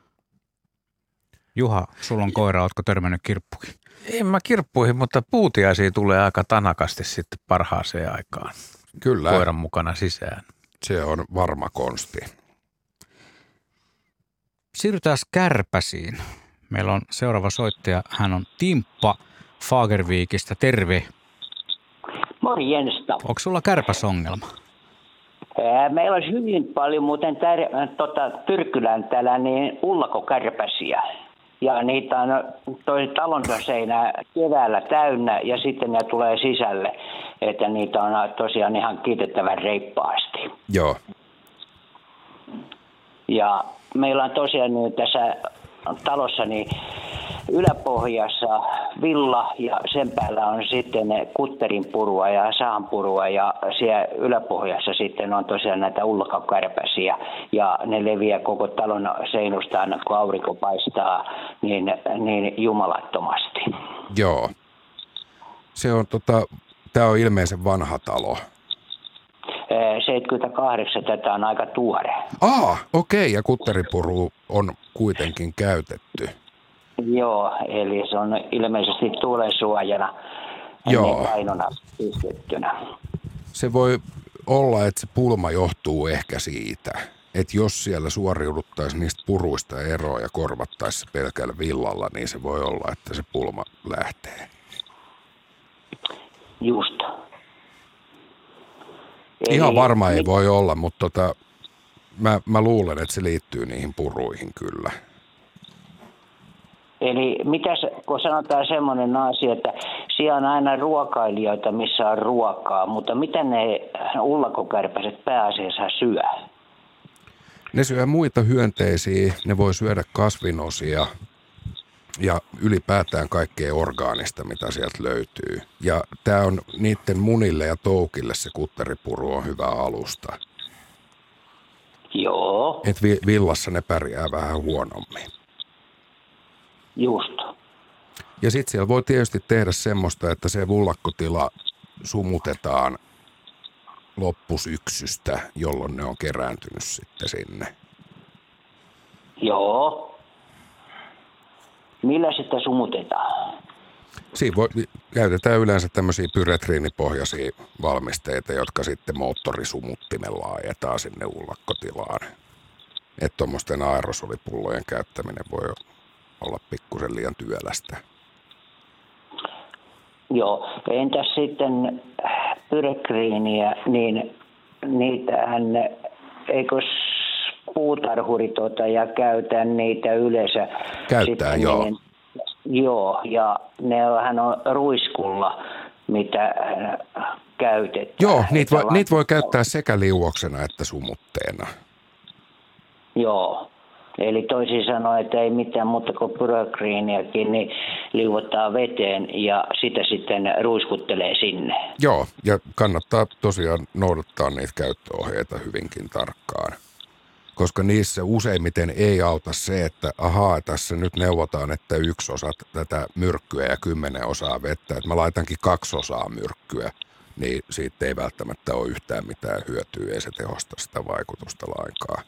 Juha, sulla on koira, ootko törmännyt kirppuihin?
En mä kirppuihin, mutta puutiaisia tulee aika tanakasti sitten parhaaseen aikaan.
Kyllä.
Koiran mukana sisään.
Se on varma konsti.
Siirrytään kärpäsiin. Meillä on seuraava soittaja. Hän on Timppa Fagervikistä. Terve.
Morjesta.
Onko sulla kärpäsongelma?
Meillä olisi hyvin paljon muuten tär- tota, Tyrkylän täällä niin ullakokärpäsiä. Ja niitä on toi talonsa seinä keväällä täynnä ja sitten ne tulee sisälle. Että niitä on tosiaan ihan kiitettävän reippaasti.
Joo.
Ja meillä on tosiaan niin tässä talossa niin yläpohjassa villa ja sen päällä on sitten kutterinpurua ja sahanpurua ja siellä yläpohjassa sitten on tosiaan näitä ullakokärpäsiä ja ne leviää koko talon seinustaan, kun aurinko paistaa niin, niin jumalattomasti.
Joo. Se on tota, tää on ilmeisen vanha talo.
seitsemänkymmentäkahdeksan, tätä on aika tuore.
Aa, okei, okay. Ja kutteripuru on kuitenkin käytetty.
Joo, eli se on ilmeisesti tuulen suojana ennen painona pistettynä.
Se voi olla, että se pulma johtuu ehkä siitä. että jos siellä suoriuduttaisiin niistä puruista eroa ja korvattaisiin pelkällä villalla, niin se voi olla, että se pulma lähtee.
Just.
Ihan varma ei voi olla, mutta tota, mä, mä luulen, että se liittyy niihin puruihin kyllä.
Eli mitäs, kun sanotaan semmoinen asia, että siellä on aina ruokailijoita, missä on ruokaa, mutta mitä ne ullakokärpäset pääasiassa syö?
Ne syö muita hyönteisiä, ne voi syödä kasvinosia ja ylipäätään kaikkea orgaanista, mitä sieltä löytyy. Ja tämä on niiden munille ja toukille se kutteripuru on hyvä alusta.
Joo.
Et vi- villassa ne pärjää vähän huonommin.
Just.
Ja sitten siellä voi tietysti tehdä semmoista, että se vullakkotila sumutetaan loppusyksystä, jolloin ne on kerääntynyt sitten sinne.
Joo. Millä sitä sumutetaan?
Siinä voi, käytetään yleensä tämmöisiä pyretriinipohjaisia valmisteita, jotka sitten moottorisumuttimella ajetaan sinne ullakkotilaan. Että tuommoisten aerosolipullojen käyttäminen voi olla pikkusen liian työlästä.
Joo. Entäs sitten pyrekriiniä, niin niitähän, eikös puutarhuri tuota, ja käytä niitä yleensä.
Käyttää, joo.
Niin, joo, ja nehän on ruiskulla, mitä käytetään.
Joo, niitä voi, niitä voi käyttää sekä liuoksena että sumutteena.
Joo. Eli toisin sanoen, että ei mitään muuta kuin pyrekriiniäkin, niin liuottaa veteen ja sitä sitten ruiskuttelee sinne.
Joo, ja kannattaa tosiaan noudattaa niitä käyttöohjeita hyvinkin tarkkaan. Koska niissä useimmiten ei auta se, että ahaa, tässä nyt neuvotaan, että yksi osa tätä myrkkyä ja kymmenen osaa vettä. Että mä laitankin kaksi osaa myrkkyä, niin siitä ei välttämättä ole yhtään mitään hyötyä, ei se tehosta sitä vaikutusta lainkaan.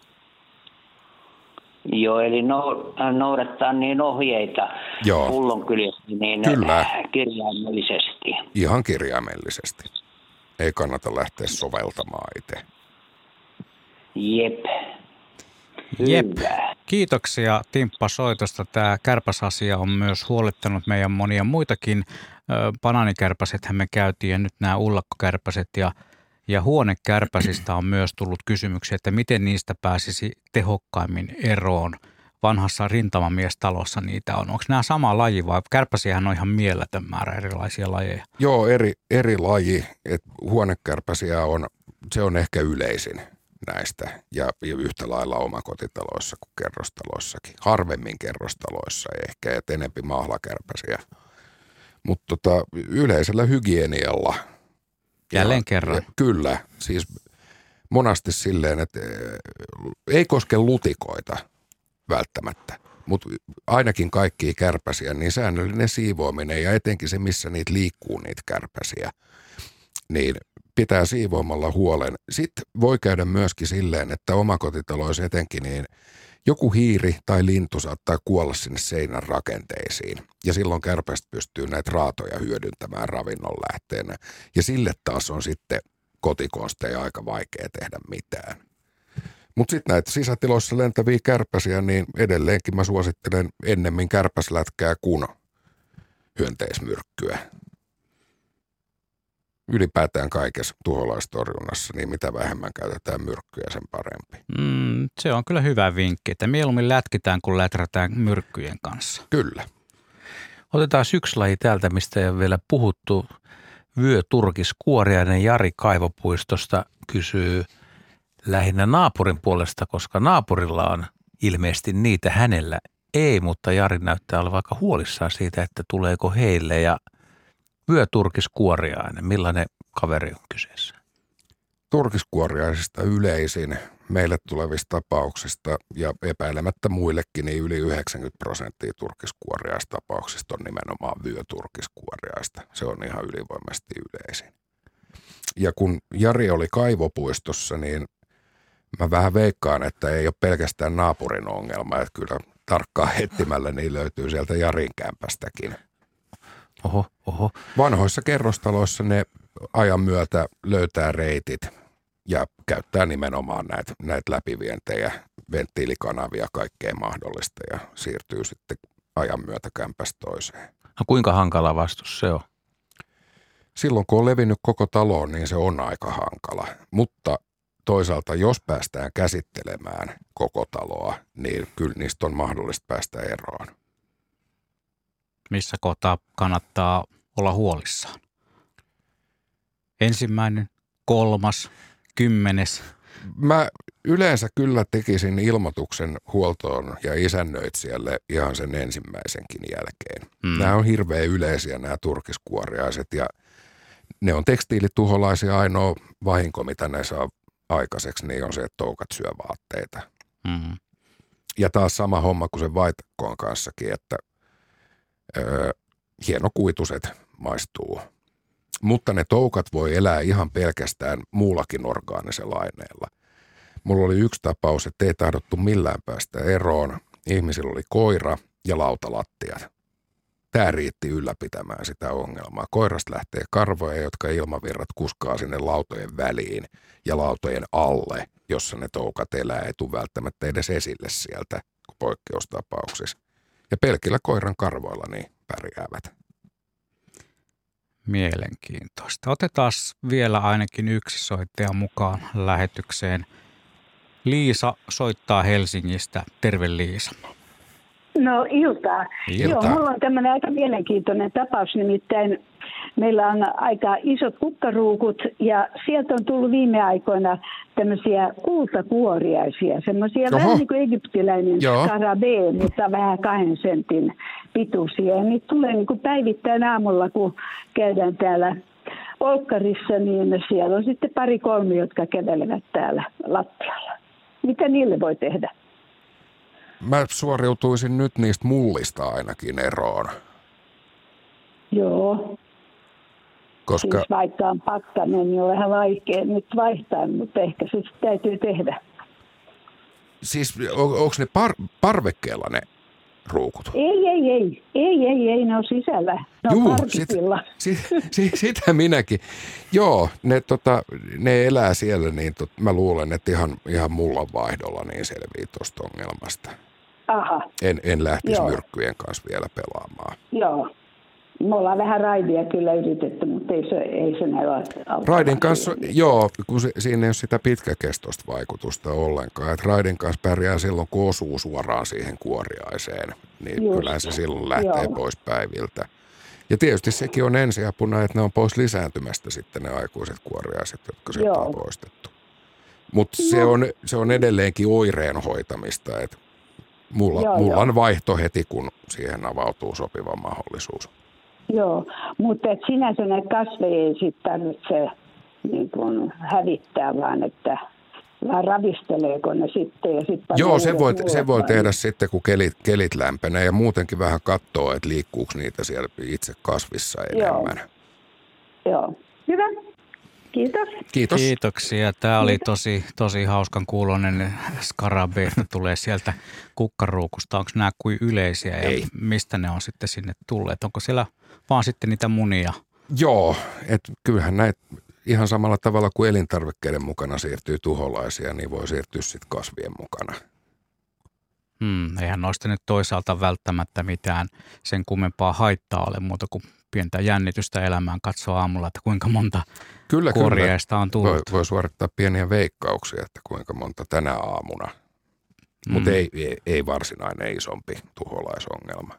Joo, eli noudattaa niin ohjeita pullonkyljessä niin
Kyllä.
kirjaimellisesti.
Ihan kirjaimellisesti. Ei kannata lähteä soveltamaan itse.
Jep.
Jep. Kiitoksia Timppa soitosta. Tämä kärpäsasia on myös huolittanut meidän monia muitakin. Banaanikärpäsethän me käytiin ja nyt nämä ullakkokärpäset ja Ja huonekärpäsistä on myös tullut kysymyksiä, että miten niistä pääsisi tehokkaimmin eroon. Vanhassa rintamamiestalossa niitä on. Onko nämä sama laji vai kärpäsiähän on ihan mieletön määrä erilaisia lajeja?
Joo, eri, eri laji. Et huonekärpäsiä on, se on ehkä yleisin näistä ja, ja yhtä lailla omakotitaloissa kuin kerrostaloissakin. Harvemmin kerrostaloissa ehkä, et enempi mahlakärpäsiä. Mutta tota, yleisellä hygienialla.
Jälleen kerran.
Ja, kyllä, siis monasti silleen, että ei koske lutikoita välttämättä, mutta ainakin kaikkia kärpäsiä, niin säännöllinen siivoaminen ja etenkin se, missä niitä liikkuu niitä kärpäsiä, niin pitää siivoamalla huolen. Sitten voi käydä myöskin silleen, että omakotitaloissa etenkin niin joku hiiri tai lintu saattaa kuolla sinne seinän rakenteisiin ja silloin kärpästä pystyy näitä raatoja hyödyntämään ravinnon lähteenä. Ja sille taas on sitten kotikonsteja aika vaikea tehdä mitään. Mutta sitten näitä sisätiloissa lentäviä kärpäsiä, niin edelleenkin mä suosittelen ennemmin kärpäslätkää kuin hyönteismyrkkyä. Ylipäätään kaikessa tuholaistorjunnassa, niin mitä vähemmän käytetään myrkkyjä, sen parempi.
Mm, se on kyllä hyvä vinkki, että mieluummin lätkitään kuin läträtään myrkkyjen kanssa.
Kyllä.
Otetaan yksi laji täältä, mistä ei ole vielä puhuttu. Vyöturkiskuoriainen Jari Kaivopuistosta kysyy lähinnä naapurin puolesta, koska naapurilla on ilmeisesti niitä, hänellä ei, mutta Jari näyttää olevan aika huolissaan siitä, että tuleeko heille ja vyöturkiskuoriainen, millainen kaveri on kyseessä?
Turkiskuoriaisista yleisin meille tulevista tapauksista ja epäilemättä muillekin, niin yli yhdeksänkymmentä prosenttia turkiskuoriaistapauksista on nimenomaan vyöturkiskuoriaista. Se on ihan ylivoimaisesti yleisin. Ja kun Jari oli Kaivopuistossa, niin mä vähän veikkaan, että ei ole pelkästään naapurin ongelma, että kyllä tarkkaan etsimällä niin löytyy sieltä Jarin kämpästäkin.
Oho, oho.
Vanhoissa kerrostaloissa ne ajan myötä löytää reitit ja käyttää nimenomaan näitä, näitä läpivientejä, venttiilikanavia, kaikkea mahdollista ja siirtyy sitten ajan myötä kämpästä toiseen.
No kuinka hankala vastus se on?
Silloin kun on levinnyt koko taloon, niin se on aika hankala, mutta toisaalta jos päästään käsittelemään koko taloa, niin kyllä niistä on mahdollista päästä eroon.
Missä kohtaa kannattaa olla huolissaan? Ensimmäinen, kolmas, kymmenes.
Mä yleensä kyllä tekisin ilmoituksen huoltoon ja isännöitsijälle ihan sen ensimmäisenkin jälkeen. Mm. Nämä on hirveän yleisiä nämä turkiskuoriaiset ja ne on tekstiilituholaisia. Ainoa vahinko, mitä ne saa aikaiseksi, niin on se, että toukat syö vaatteita. Mm. Ja taas sama homma kuin sen vaitakkoon kanssakin, että öö, hienokuituset maistuu. Mutta ne toukat voi elää ihan pelkästään muullakin orgaanisella aineella. Mulla oli yksi tapaus, että ei tahdottu millään päästä eroon. Ihmisillä oli koira ja lautalattiat. Tämä riitti ylläpitämään sitä ongelmaa. Koirasta lähtee karvoja, jotka ilmavirrat kuskaa sinne lautojen väliin ja lautojen alle, jossa ne toukat elää. Ei tule välttämättä edes esille sieltä poikkeustapauksissa. Ja pelkillä koiran karvoilla niin pärjäävät.
Mielenkiintoista. Otetaan vielä ainakin yksi soittaja mukaan lähetykseen. Liisa soittaa Helsingistä. Terve Liisa.
No iltaa.
Iltaa.
Joo, mulla on tämmöinen aika mielenkiintoinen tapaus, nimittäin meillä on aika isot kukkaruukut ja sieltä on tullut viime aikoina tämmöisiä kultakuoriaisia, semmoisia vähän niin kuin egyptiläinen skarabee, mutta vähän kahden sentin pituisia. Ja niitä tulee niin kuin päivittäin aamulla, kun käydään täällä olkkarissa, niin siellä on sitten pari kolme, jotka kävelevät täällä lattialla. Mitä niille voi tehdä?
Mä suoriutuisin nyt niistä mullista ainakin eroon.
Joo.
Koska...
Siis vaikka on pakkanen, niin on vähän vaikea nyt vaihtaa, mutta ehkä se täytyy tehdä.
Siis on, onko ne par, parvekkeella ne ruukut?
Ei, ei, ei. Ei, ei, ei. Ne on sisällä. Ne
Juu,
on
sit, sit, sit, sitä minäkin. Joo, ne, tota, ne elää siellä, niin tot, mä luulen, että ihan, ihan mullan vaihdolla niin selvii tuosta ongelmasta.
Aha.
En, en lähtisi
Joo.
myrkkyjen kanssa vielä pelaamaan.
Joo. Me ollaan vähän raidia kyllä yritetty, mutta ei se, ei se näy auttaa.
Raidin kanssa, joo, kun se, siinä ei ole sitä pitkäkestoista vaikutusta ollenkaan. Et raidin kanssa pärjää silloin, kun osuu suoraan siihen kuoriaiseen. Niin Just. kyllähän se silloin lähtee joo. pois päiviltä. Ja tietysti sekin on ensiapuna, että ne on pois lisääntymästä sitten ne aikuiset kuoriaiset, jotka sieltä joo. on poistettu. Mutta no. se, on, se on edelleenkin oireen hoitamista, että mulla, joo, mulla joo. on vaihto heti, kun siihen avautuu sopiva mahdollisuus.
Joo, mutta et sinänsä näitä kasveja ei sitten tarvitse niin kun hävittää, vaan että vaan ravisteleeko ne sitten. Ja sit
Joo, se voi, se voi tehdä sitten, kun kelit, kelit lämpenee ja muutenkin vähän katsoo, että liikkuuko niitä siellä itse kasvissa enemmän.
Joo, Joo. Hyvä. Kiitos.
Kiitos.
Kiitoksia. Tämä oli tosi, tosi hauskan kuuloinen. Skarabeista tulee sieltä kukkaruukusta. Onko nämä kuin yleisiä ja Ei. mistä ne on sitten sinne tulleet? Onko siellä vaan sitten niitä munia?
Joo, että kyllähän näitä ihan samalla tavalla kuin elintarvikkeiden mukana siirtyy tuholaisia, niin voi siirtyä sitten kasvien mukana.
Hmm, eihän noista nyt toisaalta välttämättä mitään sen kummempaa haittaa ole muuta kuin pientä jännitystä elämään katsoa aamulla, että kuinka monta kyllä, kuoriaista kyllä. on tullut.
Voi, voi suorittaa pieniä veikkauksia, että kuinka monta tänä aamuna, mm. mutta ei, ei, ei varsinainen isompi tuholaisongelma.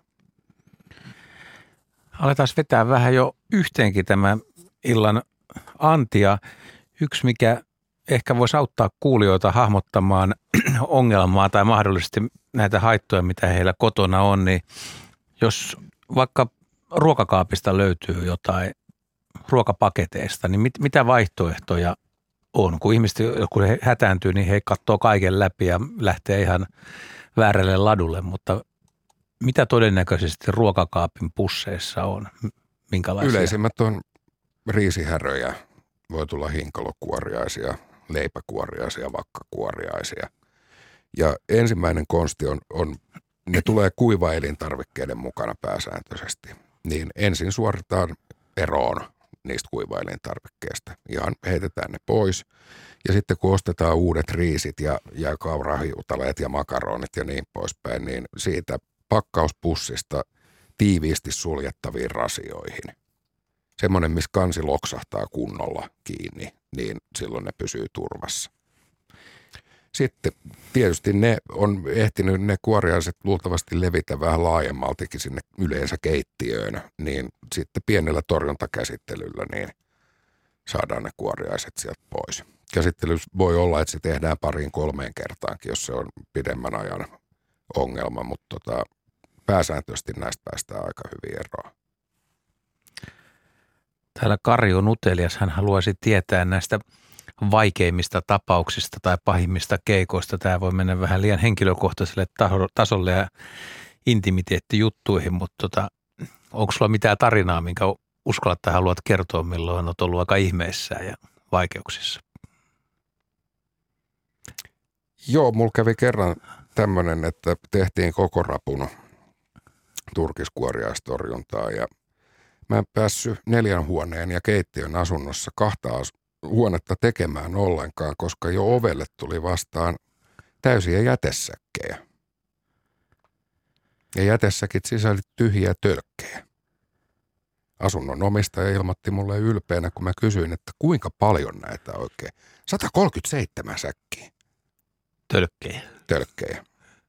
Aletaan vetää vähän jo yhteenkin tämä illan antia. Yksi, mikä ehkä voisi auttaa kuulijoita hahmottamaan ongelmaa tai mahdollisesti näitä haittoja, mitä heillä kotona on, niin jos vaikka ruokakaapista löytyy jotain ruokapaketeista, niin mit, mitä vaihtoehtoja on? Kun ihmiset, kun he hätääntyy, niin he katsoo kaiken läpi ja lähtee ihan väärälle ladulle, mutta mitä todennäköisesti ruokakaapin pusseissa on? Minkälaisia?
Yleisimmät on riisihäröjä, voi tulla hinkalokuoriaisia, leipäkuoriaisia, vakkakuoriaisia. Ja ensimmäinen konsti on, on ne tulee kuiva-elintarvikkeiden mukana pääsääntöisesti. Niin ensin suoritetaan eroon niistä kuivaelintarvikkeista. Ihan heitetään ne pois. Ja sitten kun ostetaan uudet riisit ja, ja kaurahiutaleet ja makaronit ja niin poispäin, niin siitä pakkauspussista tiiviisti suljettaviin rasioihin. Semmoinen, missä kansi loksahtaa kunnolla kiinni, niin silloin ne pysyy turvassa. Sitten tietysti ne on ehtinyt ne kuoriaiset luultavasti levitä vähän laajemmaltikin sinne yleensä keittiöön, niin sitten pienellä torjuntakäsittelyllä niin saadaan ne kuoriaiset sieltä pois. Käsittely voi olla, että se tehdään pariin kolmeen kertaankin, jos se on pidemmän ajan ongelma, mutta tota, pääsääntöisesti näistä päästään aika hyvin eroon.
Täällä Kari on utelias. Hän haluaisi tietää näistä vaikeimmista tapauksista tai pahimmista keikoista. Tämä voi mennä vähän liian henkilökohtaiselle tasolle ja intimiteettijuttuihin, mutta tota, onko sulla mitään tarinaa, minkä uskallat tai haluat kertoa, milloin olet ollut aika ihmeissään ja vaikeuksissa?
Joo, mulla kävi kerran tämmöinen, että tehtiin koko rapun turkiskuoriaistorjuntaa ja mä en päässyt neljän huoneen ja keittiön asunnossa kahta huonetta tekemään ollenkaan, koska jo ovelle tuli vastaan täysiä jätesäkkejä. Ja jätesäkit sisälti tyhjiä tölkkejä. Asunnon omistaja ilmoitti mulle ylpeänä, kun mä kysyin, että kuinka paljon näitä oikein. sata kolmekymmentäseitsemän säkkiä.
Tölkkejä.
Tölkkejä.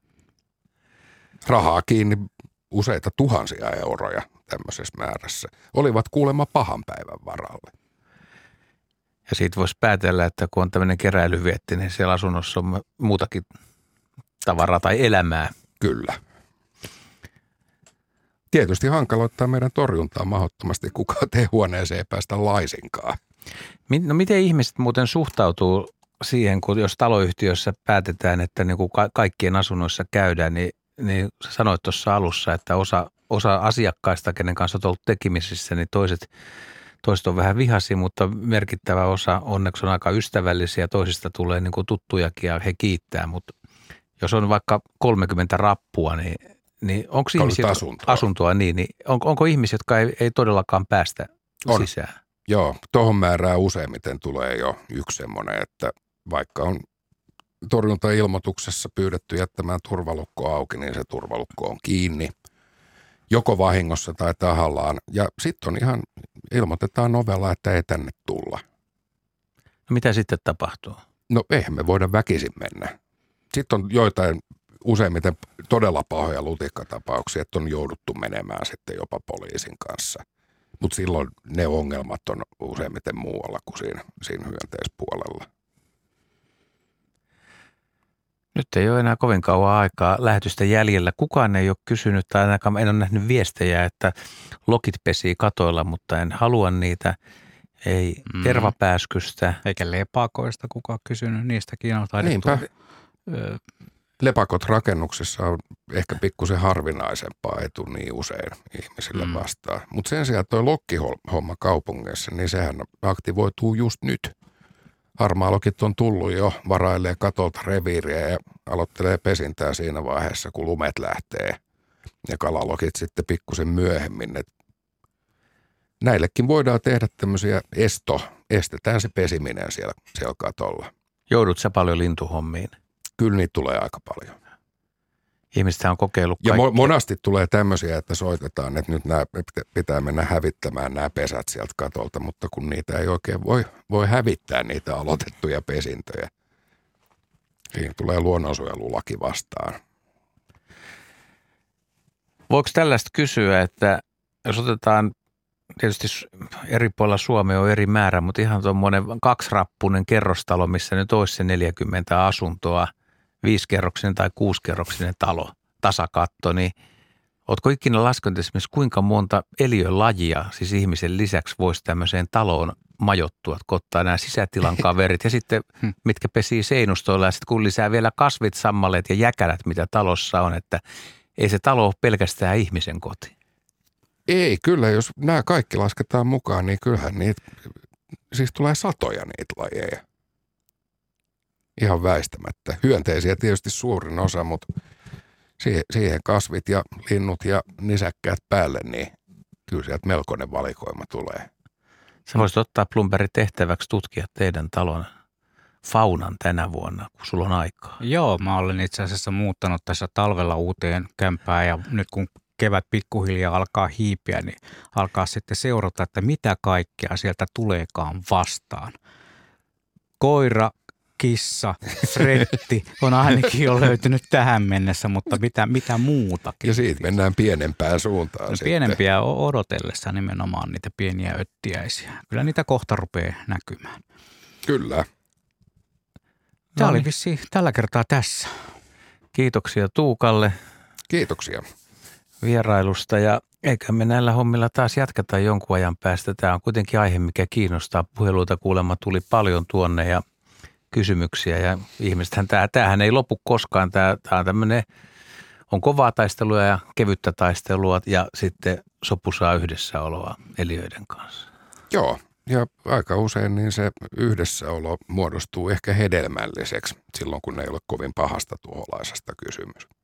Rahaa kiinni useita tuhansia euroja tämmöisessä määrässä. Olivat kuulemma pahan päivän varalle.
Ja siitä voisi päätellä, että kun on tämmöinen keräilyvietti, niin siellä asunnossa on muutakin tavaraa tai elämää.
Kyllä. Tietysti hankaloittaa meidän torjuntaa mahdottomasti, kukaan teehuoneeseen ei päästä laisinkaan.
No miten ihmiset muuten suhtautuu siihen, kun jos taloyhtiössä päätetään, että niin kuin ka- kaikkien asunnoissa käydään, niin, niin sanoit tuossa alussa, että osa, osa asiakkaista, kenen kanssa olet ollut tekemisissä, niin toiset, toiset on vähän vihaisia, mutta merkittävä osa onneksi on aika ystävällisiä, toisista tulee niin kuin tuttujakin ja he kiittää, mutta jos on vaikka kolmekymmentä rappua, niin, niin onko ihmisiä,
asuntoa.
asuntoa niin, niin on, onko ihmisiä, jotka ei, ei todellakaan päästä
on.
sisään?
Joo, tuohon määrään useimmiten tulee jo yksi semmoinen, että vaikka on torjuntailmoituksessa pyydetty jättämään turvalukko auki, niin se turvalukko on kiinni. Joko vahingossa tai tahallaan. Ja sitten on ihan, ilmoitetaan ovella, että ei tänne tulla.
No mitä sitten tapahtuu?
No eihän me voida väkisin mennä. Sitten on joitain useimmiten todella pahoja lutikkatapauksia, että on jouduttu menemään sitten jopa poliisin kanssa. Mutta silloin ne ongelmat on useimmiten muualla kuin siinä, siinä hyönteispuolella.
Nyt ei ole enää kovin kauan aikaa lähetystä jäljellä. Kukaan ei ole kysynyt tai ainakaan en ole nähnyt viestejä, että lokit pesii katoilla, mutta en halua niitä. Ei mm. tervapääskystä.
Eikä lepakoista kukaan kysynyt, niistäkin on taidettu.
Niinpä.
Öö.
Lepakot rakennuksessa on ehkä pikkusen harvinaisempaa, ei tule niin usein ihmisille mm. vastaan. Mutta sen sijaan tuo lokkihomma kaupungissa, niin sehän aktivoituu just nyt. Harmaalokit on tullut jo, varailee katolta reviiriä ja aloittelee pesintää siinä vaiheessa, kun lumet lähtee. Ja kalalokit sitten pikkusen myöhemmin. Et näillekin voidaan tehdä tämmöisiä esto, estetään se pesiminen siellä, siellä katolla.
Joudut sä paljon lintuhommiin?
Kyllä niitä tulee aika paljon.
Ihmiset on kokeillut
ja
kaikkea.
Monasti tulee tämmöisiä, että soitetaan, että nyt nämä pitää mennä hävittämään nämä pesät sieltä katolta, mutta kun niitä ei oikein voi, voi hävittää niitä aloitettuja pesintöjä. Siinä tulee luonnonsuojelulaki vastaan.
Voiko tällaista kysyä, että jos otetaan, tietysti eri puolilla Suomea on eri määrä, mutta ihan tuommoinen kaksirappunen kerrostalo, missä nyt olisi se neljäkymmentä asuntoa, viisikerroksinen tai kuusikerroksinen talo, tasakatto, niin ootko ikinä laskenut esimerkiksi kuinka monta eliölajia, siis ihmisen lisäksi voisi tämmöiseen taloon majoittua, että kun ottaa nämä sisätilan kaverit ja sitten mitkä pesii seinustoilla ja sitten kun lisää vielä kasvit, sammaleet ja jäkälät, mitä talossa on, että ei se talo ole pelkästään ihmisen koti.
Ei, kyllä jos nämä kaikki lasketaan mukaan, niin kyllähän niitä, siis tulee satoja niitä lajeja. Ihan väistämättä. Hyönteisiä tietysti suurin osa, mutta siihen kasvit ja linnut ja nisäkkäät päälle, niin kyllä sieltä melkoinen valikoima tulee.
Sä voisit ottaa Blomberg tehtäväksi tutkia teidän talon faunan tänä vuonna, kun sulla on aikaa.
Joo, mä olen itse asiassa muuttanut tässä talvella uuteen kämpään ja nyt kun kevät pikkuhiljaa alkaa hiipiä, niin alkaa sitten seurata, että mitä kaikkea sieltä tuleekaan vastaan. Koira, kissa, fretti on ainakin jo löytynyt tähän mennessä, mutta mitä, mitä muutakin.
Ja siitä mennään pienempään suuntaan.
No,
sitten.
Pienempiä odotellessa nimenomaan niitä pieniä öttiäisiä. Kyllä niitä kohta rupeaa näkymään.
Kyllä.
Tämä
Noniin.
oli vissiin tällä kertaa tässä.
Kiitoksia Tuukalle
Kiitoksia.
vierailusta ja eikä me näillä hommilla taas jatketa jonkun ajan päästä. Tämä on kuitenkin aihe, mikä kiinnostaa. Puheluita kuulemma tuli paljon tuonne ja kysymyksiä ja ihmisethän, tämä, tämähän ei lopu koskaan. Tämä, tämä on tämmöinen, on kovaa taistelua ja kevyttä taistelua ja sitten sopusaa yhdessäoloa eliöiden kanssa.
Joo, ja aika usein niin se yhdessäolo muodostuu ehkä hedelmälliseksi silloin, kun ei ole kovin pahasta tuholaisesta kysymys.